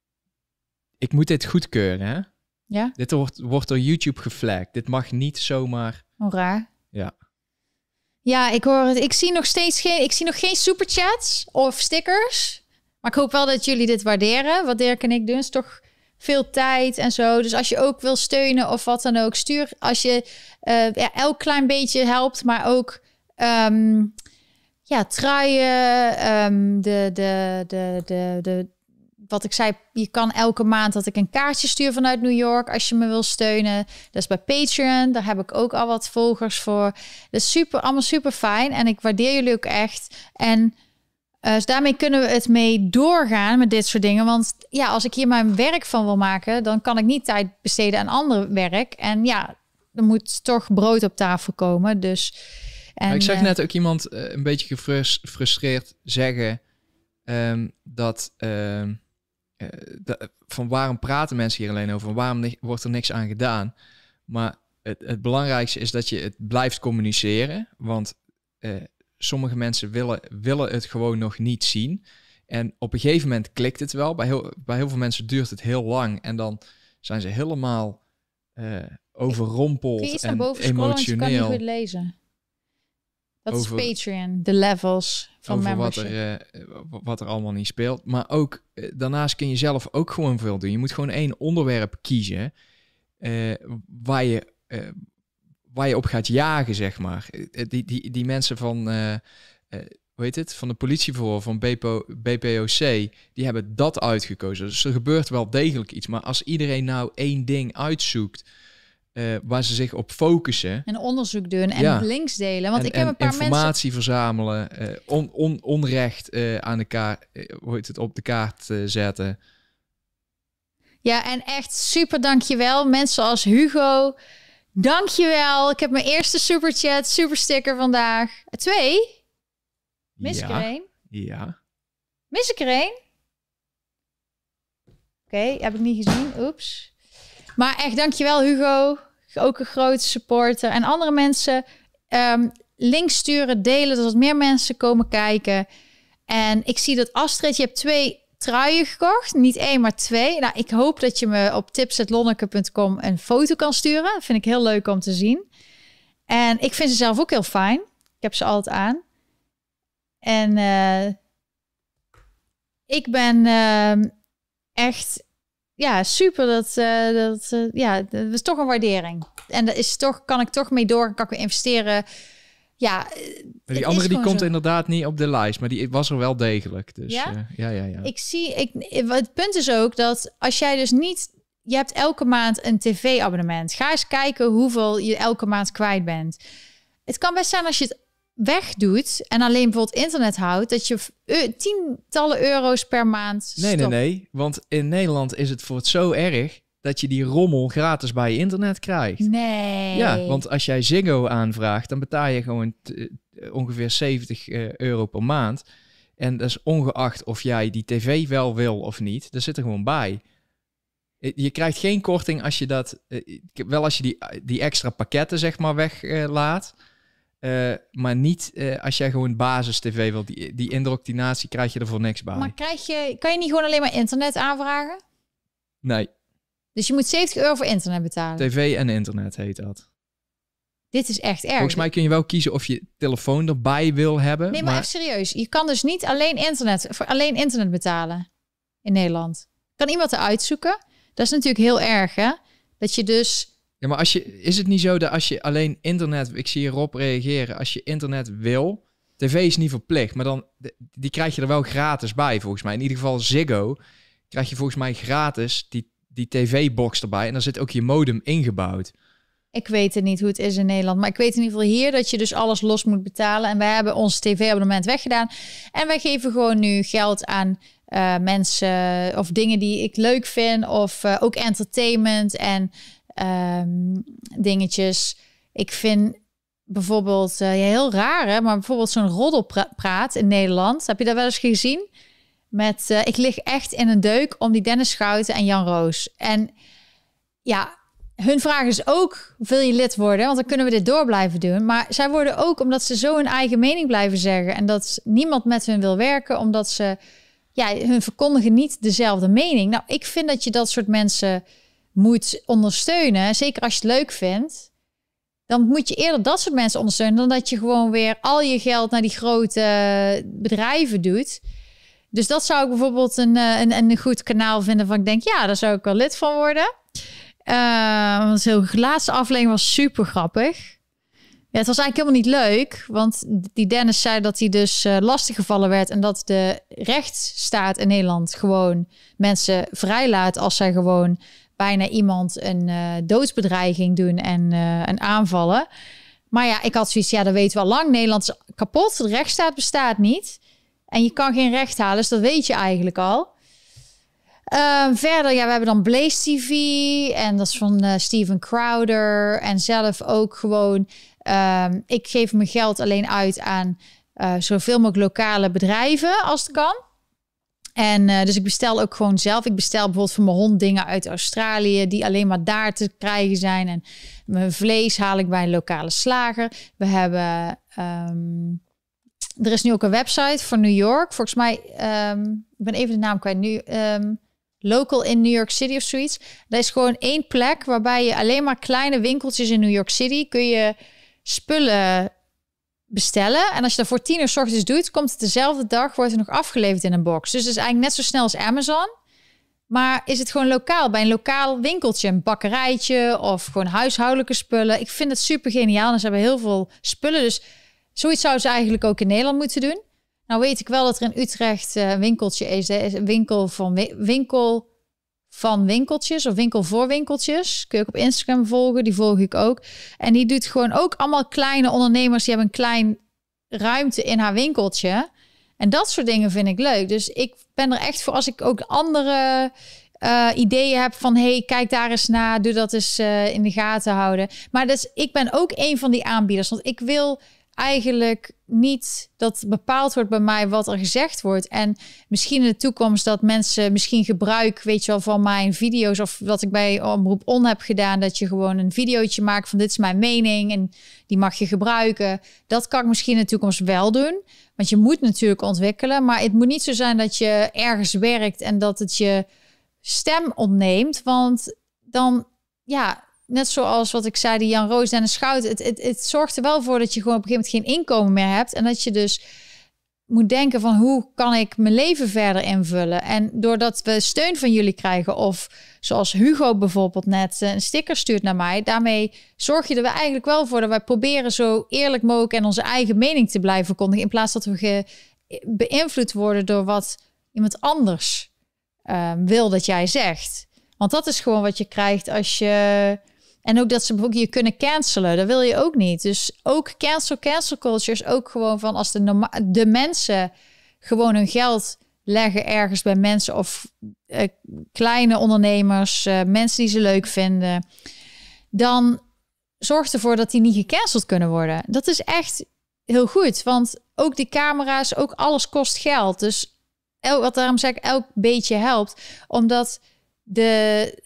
[SPEAKER 2] Ik moet dit goedkeuren, hè?
[SPEAKER 1] Ja?
[SPEAKER 2] Dit wordt, wordt door YouTube geflagd. Dit mag niet zomaar...
[SPEAKER 1] Oh, raar.
[SPEAKER 2] Ja.
[SPEAKER 1] Ja, ik hoor het. Ik zie nog steeds geen... Ik zie nog geen superchats of stickers. Maar ik hoop wel dat jullie dit waarderen. Wat Dirk en ik doen is toch veel tijd en zo. Dus als je ook wil steunen of wat dan ook, stuur. Als je uh, ja, elk klein beetje helpt, maar ook... Um, Ja, truien, um, de, de, de, de, de, wat ik zei, je kan elke maand dat ik een kaartje stuur vanuit New York als je me wil steunen. Dat is bij Patreon, daar heb ik ook al wat volgers voor. Dat is super, allemaal super fijn en ik waardeer jullie ook echt. En uh, dus daarmee kunnen we het mee doorgaan met dit soort dingen. Want ja, als ik hier mijn werk van wil maken, dan kan ik niet tijd besteden aan ander werk. En ja, er moet toch brood op tafel komen, dus... En,
[SPEAKER 2] ik zag
[SPEAKER 1] uh,
[SPEAKER 2] net ook iemand uh, een beetje gefrustreerd zeggen um, dat, uh, uh, dat... van waarom praten mensen hier alleen over? Waarom ni- wordt er niks aan gedaan? Maar het, het belangrijkste is dat je het blijft communiceren. Want uh, sommige mensen willen, willen het gewoon nog niet zien. En op een gegeven moment klikt het wel. Bij heel, bij heel veel mensen duurt het heel lang. En dan zijn ze helemaal uh, overrompeld en emotioneel.
[SPEAKER 1] Kun je iets naar boven scrollen, want je kan niet goed lezen. Dat over, is Patreon, de levels van
[SPEAKER 2] over
[SPEAKER 1] membership.
[SPEAKER 2] Wat er, uh, wat er allemaal niet speelt. Maar ook, uh, daarnaast kun je zelf ook gewoon veel doen. Je moet gewoon één onderwerp kiezen uh, waar, je, uh, waar je op gaat jagen, zeg maar. Uh, die, die, die mensen van, uh, uh, hoe heet het? Van de politieverhoor, van B P O C, die hebben dat uitgekozen. Dus er gebeurt wel degelijk iets. Maar als iedereen nou één ding uitzoekt uh, waar ze zich op focussen.
[SPEAKER 1] En onderzoek doen en
[SPEAKER 2] ja.
[SPEAKER 1] links delen. Want
[SPEAKER 2] en,
[SPEAKER 1] ik heb een paar
[SPEAKER 2] informatie
[SPEAKER 1] mensen...
[SPEAKER 2] verzamelen, uh, on, on, onrecht uh, aan de kaart, uh, hoe heet het, op de kaart uh, zetten.
[SPEAKER 1] Ja, en echt super dankjewel. Mensen zoals Hugo, dankjewel. Ik heb mijn eerste superchat, supersticker vandaag. Twee? Mis ik
[SPEAKER 2] ja.
[SPEAKER 1] er één?
[SPEAKER 2] Ja.
[SPEAKER 1] Mis ik er één? Oké, okay, heb ik niet gezien. Oeps. Maar echt dankjewel Hugo. Ook een grote supporter. En andere mensen um, links sturen, delen, zodat meer mensen komen kijken. En ik zie dat Astrid, je hebt twee truien gekocht. Niet één, maar twee. Nou, ik hoop dat je me op tips at lonneke punt com een foto kan sturen. Dat vind ik heel leuk om te zien. En ik vind ze zelf ook heel fijn. Ik heb ze altijd aan. En uh, ik ben uh, echt... Ja, super. Dat, uh, dat, uh, ja, dat is toch een waardering. En dat is toch, kan ik toch mee door, kan ik weer investeren. Ja,
[SPEAKER 2] maar die andere die komt zo. Inderdaad niet op de lijst, maar die was er wel degelijk. Dus
[SPEAKER 1] ja,
[SPEAKER 2] uh, ja, ja, ja.
[SPEAKER 1] Ik zie, ik, het punt is ook dat als jij dus niet, je hebt elke maand een tv-abonnement. Ga eens kijken hoeveel je elke maand kwijt bent. Het kan best zijn als je het wegdoet en alleen bijvoorbeeld internet houdt, dat je uh, tientallen euro's per maand stopt.
[SPEAKER 2] Nee, nee, nee. Want in Nederland is het voor het zo erg dat je die rommel gratis bij je internet krijgt.
[SPEAKER 1] Nee.
[SPEAKER 2] Ja, want als jij Ziggo aanvraagt, dan betaal je gewoon t- uh, ongeveer zeventig euro per maand. En dat is ongeacht of jij die tv wel wil of niet. Dat zit er gewoon bij. Je krijgt geen korting als je dat... Uh, wel als je die, die extra pakketten zeg maar weglaat. Uh, uh, maar niet uh, als jij gewoon basis-tv wil. Die, die indoctrinatie krijg je er voor niks bij.
[SPEAKER 1] Maar krijg je, kan je niet gewoon alleen maar internet aanvragen?
[SPEAKER 2] Nee.
[SPEAKER 1] Dus je moet zeventig euro voor internet betalen?
[SPEAKER 2] tv en internet heet dat.
[SPEAKER 1] Dit is echt erg.
[SPEAKER 2] Volgens mij kun je wel kiezen of je telefoon erbij wil hebben.
[SPEAKER 1] Nee, maar, maar... even serieus. Je kan dus niet alleen internet, voor alleen internet betalen in Nederland. Kan iemand eruit zoeken? Dat is natuurlijk heel erg, hè? Dat je dus...
[SPEAKER 2] Ja, maar als je, is het niet zo dat als je alleen internet... Ik zie Rob reageren. Als je internet wil... tv is niet verplicht, maar dan... Die krijg je er wel gratis bij, volgens mij. In ieder geval Ziggo krijg je volgens mij gratis die, die tv-box erbij. En daar zit ook je modem ingebouwd.
[SPEAKER 1] Ik weet het niet hoe het is in Nederland. Maar ik weet in ieder geval hier dat je dus alles los moet betalen. En wij hebben ons tv-abonnement weggedaan. En wij geven gewoon nu geld aan uh, mensen of dingen die ik leuk vind. Of uh, ook entertainment en um, dingetjes. Ik vind bijvoorbeeld, uh, ja, heel raar hè, maar bijvoorbeeld zo'n roddelpraat in Nederland. Heb je dat wel eens gezien? Met, uh, ik lig echt in een deuk om die Dennis Schouten en Jan Roos. En ja... Hun vraag is ook, wil je lid worden? Want dan kunnen we dit door blijven doen. Maar zij worden ook, omdat ze zo hun eigen mening blijven zeggen... en dat niemand met hun wil werken... omdat ze, ja, hun verkondigen niet dezelfde mening. Nou, ik vind dat je dat soort mensen moet ondersteunen. Zeker als je het leuk vindt. Dan moet je eerder dat soort mensen ondersteunen... dan dat je gewoon weer al je geld naar die grote bedrijven doet. Dus dat zou ik bijvoorbeeld een, een, een goed kanaal vinden... van ik denk, ja, daar zou ik wel lid van worden... Uh, want de laatste aflevering was super grappig. Ja, het was eigenlijk helemaal niet leuk. Want die Dennis zei dat hij dus uh, lastiggevallen werd. En dat de rechtsstaat in Nederland gewoon mensen vrijlaat. Als zij gewoon bijna iemand een uh, doodsbedreiging doen en, uh, en aanvallen. Maar ja, ik had zoiets, ja, dat weten we al lang. Nederland is kapot. De rechtsstaat bestaat niet. En je kan geen recht halen, dus dat weet je eigenlijk al. Uh, verder, ja, we hebben dan Blaze T V en dat is van uh, Steven Crowder. En zelf ook gewoon, uh, ik geef mijn geld alleen uit aan uh, zoveel mogelijk lokale bedrijven als het kan. En uh, dus ik bestel ook gewoon zelf. Ik bestel bijvoorbeeld voor mijn hond dingen uit Australië die alleen maar daar te krijgen zijn. En mijn vlees haal ik bij een lokale slager. We hebben... Um, er is nu ook een website voor New York. Volgens mij, um, ik ben even de naam kwijt nu... Um, Local in New York City of zoiets. Dat is gewoon één plek waarbij je alleen maar kleine winkeltjes in New York City kun je spullen bestellen. En als je dat voor tien uur 's ochtends doet, komt het dezelfde dag, wordt het nog afgeleverd in een box. Dus het is eigenlijk net zo snel als Amazon. Maar is het gewoon lokaal, bij een lokaal winkeltje, een bakkerijtje of gewoon huishoudelijke spullen. Ik vind het super geniaal. En ze hebben heel veel spullen. Dus zoiets zouden ze eigenlijk ook in Nederland moeten doen. Nou weet ik wel dat er in Utrecht een winkeltje is. Er is een winkel van winkel van winkeltjes of winkel voor winkeltjes. Kun je ook op Instagram volgen, die volg ik ook. En die doet gewoon ook allemaal kleine ondernemers. Die hebben een klein ruimte in haar winkeltje. En dat soort dingen vind ik leuk. Dus ik ben er echt voor als ik ook andere uh, ideeën heb van... hey, kijk daar eens naar, doe dat eens uh, in de gaten houden. Maar dus ik ben ook een van die aanbieders. Want ik wil eigenlijk niet dat bepaald wordt bij mij wat er gezegd wordt. En misschien in de toekomst dat mensen misschien gebruik, weet je wel, van mijn video's of wat ik bij Omroep On heb gedaan, dat je gewoon een videootje maakt van dit is mijn mening en die mag je gebruiken. Dat kan ik misschien in de toekomst wel doen. Want je moet natuurlijk ontwikkelen, maar het moet niet zo zijn dat je ergens werkt en dat het je stem ontneemt. Want dan, ja, net zoals wat ik zei, die Jan Roos en de Schout, het, het, het zorgt er wel voor dat je gewoon op een gegeven moment geen inkomen meer hebt. En dat je dus moet denken van hoe kan ik mijn leven verder invullen? En doordat we steun van jullie krijgen, of zoals Hugo bijvoorbeeld net een sticker stuurt naar mij, daarmee zorg je er eigenlijk wel voor dat wij proberen zo eerlijk mogelijk en onze eigen mening te blijven verkondigen, in plaats dat we ge- beïnvloed worden door wat iemand anders uh, wil dat jij zegt. Want dat is gewoon wat je krijgt als je... En ook dat ze bijvoorbeeld je kunnen cancelen. Dat wil je ook niet. Dus ook cancel, cancel culture is ook gewoon van als de, norma- de mensen gewoon hun geld leggen ergens bij mensen of uh, kleine ondernemers, uh, mensen die ze leuk vinden, dan zorgt ervoor dat die niet gecanceld kunnen worden. Dat is echt heel goed, want ook die camera's, ook alles kost geld. Dus el- wat daarom zeg ik, elk beetje helpt, omdat de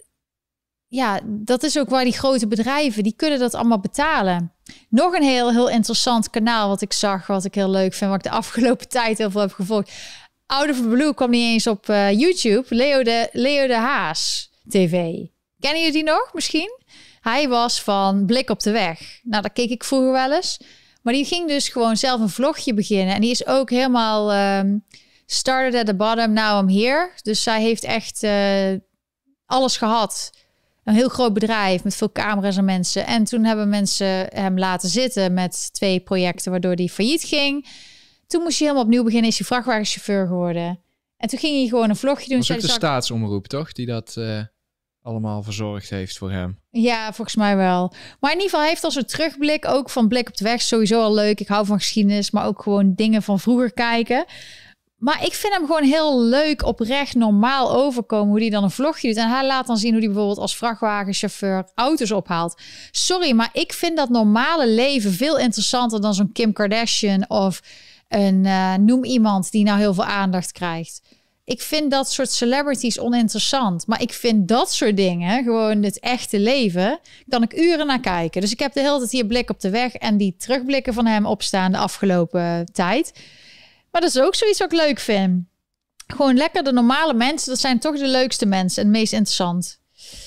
[SPEAKER 1] ja, dat is ook waar die grote bedrijven, die kunnen dat allemaal betalen. Nog een heel, heel interessant kanaal wat ik zag, wat ik heel leuk vind, wat ik de afgelopen tijd heel veel heb gevolgd. Out of the Blue kwam niet eens op uh, YouTube. Leo de, Leo de Haas T V. Kennen jullie die nog misschien? Hij was van Blik op de Weg. Nou, daar keek ik vroeger wel eens. Maar die ging dus gewoon zelf een vlogje beginnen. En die is ook helemaal um, started at the bottom, now I'm here. Dus zij heeft echt uh, alles gehad. Een heel groot bedrijf met veel camera's en mensen. En toen hebben mensen hem laten zitten met twee projecten, waardoor hij failliet ging. Toen moest hij helemaal opnieuw beginnen, is hij vrachtwagenchauffeur geworden. En toen ging hij gewoon een vlogje doen.
[SPEAKER 2] Dat was ook de staatsomroep, toch? Die dat uh, allemaal verzorgd heeft voor hem.
[SPEAKER 1] Ja, volgens mij wel. Maar in ieder geval heeft als een terugblik ook van Blik op de Weg sowieso al leuk. Ik hou van geschiedenis, maar ook gewoon dingen van vroeger kijken. Maar ik vind hem gewoon heel leuk, oprecht, normaal overkomen hoe hij dan een vlogje doet. En hij laat dan zien hoe hij bijvoorbeeld als vrachtwagenchauffeur auto's ophaalt. Sorry, maar ik vind dat normale leven veel interessanter dan zo'n Kim Kardashian of een uh, noem iemand die nou heel veel aandacht krijgt. Ik vind dat soort celebrities oninteressant. Maar ik vind dat soort dingen, gewoon het echte leven, kan ik uren naar kijken. Dus ik heb de hele tijd hier Blik op de Weg en die terugblikken van hem opstaan de afgelopen tijd. Maar dat is ook zoiets wat ik leuk vind. Gewoon lekker de normale mensen. Dat zijn toch de leukste mensen en het meest interessant.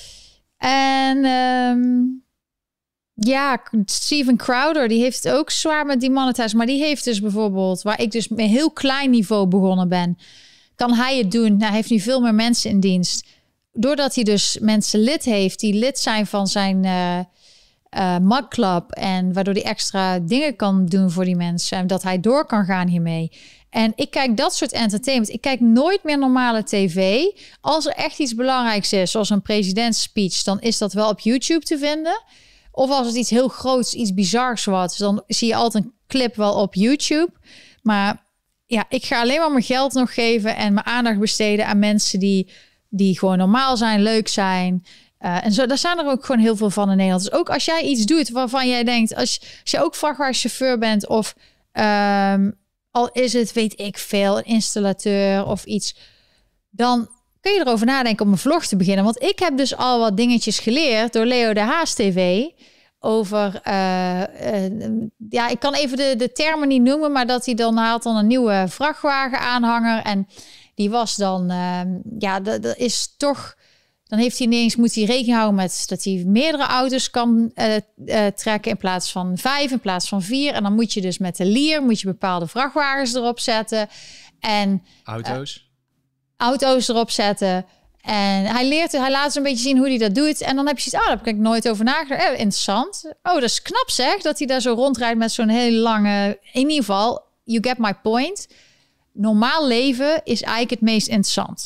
[SPEAKER 1] En um, ja, Steven Crowder, die heeft het ook zwaar met die monetize. Maar die heeft dus bijvoorbeeld, waar ik dus met een heel klein niveau begonnen ben, kan hij het doen. Nou, hij heeft nu veel meer mensen in dienst. Doordat hij dus mensen lid heeft die lid zijn van zijn uh, uh, magclub. En waardoor hij extra dingen kan doen voor die mensen. En dat hij door kan gaan hiermee. En ik kijk dat soort entertainment. Ik kijk nooit meer normale tv. Als er echt iets belangrijks is, zoals een presidentsspeech, dan is dat wel op YouTube te vinden. Of als het iets heel groots, iets bizars was, dan zie je altijd een clip wel op YouTube. Maar ja, ik ga alleen maar mijn geld nog geven en mijn aandacht besteden aan mensen die, die gewoon normaal zijn, leuk zijn. Uh, en zo, daar zijn er ook gewoon heel veel van in Nederland. Dus ook als jij iets doet waarvan jij denkt, als, als je ook vrachtwagenchauffeur bent of um, al is het, weet ik veel, een installateur of iets, dan kun je erover nadenken om een vlog te beginnen. Want ik heb dus al wat dingetjes geleerd door Leo de Haas T V over, uh, uh, ja, ik kan even de, de termen niet noemen, maar dat hij dan haalt dan een nieuwe vrachtwagenaanhanger en die was dan, uh, ja, dat, dat is toch, dan heeft hij ineens, moet hij rekening houden met dat hij meerdere auto's kan uh, uh, trekken in plaats van vijf, in plaats van vier. En dan moet je dus met de lier, moet je bepaalde vrachtwagens erop zetten. En
[SPEAKER 2] auto's.
[SPEAKER 1] Uh, auto's erop zetten. En hij leert, hij laat ze een beetje zien hoe hij dat doet. En dan heb je zoiets, oh, daar heb ik nooit over nagedacht. Eh, interessant. Oh, dat is knap zeg, dat hij daar zo rondrijdt met zo'n hele lange, in ieder geval, you get my point. Normaal leven is eigenlijk het meest interessant.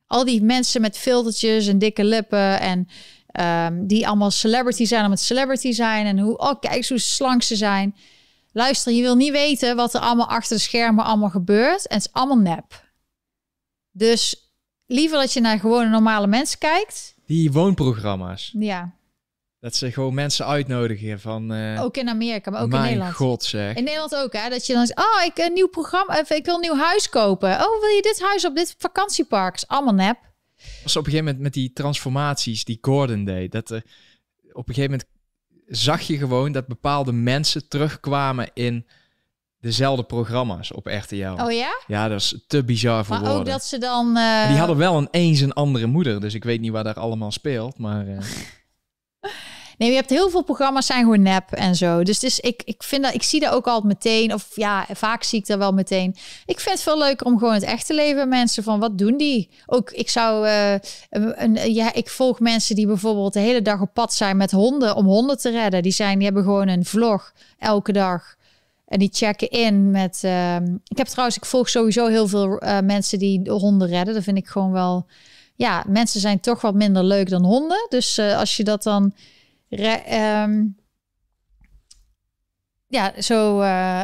[SPEAKER 1] al die mensen met filtertjes en dikke lippen en um, die allemaal celebrity zijn om het celebrity zijn en hoe, oh kijk eens hoe slank ze zijn. Luister, je wil niet weten wat er allemaal achter de schermen allemaal gebeurt en het is allemaal nep. Dus liever dat je naar gewone normale mensen kijkt.
[SPEAKER 2] Die woonprogramma's.
[SPEAKER 1] Ja.
[SPEAKER 2] Dat ze gewoon mensen uitnodigen van... Uh,
[SPEAKER 1] ook in Amerika, maar ook
[SPEAKER 2] mijn
[SPEAKER 1] in Nederland.
[SPEAKER 2] God zeg.
[SPEAKER 1] In Nederland ook, hè. Dat je dan zegt, oh, ik een nieuw programma, ik wil een nieuw huis kopen. Oh, wil je dit huis op dit vakantiepark? Is allemaal nep.
[SPEAKER 2] Was op een gegeven moment met die transformaties die Gordon deed. Dat er op een gegeven moment zag je gewoon dat bepaalde mensen terugkwamen in dezelfde programma's op R T L.
[SPEAKER 1] Oh ja?
[SPEAKER 2] Ja, dat is te bizar voor
[SPEAKER 1] maar
[SPEAKER 2] woorden.
[SPEAKER 1] ook dat ze dan... Uh...
[SPEAKER 2] Die hadden wel een eens een andere moeder, dus ik weet niet waar daar allemaal speelt, maar... Uh...
[SPEAKER 1] Nee, je hebt heel veel programma's zijn gewoon nep en zo. Dus, dus ik, ik vind dat, ik zie dat ook altijd meteen. Of ja, vaak zie ik dat wel meteen. Ik vind het veel leuker om gewoon het echte leven mensen van wat doen die? Ook ik zou, uh, een, ja, ik volg mensen die bijvoorbeeld de hele dag op pad zijn met honden om honden te redden. Die zijn, die hebben gewoon een vlog elke dag. En die checken in met... Uh, ik heb trouwens, ik volg sowieso heel veel uh, mensen die de honden redden. Dat vind ik gewoon wel... Ja, mensen zijn toch wat minder leuk dan honden. Dus uh, als je dat dan... Re, um, ja, zo... Uh,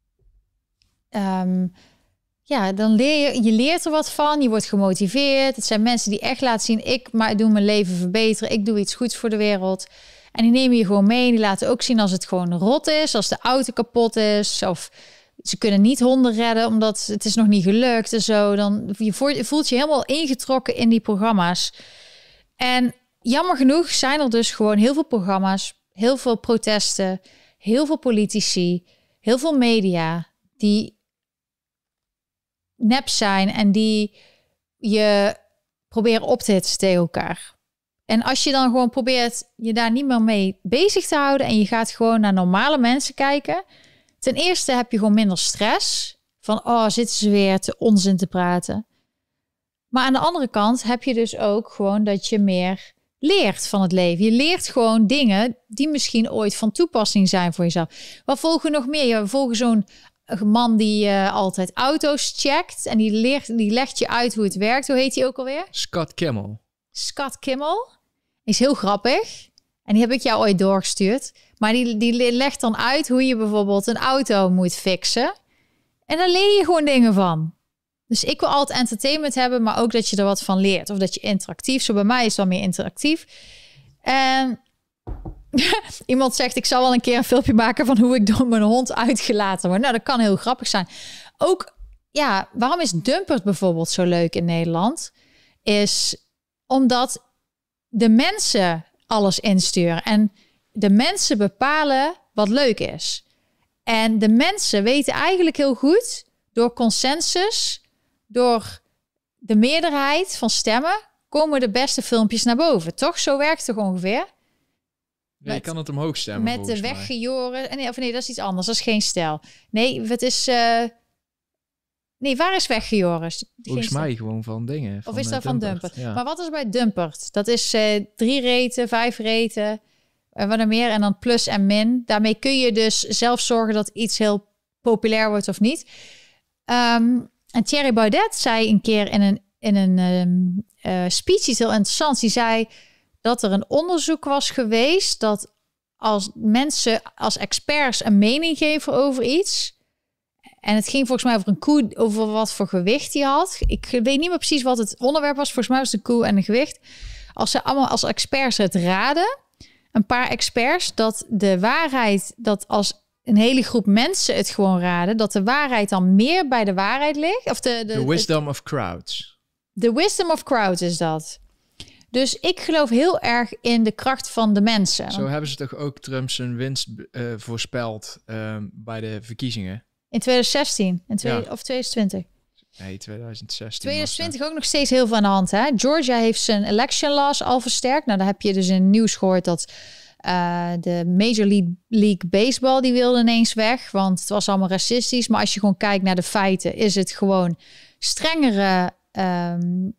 [SPEAKER 1] um, ja, dan leer je... Je leert er wat van. Je wordt gemotiveerd. Het zijn mensen die echt laten zien... Ik maar doe mijn leven verbeteren. Ik doe iets goeds voor de wereld. En die nemen je gewoon mee. Die laten ook zien als het gewoon rot is. Als de auto kapot is. Of ze kunnen niet honden redden. Omdat het is nog niet gelukt en zo. Dan je voelt je helemaal ingetrokken in die programma's. En jammer genoeg zijn er dus gewoon heel veel programma's. Heel veel protesten. Heel veel politici. Heel veel media. Die nep zijn. En die je proberen op te hitsen tegen elkaar. En als je dan gewoon probeert je daar niet meer mee bezig te houden... en je gaat gewoon naar normale mensen kijken... ten eerste heb je gewoon minder stress. Van, oh, zitten ze weer te onzin te praten. Maar aan de andere kant heb je dus ook gewoon dat je meer leert van het leven. Je leert gewoon dingen die misschien ooit van toepassing zijn voor jezelf. Wat volgen we nog meer? Je volgen zo'n man die uh, altijd auto's checkt... en die, leert, die legt je uit hoe het werkt. Hoe heet hij ook alweer?
[SPEAKER 2] Scott Kimmel.
[SPEAKER 1] Scott Kimmel. Is heel grappig. En die heb ik jou ooit doorgestuurd. Maar die, die legt dan uit hoe je bijvoorbeeld een auto moet fixen. En daar leer je gewoon dingen van. Dus ik wil altijd entertainment hebben, maar ook dat je er wat van leert. Of dat je interactief, zo bij mij is het dan meer interactief. En iemand zegt, ik zal wel een keer een filmpje maken van hoe ik door mijn hond uitgelaten word. Nou, dat kan heel grappig zijn. Ook, ja, waarom is Dumpert bijvoorbeeld zo leuk in Nederland? Is omdat de mensen alles insturen. En de mensen bepalen wat leuk is. En de mensen weten eigenlijk heel goed... door consensus, door de meerderheid van stemmen... komen de beste filmpjes naar boven. Toch? Zo werkt het ongeveer.
[SPEAKER 2] Nee, je kan het omhoog stemmen.
[SPEAKER 1] Met de weggejoren... Nee, of nee, dat is iets anders. Dat is geen stijl. Nee, het is... Uh... Nee, waar is Weggejoris?
[SPEAKER 2] Volgens mij gewoon van dingen.
[SPEAKER 1] Of is dat
[SPEAKER 2] uh,
[SPEAKER 1] van
[SPEAKER 2] Dumpert?
[SPEAKER 1] Dumpert?
[SPEAKER 2] Ja.
[SPEAKER 1] Maar wat is bij Dumpert? Dat is uh, drie reten, vijf reten, uh, wat er meer. En dan plus en min. Daarmee kun je dus zelf zorgen dat iets heel populair wordt of niet. Um, en Thierry Baudet zei een keer in een, in een um, uh, speech iets heel interessants. Die zei dat er een onderzoek was geweest... dat als mensen als experts een mening geven over iets... En het ging volgens mij over een koe, over wat voor gewicht die had. Ik weet niet meer precies wat het onderwerp was. Volgens mij was het een koe en een gewicht. Als ze allemaal als experts het raden, een paar experts, dat de waarheid, dat als een hele groep mensen het gewoon raden, dat de waarheid dan meer bij de waarheid ligt. Of de, de,
[SPEAKER 2] The wisdom of crowds.
[SPEAKER 1] The wisdom of crowds is dat. Dus ik geloof heel erg in de kracht van de mensen.
[SPEAKER 2] Zo hebben ze toch ook Trump zijn winst uh, voorspeld uh, bij de verkiezingen?
[SPEAKER 1] In twintig zestien in twee,
[SPEAKER 2] ja.
[SPEAKER 1] of twintig twintig?
[SPEAKER 2] Nee, twintig zestien.
[SPEAKER 1] twintig twintig ook nog steeds heel veel aan de hand. Hè? Georgia heeft zijn election laws al versterkt. Nou, daar heb je dus in het nieuws gehoord dat uh, de Major League, League Baseball, die wilde ineens weg. Want het was allemaal racistisch. Maar als je gewoon kijkt naar de feiten, is het gewoon strengere um,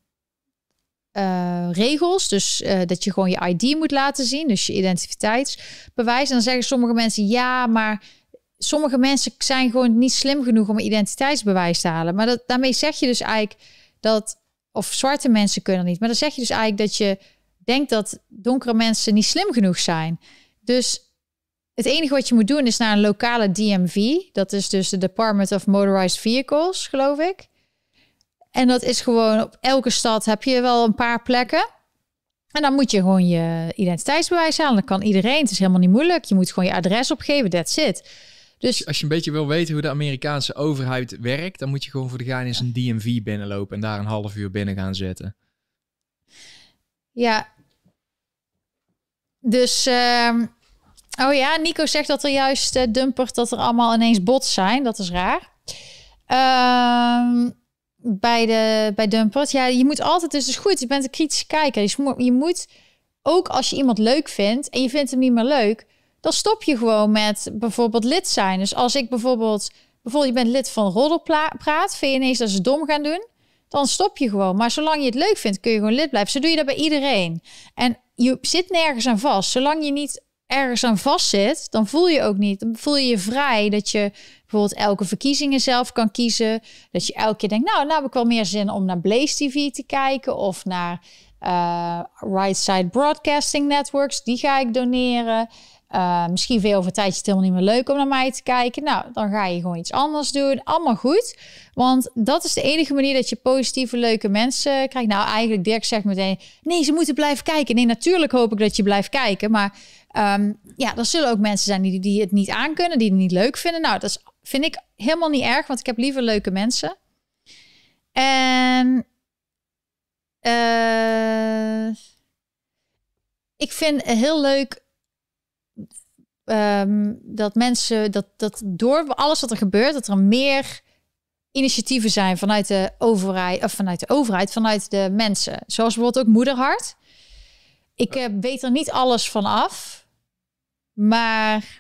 [SPEAKER 1] uh, regels. Dus uh, dat je gewoon je I D moet laten zien. Dus je identiteitsbewijs. En dan zeggen sommige mensen, ja, maar sommige mensen zijn gewoon niet slim genoeg om een identiteitsbewijs te halen. Maar dat, daarmee zeg je dus eigenlijk dat of zwarte mensen kunnen niet. Maar dan zeg je dus eigenlijk dat je denkt dat donkere mensen niet slim genoeg zijn. Dus het enige wat je moet doen is naar een lokale D M V. Dat is dus de Department of Motorized Vehicles, geloof ik. En dat is gewoon op elke stad heb je wel een paar plekken. En dan moet je gewoon je identiteitsbewijs halen. Dan kan iedereen. Het is helemaal niet moeilijk. Je moet gewoon je adres opgeven. That's it. Dus
[SPEAKER 2] als je een beetje wil weten hoe de Amerikaanse overheid werkt, dan moet je gewoon voor de gein eens een D M V binnenlopen en daar een half uur binnen gaan zitten.
[SPEAKER 1] Ja. Dus, uh, oh ja, Nico zegt dat er juist uh, dumpert dat er allemaal ineens bots zijn. Dat is raar. Uh, bij de bij dumpert. Ja, je moet altijd, dus het is goed. Je bent een kritische kijker. Dus je moet ook als je iemand leuk vindt en je vindt hem niet meer leuk, dan stop je gewoon met bijvoorbeeld lid zijn. Dus als ik bijvoorbeeld... Bijvoorbeeld, je bent lid van Roddelpraat. Vind je ineens dat ze dom gaan doen? Dan stop je gewoon. Maar zolang je het leuk vindt, kun je gewoon lid blijven. Zo doe je dat bij iedereen. En je zit nergens aan vast. Zolang je niet ergens aan vast zit, dan voel je ook niet. Dan voel je je vrij dat je bijvoorbeeld elke verkiezingen zelf kan kiezen. Dat je elke keer denkt, nou, nou heb ik wel meer zin om naar Blaze T V te kijken. Of naar uh, Right Side Broadcasting Networks. Die ga ik doneren. Uh, misschien veel over een tijdje het helemaal niet meer leuk om naar mij te kijken. Nou, dan ga je gewoon iets anders doen. Allemaal goed. Want dat is de enige manier dat je positieve, leuke mensen krijgt. Nou, eigenlijk Dirk zegt meteen, nee, ze moeten blijven kijken. Nee, natuurlijk hoop ik dat je blijft kijken. Maar um, ja, er zullen ook mensen zijn die, die het niet aankunnen, die het niet leuk vinden. Nou, dat is, vind ik helemaal niet erg, want ik heb liever leuke mensen. En uh, ik vind heel leuk Um, dat mensen, dat, dat door alles wat er gebeurt, dat er meer initiatieven zijn vanuit de overheid, of vanuit de overheid, vanuit de mensen. Zoals bijvoorbeeld ook Moederhart. Ik uh, weet er niet alles van af, maar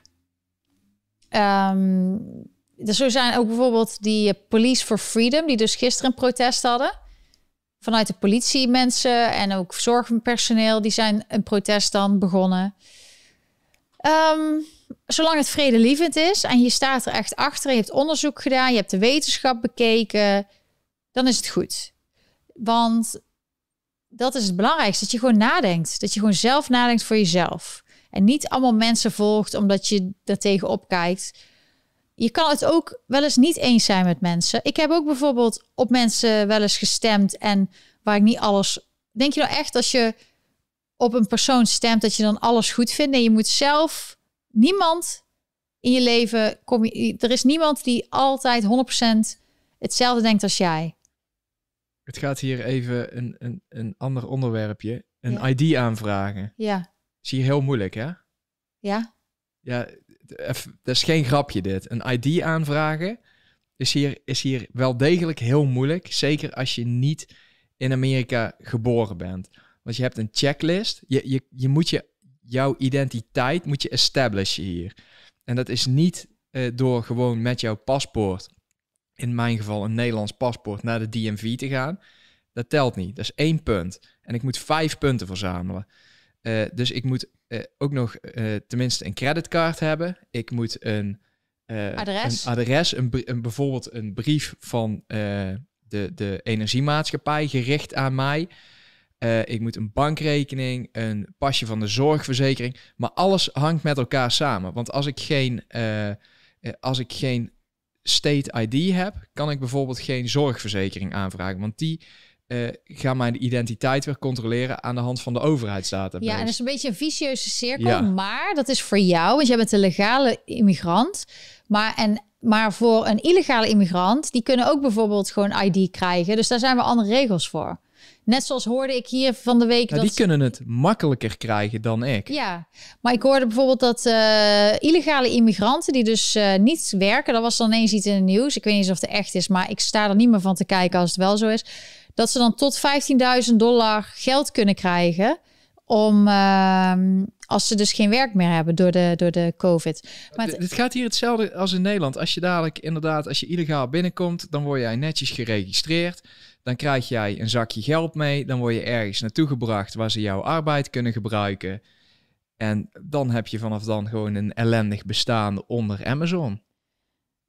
[SPEAKER 1] um, er zo zijn ook bijvoorbeeld die uh, Police for Freedom, die dus gisteren een protest hadden. Vanuit de politiemensen en ook zorgpersoneel, die zijn een protest dan begonnen. Um, zolang het vredelievend is en je staat er echt achter, je hebt onderzoek gedaan, je hebt de wetenschap bekeken, dan is het goed. Want dat is het belangrijkste, dat je gewoon nadenkt. Dat je gewoon zelf nadenkt voor jezelf. En niet allemaal mensen volgt omdat je er tegenop kijkt. Je kan het ook wel eens niet eens zijn met mensen. Ik heb ook bijvoorbeeld op mensen wel eens gestemd en waar ik niet alles... Denk je nou echt als je op een persoon stemt dat je dan alles goed vindt? Nee, je moet zelf... Niemand in je leven... Kom je, er is niemand die altijd honderd procent hetzelfde denkt als jij.
[SPEAKER 2] Het gaat hier even een, een, een ander onderwerpje. Een
[SPEAKER 1] Ja.
[SPEAKER 2] I D aanvragen.
[SPEAKER 1] Ja.
[SPEAKER 2] Is hier heel moeilijk, hè?
[SPEAKER 1] Ja.
[SPEAKER 2] Ja, even, dat is geen grapje dit. Een I D aanvragen is hier, is hier wel degelijk heel moeilijk. Zeker als je niet in Amerika geboren bent. Want je hebt een checklist. Je, je, je moet je, jouw identiteit moet je establishen hier. En dat is niet uh, door gewoon met jouw paspoort, in mijn geval een Nederlands paspoort, naar de D M V te gaan. Dat telt niet. Dat is één punt. En ik moet vijf punten verzamelen. Uh, dus ik moet uh, ook nog uh, tenminste een creditcard hebben. Ik moet een uh,
[SPEAKER 1] Adres.
[SPEAKER 2] een adres, een, een, bijvoorbeeld een brief van uh, de, de energiemaatschappij gericht aan mij. Uh, ik moet een bankrekening, een pasje van de zorgverzekering. Maar alles hangt met elkaar samen. Want als ik geen, uh, als ik geen state I D heb, kan ik bijvoorbeeld geen zorgverzekering aanvragen. Want die uh, gaan mijn identiteit weer controleren aan de hand van de overheidsdatabase.
[SPEAKER 1] Ja, en dat is een beetje een vicieuze cirkel.
[SPEAKER 2] Ja.
[SPEAKER 1] Maar dat is voor jou, want jij bent een legale immigrant. Maar, en, maar voor een illegale immigrant, die kunnen ook bijvoorbeeld gewoon I D krijgen. Dus daar zijn we andere regels voor. Net zoals hoorde ik hier van de week...
[SPEAKER 2] Nou,
[SPEAKER 1] dat...
[SPEAKER 2] die kunnen het makkelijker krijgen dan ik.
[SPEAKER 1] Ja, maar ik hoorde bijvoorbeeld dat uh, illegale immigranten die dus uh, niet werken... dat was dan ineens iets in het nieuws. Ik weet niet eens of het echt is, maar ik sta er niet meer van te kijken als het wel zo is. Dat ze dan tot vijftienduizend dollar geld kunnen krijgen... om uh, als ze dus geen werk meer hebben door de, door de COVID. Maar het...
[SPEAKER 2] Dit gaat hier hetzelfde als in Nederland. Als je dadelijk inderdaad, als je illegaal binnenkomt... dan word jij netjes geregistreerd... Dan krijg jij een zakje geld mee. Dan word je ergens naartoe gebracht waar ze jouw arbeid kunnen gebruiken. En dan heb je vanaf dan gewoon een ellendig bestaan onder Amazon.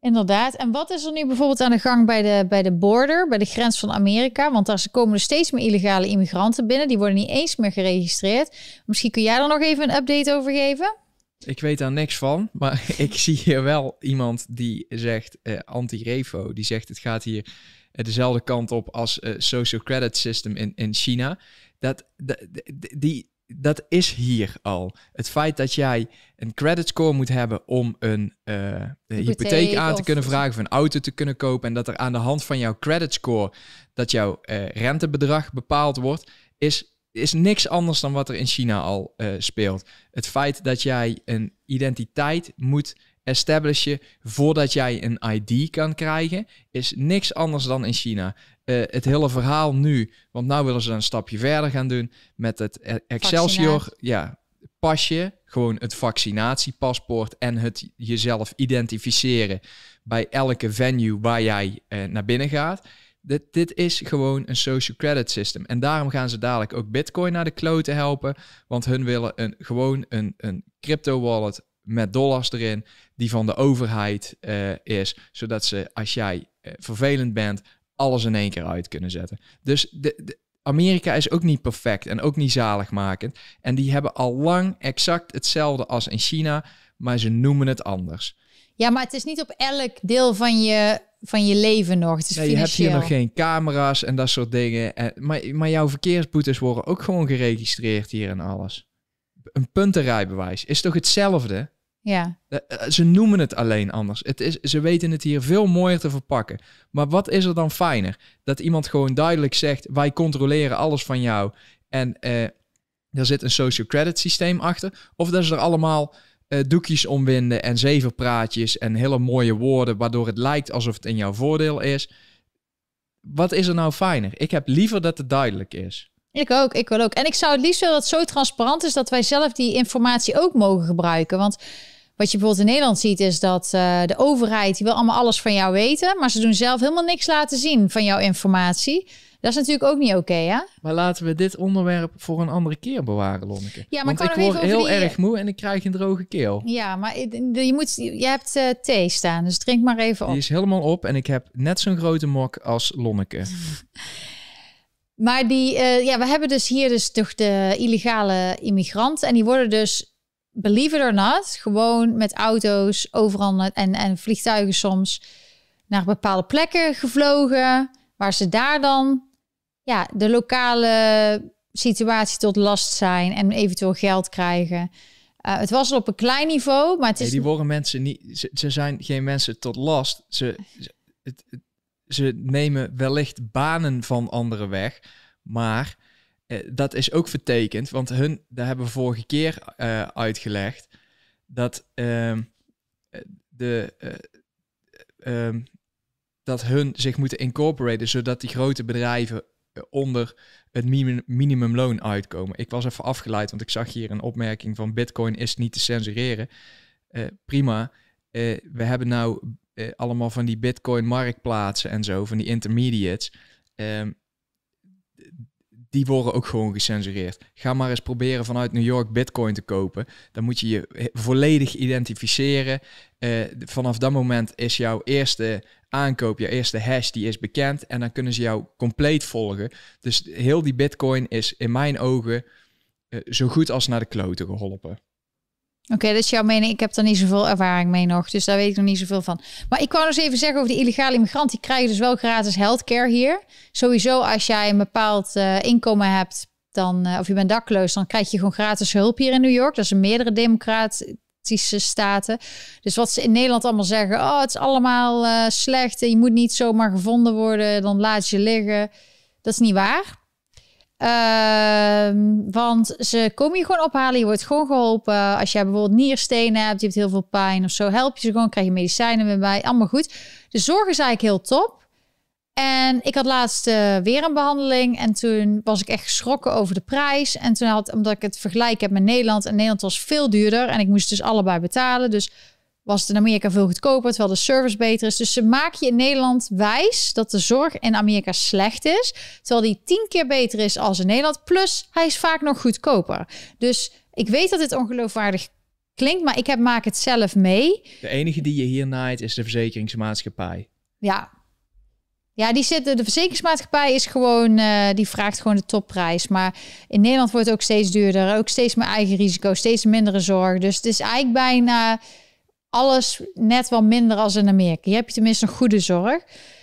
[SPEAKER 1] Inderdaad. En wat is er nu bijvoorbeeld aan de gang bij de, bij de border, bij de grens van Amerika? Want daar komen er steeds meer illegale immigranten binnen. Die worden niet eens meer geregistreerd. Misschien kun jij er nog even een update over geven?
[SPEAKER 2] Ik weet daar niks van, maar ik zie hier wel iemand die zegt, uh, anti-refo, die zegt het gaat hier uh, dezelfde kant op als uh, social credit system in, in China. Dat, de, de, die, dat is hier al. Het feit dat jij een credit score moet hebben om een uh, hypotheek, hypotheek aan te of... kunnen vragen of een auto te kunnen kopen en dat er aan de hand van jouw credit score dat jouw uh, rentebedrag bepaald wordt, is is niks anders dan wat er in China al uh, speelt. Het feit dat jij een identiteit moet establishen voordat jij een I D kan krijgen, is niks anders dan in China. Uh, het hele verhaal nu, want nu willen ze een stapje verder gaan doen met het Excelsior ja, pasje, gewoon het vaccinatiepaspoort en het jezelf identificeren bij elke venue waar jij uh, naar binnen gaat. Dit, dit is gewoon een social credit system. En daarom gaan ze dadelijk ook Bitcoin naar de kloten helpen. Want hun willen een, gewoon een, een crypto wallet met dollars erin die van de overheid uh, is. Zodat ze, als jij uh, vervelend bent, alles in één keer uit kunnen zetten. Dus de, de, Amerika is ook niet perfect en ook niet zaligmakend. En die hebben al lang exact hetzelfde als in China, maar ze noemen het anders.
[SPEAKER 1] Ja, maar het is niet op elk deel van je, van je leven nog. Het is
[SPEAKER 2] nee, je hebt hier nog geen camera's en dat soort dingen. En, maar, maar jouw verkeersboetes worden ook gewoon geregistreerd hier en alles. Een puntenrijbewijs is toch hetzelfde?
[SPEAKER 1] Ja.
[SPEAKER 2] Ze noemen het alleen anders. Het is, ze weten het hier veel mooier te verpakken. Maar wat is er dan fijner? Dat iemand gewoon duidelijk zegt, wij controleren alles van jou. En uh, er zit een social credit systeem achter. Of dat ze er allemaal uh, doekjes omwinden en zeverpraatjes en hele mooie woorden, waardoor het lijkt alsof het in jouw voordeel is. Wat is er nou fijner? Ik heb liever dat het duidelijk is.
[SPEAKER 1] Ik ook, ik wil ook. En ik zou het liefst willen dat het zo transparant is dat wij zelf die informatie ook mogen gebruiken. Want wat je bijvoorbeeld in Nederland ziet is dat uh, de overheid, die wil allemaal alles van jou weten, maar ze doen zelf helemaal niks laten zien van jouw informatie. Dat is natuurlijk ook niet oké, okay, hè?
[SPEAKER 2] Maar laten we dit onderwerp voor een andere keer bewaren, Lonneke.
[SPEAKER 1] Ja, maar
[SPEAKER 2] Want ik, ik word heel die... erg moe en ik krijg een droge keel.
[SPEAKER 1] Ja, maar je, moet, je hebt uh, thee staan, dus drink maar even op.
[SPEAKER 2] Die is helemaal op en ik heb net zo'n grote mok als Lonneke.
[SPEAKER 1] Maar die, uh, ja, we hebben dus hier dus toch de illegale immigranten en die worden dus, believe it or not, gewoon met auto's overal en, en vliegtuigen soms naar bepaalde plekken gevlogen, waar ze daar dan ja, de lokale situatie tot last zijn en eventueel geld krijgen. Uh, het was al op een klein niveau, maar het is...
[SPEAKER 2] Nee, die worden mensen niet... Ze, ze zijn geen mensen tot last. Ze, ze, het, het, ze nemen wellicht banen van anderen weg, maar eh, dat is ook vertekend, want hun, daar hebben we vorige keer uh, uitgelegd, dat uh, de... Uh, uh, dat hun zich moeten incorporaten, zodat die grote bedrijven onder het minimumloon uitkomen. Ik was even afgeleid, want ik zag hier een opmerking van Bitcoin is niet te censureren. Uh, prima. Uh, we hebben nou uh, allemaal van die Bitcoin marktplaatsen en zo, van die intermediates. Uh, die worden ook gewoon gecensureerd. Ga maar eens proberen vanuit New York Bitcoin te kopen. Dan moet je je volledig identificeren. Uh, vanaf dat moment is jouw eerste aankoop, jouw eerste hash, die is bekend. En dan kunnen ze jou compleet volgen. Dus heel die Bitcoin is in mijn ogen uh, zo goed als naar de kloten geholpen.
[SPEAKER 1] Oké, okay, dat is jouw mening. Ik heb er niet zoveel ervaring mee nog, dus daar weet ik nog niet zoveel van. Maar ik wou nog eens even zeggen over de illegale immigranten. Die krijgen dus wel gratis healthcare hier. Sowieso als jij een bepaald uh, inkomen hebt, dan, uh, of je bent dakloos, dan krijg je gewoon gratis hulp hier in New York. Dat is in meerdere democratische staten. Dus wat ze in Nederland allemaal zeggen, oh, het is allemaal uh, slecht en je moet niet zomaar gevonden worden, dan laat je liggen. Dat is niet waar. Uh, want ze komen je gewoon ophalen, je wordt gewoon geholpen. Als jij bijvoorbeeld nierstenen hebt, je hebt heel veel pijn of zo, help je ze gewoon, krijg je medicijnen weer bij, allemaal goed. De zorg is eigenlijk heel top. En ik had laatst uh, weer een behandeling en toen was ik echt geschrokken over de prijs. En toen had, omdat ik het vergelijk heb met Nederland, en Nederland was veel duurder en ik moest dus allebei betalen. Dus was het in Amerika veel goedkoper, terwijl de service beter is. Dus ze maken je in Nederland wijs dat de zorg in Amerika slecht is, terwijl die tien keer beter is als in Nederland. Plus, hij is vaak nog goedkoper. Dus ik weet dat dit ongeloofwaardig klinkt, maar ik heb, maak het zelf mee.
[SPEAKER 2] De enige die je hier naait is de verzekeringsmaatschappij.
[SPEAKER 1] Ja. Ja, die zitten, de verzekeringsmaatschappij is gewoon, uh, die vraagt gewoon de topprijs. Maar in Nederland wordt het ook steeds duurder. Ook steeds meer eigen risico, steeds mindere zorg. Dus het is eigenlijk bijna alles net wel minder als in Amerika. Je hebt tenminste nog goede zorg.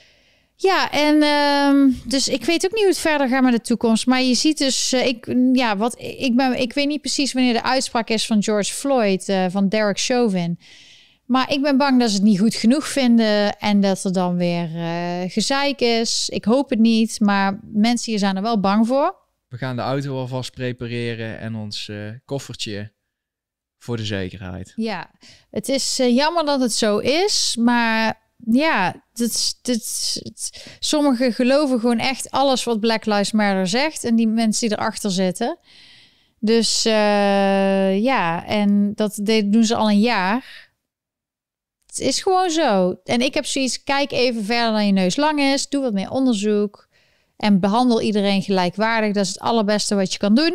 [SPEAKER 1] Ja, en uh, dus ik weet ook niet hoe het verder gaat met de toekomst. Maar je ziet dus, uh, ik, ja, wat, ik, ben, ik weet niet precies wanneer de uitspraak is van George Floyd, uh, van Derek Chauvin. Maar ik ben bang dat ze het niet goed genoeg vinden en dat er dan weer uh, gezeik is. Ik hoop het niet, maar mensen hier zijn er wel bang voor.
[SPEAKER 2] We gaan de auto alvast prepareren en ons uh, koffertje voor de zekerheid.
[SPEAKER 1] Ja, het is uh, jammer dat het zo is, maar ja, dit, dit, dit, sommigen geloven gewoon echt alles wat Black Lives Matter zegt en die mensen die erachter zitten. Dus uh, ja, en dat doen ze al een jaar. Het is gewoon zo. En ik heb zoiets, kijk even verder dan je neus lang is. Doe wat meer onderzoek. En behandel iedereen gelijkwaardig. Dat is het allerbeste wat je kan doen.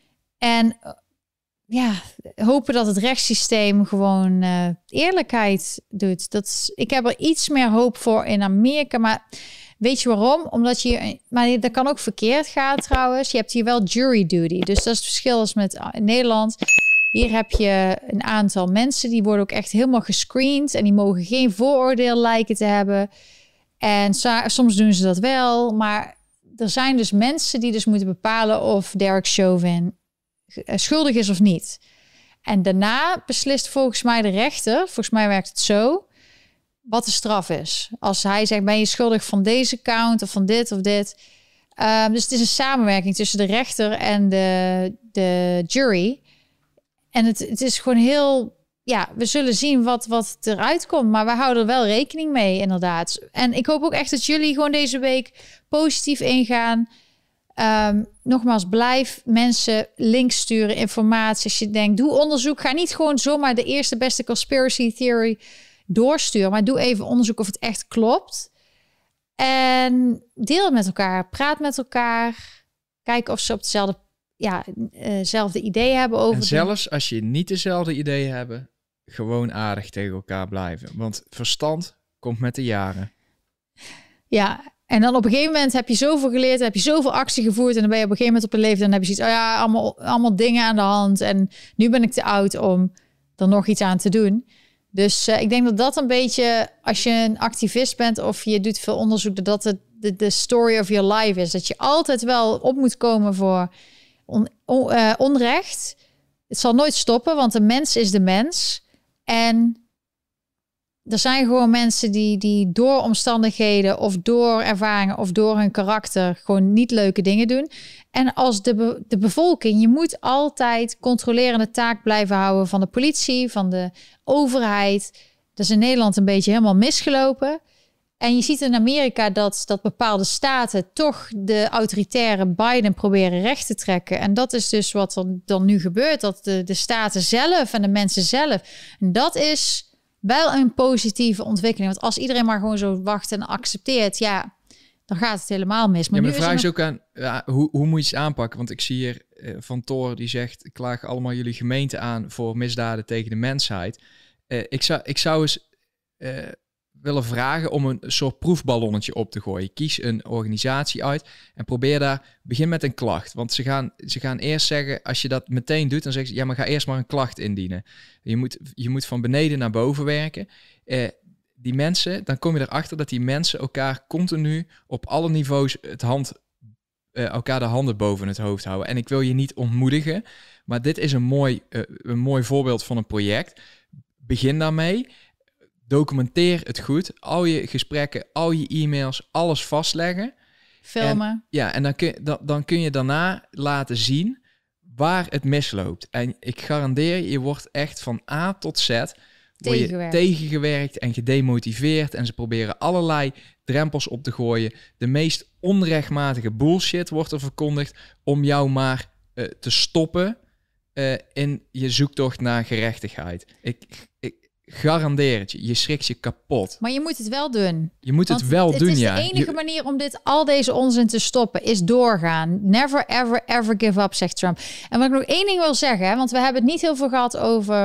[SPEAKER 1] En ja, hopen dat het rechtssysteem gewoon uh, eerlijkheid doet. Dat is, ik heb er iets meer hoop voor in Amerika. Maar weet je waarom? Omdat je... Maar dat kan ook verkeerd gaan trouwens. Je hebt hier wel jury duty. Dus dat is het verschil als met in Nederland. Hier heb je een aantal mensen die worden ook echt helemaal gescreend en die mogen geen vooroordeel lijken te hebben. En soms doen ze dat wel, maar er zijn dus mensen die dus moeten bepalen of Derek Chauvin schuldig is of niet. En daarna beslist volgens mij de rechter, volgens mij werkt het zo, wat de straf is. Als hij zegt, ben je schuldig van deze count of van dit of dit. Uh, dus het is een samenwerking tussen de rechter en de, de jury. En het, het is gewoon heel... Ja, we zullen zien wat, wat eruit komt. Maar we houden er wel rekening mee, inderdaad. En ik hoop ook echt dat jullie gewoon deze week positief ingaan. Um, nogmaals, blijf mensen links sturen, informatie. Als je denkt, doe onderzoek. Ga niet gewoon zomaar de eerste beste conspiracy theory doorsturen. Maar doe even onderzoek of het echt klopt. En deel het met elkaar. Praat met elkaar. Kijk of ze op hetzelfde ja, hetzelfde uh, ideeën hebben over...
[SPEAKER 2] En zelfs als je niet dezelfde ideeën hebben, gewoon aardig tegen elkaar blijven. Want verstand komt met de jaren.
[SPEAKER 1] Ja, en dan op een gegeven moment heb je zoveel geleerd, heb je zoveel actie gevoerd en dan ben je op een gegeven moment op een leeftijd en dan heb je zoiets, oh ja, allemaal, allemaal dingen aan de hand en nu ben ik te oud om er nog iets aan te doen. Dus uh, ik denk dat dat een beetje, als je een activist bent of je doet veel onderzoek, dat dat de, de, de story of your life is. Dat je altijd wel op moet komen voor on, on, uh, onrecht. Het zal nooit stoppen, want de mens is de mens. En er zijn gewoon mensen die, die door omstandigheden of door ervaringen of door hun karakter gewoon niet leuke dingen doen. En als de, be, de bevolking, je moet altijd controlerende taak blijven houden van de politie, van de overheid. Dat is in Nederland een beetje helemaal misgelopen. En je ziet in Amerika dat, dat bepaalde staten toch de autoritaire Biden proberen recht te trekken. En dat is dus wat er dan nu gebeurt. Dat de, de staten zelf en de mensen zelf. En dat is wel een positieve ontwikkeling. Want als iedereen maar gewoon zo wacht en accepteert, ja, dan gaat het helemaal mis. Maar
[SPEAKER 2] ja,
[SPEAKER 1] nu
[SPEAKER 2] maar de vraag is,
[SPEAKER 1] is
[SPEAKER 2] nog... ook aan, ja, hoe, hoe moet je het aanpakken? Want ik zie hier uh, Van Tor, die zegt, ik klaag allemaal jullie gemeente aan voor misdaden tegen de mensheid. Uh, ik, zou, ik zou eens uh, willen vragen om een soort proefballonnetje op te gooien. Kies een organisatie uit en probeer daar, begin met een klacht. Want ze gaan, ze gaan eerst zeggen, als je dat meteen doet, dan zeggen ze, ja, maar ga eerst maar een klacht indienen. Je moet, je moet van beneden naar boven werken. Uh, die mensen, dan kom je erachter dat die mensen elkaar continu op alle niveaus het hand, uh, elkaar de handen boven het hoofd houden. En ik wil je niet ontmoedigen, maar dit is een mooi, uh, een mooi voorbeeld van een project. Begin daarmee. Documenteer het goed. Al je gesprekken, al je e-mails, alles vastleggen.
[SPEAKER 1] Filmen.
[SPEAKER 2] En, ja, en dan kun, dan, dan kun je daarna laten zien waar het misloopt. En ik garandeer je, je wordt echt van A tot Z word je tegengewerkt. tegengewerkt en gedemotiveerd. En ze proberen allerlei drempels op te gooien. De meest onrechtmatige bullshit wordt er verkondigd om jou maar uh, te stoppen uh, in je zoektocht naar gerechtigheid. Ik, ik garandeer het je. Je schrikt je kapot.
[SPEAKER 1] Maar je moet het wel doen.
[SPEAKER 2] Je moet Want het wel
[SPEAKER 1] het
[SPEAKER 2] doen,
[SPEAKER 1] is
[SPEAKER 2] ja.
[SPEAKER 1] De enige
[SPEAKER 2] je...
[SPEAKER 1] manier om dit, al deze onzin te stoppen is doorgaan. Never, ever, ever give up, zegt Trump. En wat ik nog één ding wil zeggen, want we hebben het niet heel veel gehad over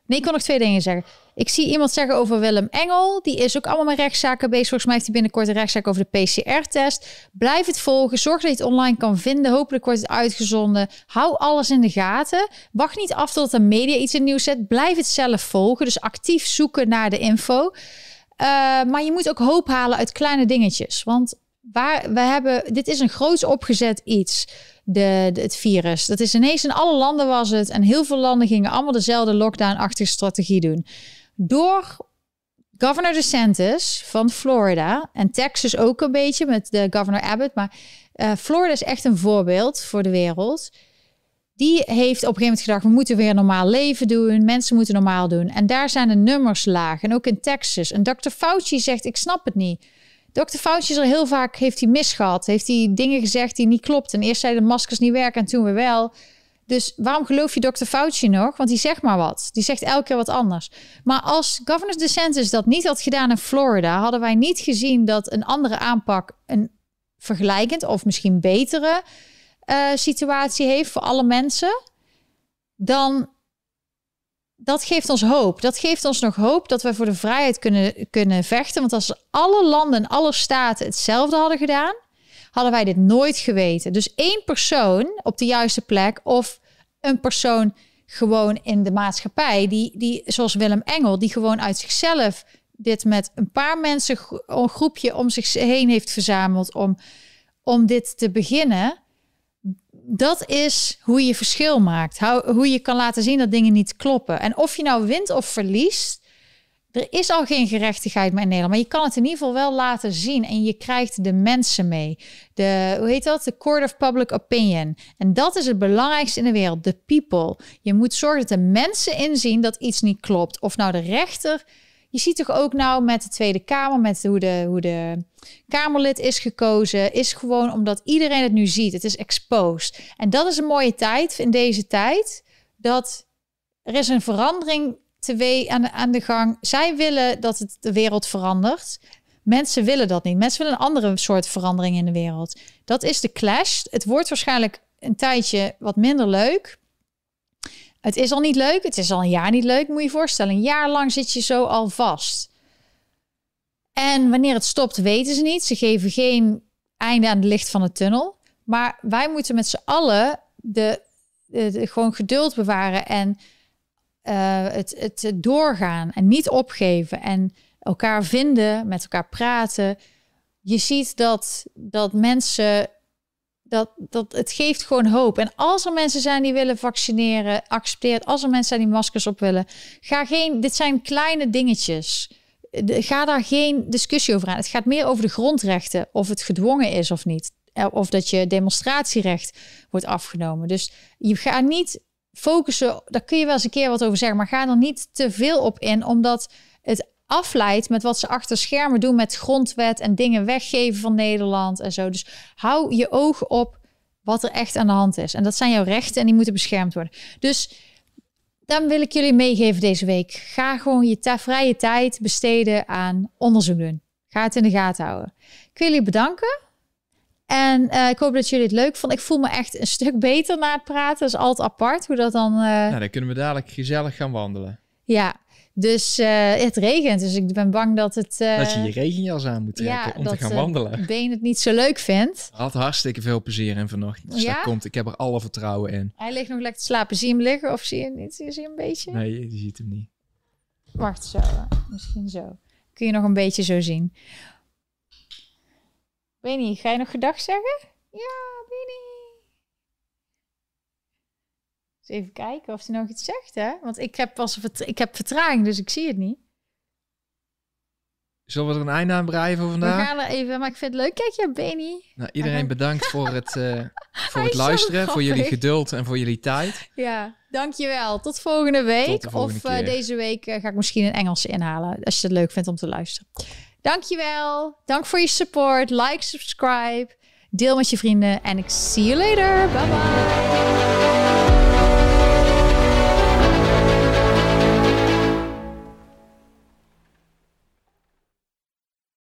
[SPEAKER 1] Nee, ik kon nog twee dingen zeggen. Ik zie iemand zeggen over Willem Engel. Die is ook allemaal met rechtszaken bezig. Volgens mij heeft hij binnenkort een rechtszaak over de P C R-test. Blijf het volgen. Zorg dat je het online kan vinden. Hopelijk wordt het uitgezonden. Hou alles in de gaten. Wacht niet af tot de media iets in nieuws zet. Blijf het zelf volgen. Dus actief zoeken naar de info. Uh, maar je moet ook hoop halen uit kleine dingetjes. Want waar we hebben, dit is een groots opgezet iets. De, de, het virus. Dat is ineens in alle landen was het. En heel veel landen gingen allemaal dezelfde lockdown-achtige strategie doen. Door Governor DeSantis van Florida en Texas ook een beetje met de Governor Abbott. Maar uh, Florida is echt een voorbeeld voor de wereld. Die heeft op een gegeven moment gedacht, we moeten weer normaal leven doen. Mensen moeten normaal doen. En daar zijn de nummers laag. En ook in Texas. En dokter Fauci zegt, ik snap het niet. dokter Fauci is er heel vaak, heeft hij misgehad. Heeft hij dingen gezegd die niet klopten. En eerst zeiden de maskers niet werken en toen weer wel. Dus waarom geloof je dokter Fauci nog? Want die zegt maar wat. Die zegt elke keer wat anders. Maar als Governor DeSantis dat niet had gedaan in Florida, hadden wij niet gezien dat een andere aanpak een vergelijkend of misschien betere uh, situatie heeft voor alle mensen. Dan dat geeft ons hoop. Dat geeft ons nog hoop dat we voor de vrijheid kunnen, kunnen vechten. Want als alle landen en alle staten hetzelfde hadden gedaan, hadden wij dit nooit geweten. Dus één persoon op de juiste plek of een persoon gewoon in de maatschappij, die, die zoals Willem Engel, die gewoon uit zichzelf dit met een paar mensen, een groepje om zich heen heeft verzameld om, om dit te beginnen. Dat is hoe je verschil maakt. Hoe je kan laten zien dat dingen niet kloppen. En of je nou wint of verliest, er is al geen gerechtigheid meer in Nederland. Maar je kan het in ieder geval wel laten zien. En je krijgt de mensen mee. De, hoe heet dat? De Court of Public Opinion. En dat is het belangrijkste in de wereld. De people. Je moet zorgen dat de mensen inzien dat iets niet klopt. Of nou de rechter. Je ziet toch ook nou met de Tweede Kamer, met hoe de, hoe de Kamerlid is gekozen, is gewoon omdat iedereen het nu ziet. Het is exposed. En dat is een mooie tijd in deze tijd. Dat er is een verandering teweeg aan de, aan de gang. Zij willen dat het de wereld verandert. Mensen willen dat niet. Mensen willen een andere soort verandering in de wereld. Dat is de clash. Het wordt waarschijnlijk een tijdje wat minder leuk. Het is al niet leuk. Het is al een jaar niet leuk. Moet je je voorstellen. Een jaar lang zit je zo al vast. En wanneer het stopt, weten ze niet. Ze geven geen einde aan het licht van de tunnel. Maar wij moeten met z'n allen de, de, de, gewoon geduld bewaren en uh, het, het doorgaan en niet opgeven en elkaar vinden, met elkaar praten. Je ziet dat, dat mensen, dat, dat het geeft gewoon hoop. En als er mensen zijn die willen vaccineren, accepteer het. Als er mensen zijn die maskers op willen, ga geen, dit zijn kleine dingetjes. Ga daar geen discussie over aan. Het gaat meer over de grondrechten, of het gedwongen is of niet. Of dat je demonstratierecht wordt afgenomen. Dus je gaat niet focussen, daar kun je wel eens een keer wat over zeggen, maar ga er niet te veel op in, omdat het afleidt met wat ze achter schermen doen met grondwet en dingen weggeven van Nederland en zo. Dus hou je ogen op wat er echt aan de hand is. En dat zijn jouw rechten en die moeten beschermd worden. Dus dan wil ik jullie meegeven deze week. Ga gewoon je ta- vrije tijd besteden aan onderzoek doen. Ga het in de gaten houden. Ik wil jullie bedanken. En uh, ik hoop dat jullie het leuk vonden. Ik voel me echt een stuk beter na het praten. Dat is altijd apart hoe dat dan... Uh...
[SPEAKER 2] Nou, dan kunnen we dadelijk gezellig gaan wandelen.
[SPEAKER 1] Ja, dus uh, het regent. Dus ik ben bang dat het... Uh...
[SPEAKER 2] Dat je je regenjas aan moet trekken ja, om te gaan wandelen.
[SPEAKER 1] Dat Been het niet zo leuk vindt.
[SPEAKER 2] Had hartstikke veel plezier in vanochtend. Dus ja? Dat komt, ik heb er alle vertrouwen in.
[SPEAKER 1] Hij ligt nog lekker te slapen. Zie je hem liggen of zie je hem niet? Zie je hem een beetje?
[SPEAKER 2] Nee, je ziet hem niet.
[SPEAKER 1] Wacht, zo. Misschien zo. Kun je nog een beetje zo zien. Benny, ga je nog gedag zeggen? Ja, Benny. Eens even kijken of hij nog iets zegt, hè? Want ik heb pas vert- ik heb vertraging, dus ik zie het niet.
[SPEAKER 2] Zullen we er een einde aan breien voor vandaag?
[SPEAKER 1] We gaan er even, maar ik vind het leuk. Kijk, ja, Benny.
[SPEAKER 2] Nou, iedereen bedankt voor het, uh, voor het luisteren, voor jullie geduld en voor jullie tijd.
[SPEAKER 1] Ja, dankjewel. Tot volgende week.
[SPEAKER 2] Tot de volgende
[SPEAKER 1] of uh,
[SPEAKER 2] keer.
[SPEAKER 1] Deze week uh, ga ik misschien een Engelse inhalen, als je het leuk vindt om te luisteren. Dankjewel. Dank voor je support. Like, subscribe. Deel met je vrienden. En ik see you later. Bye bye.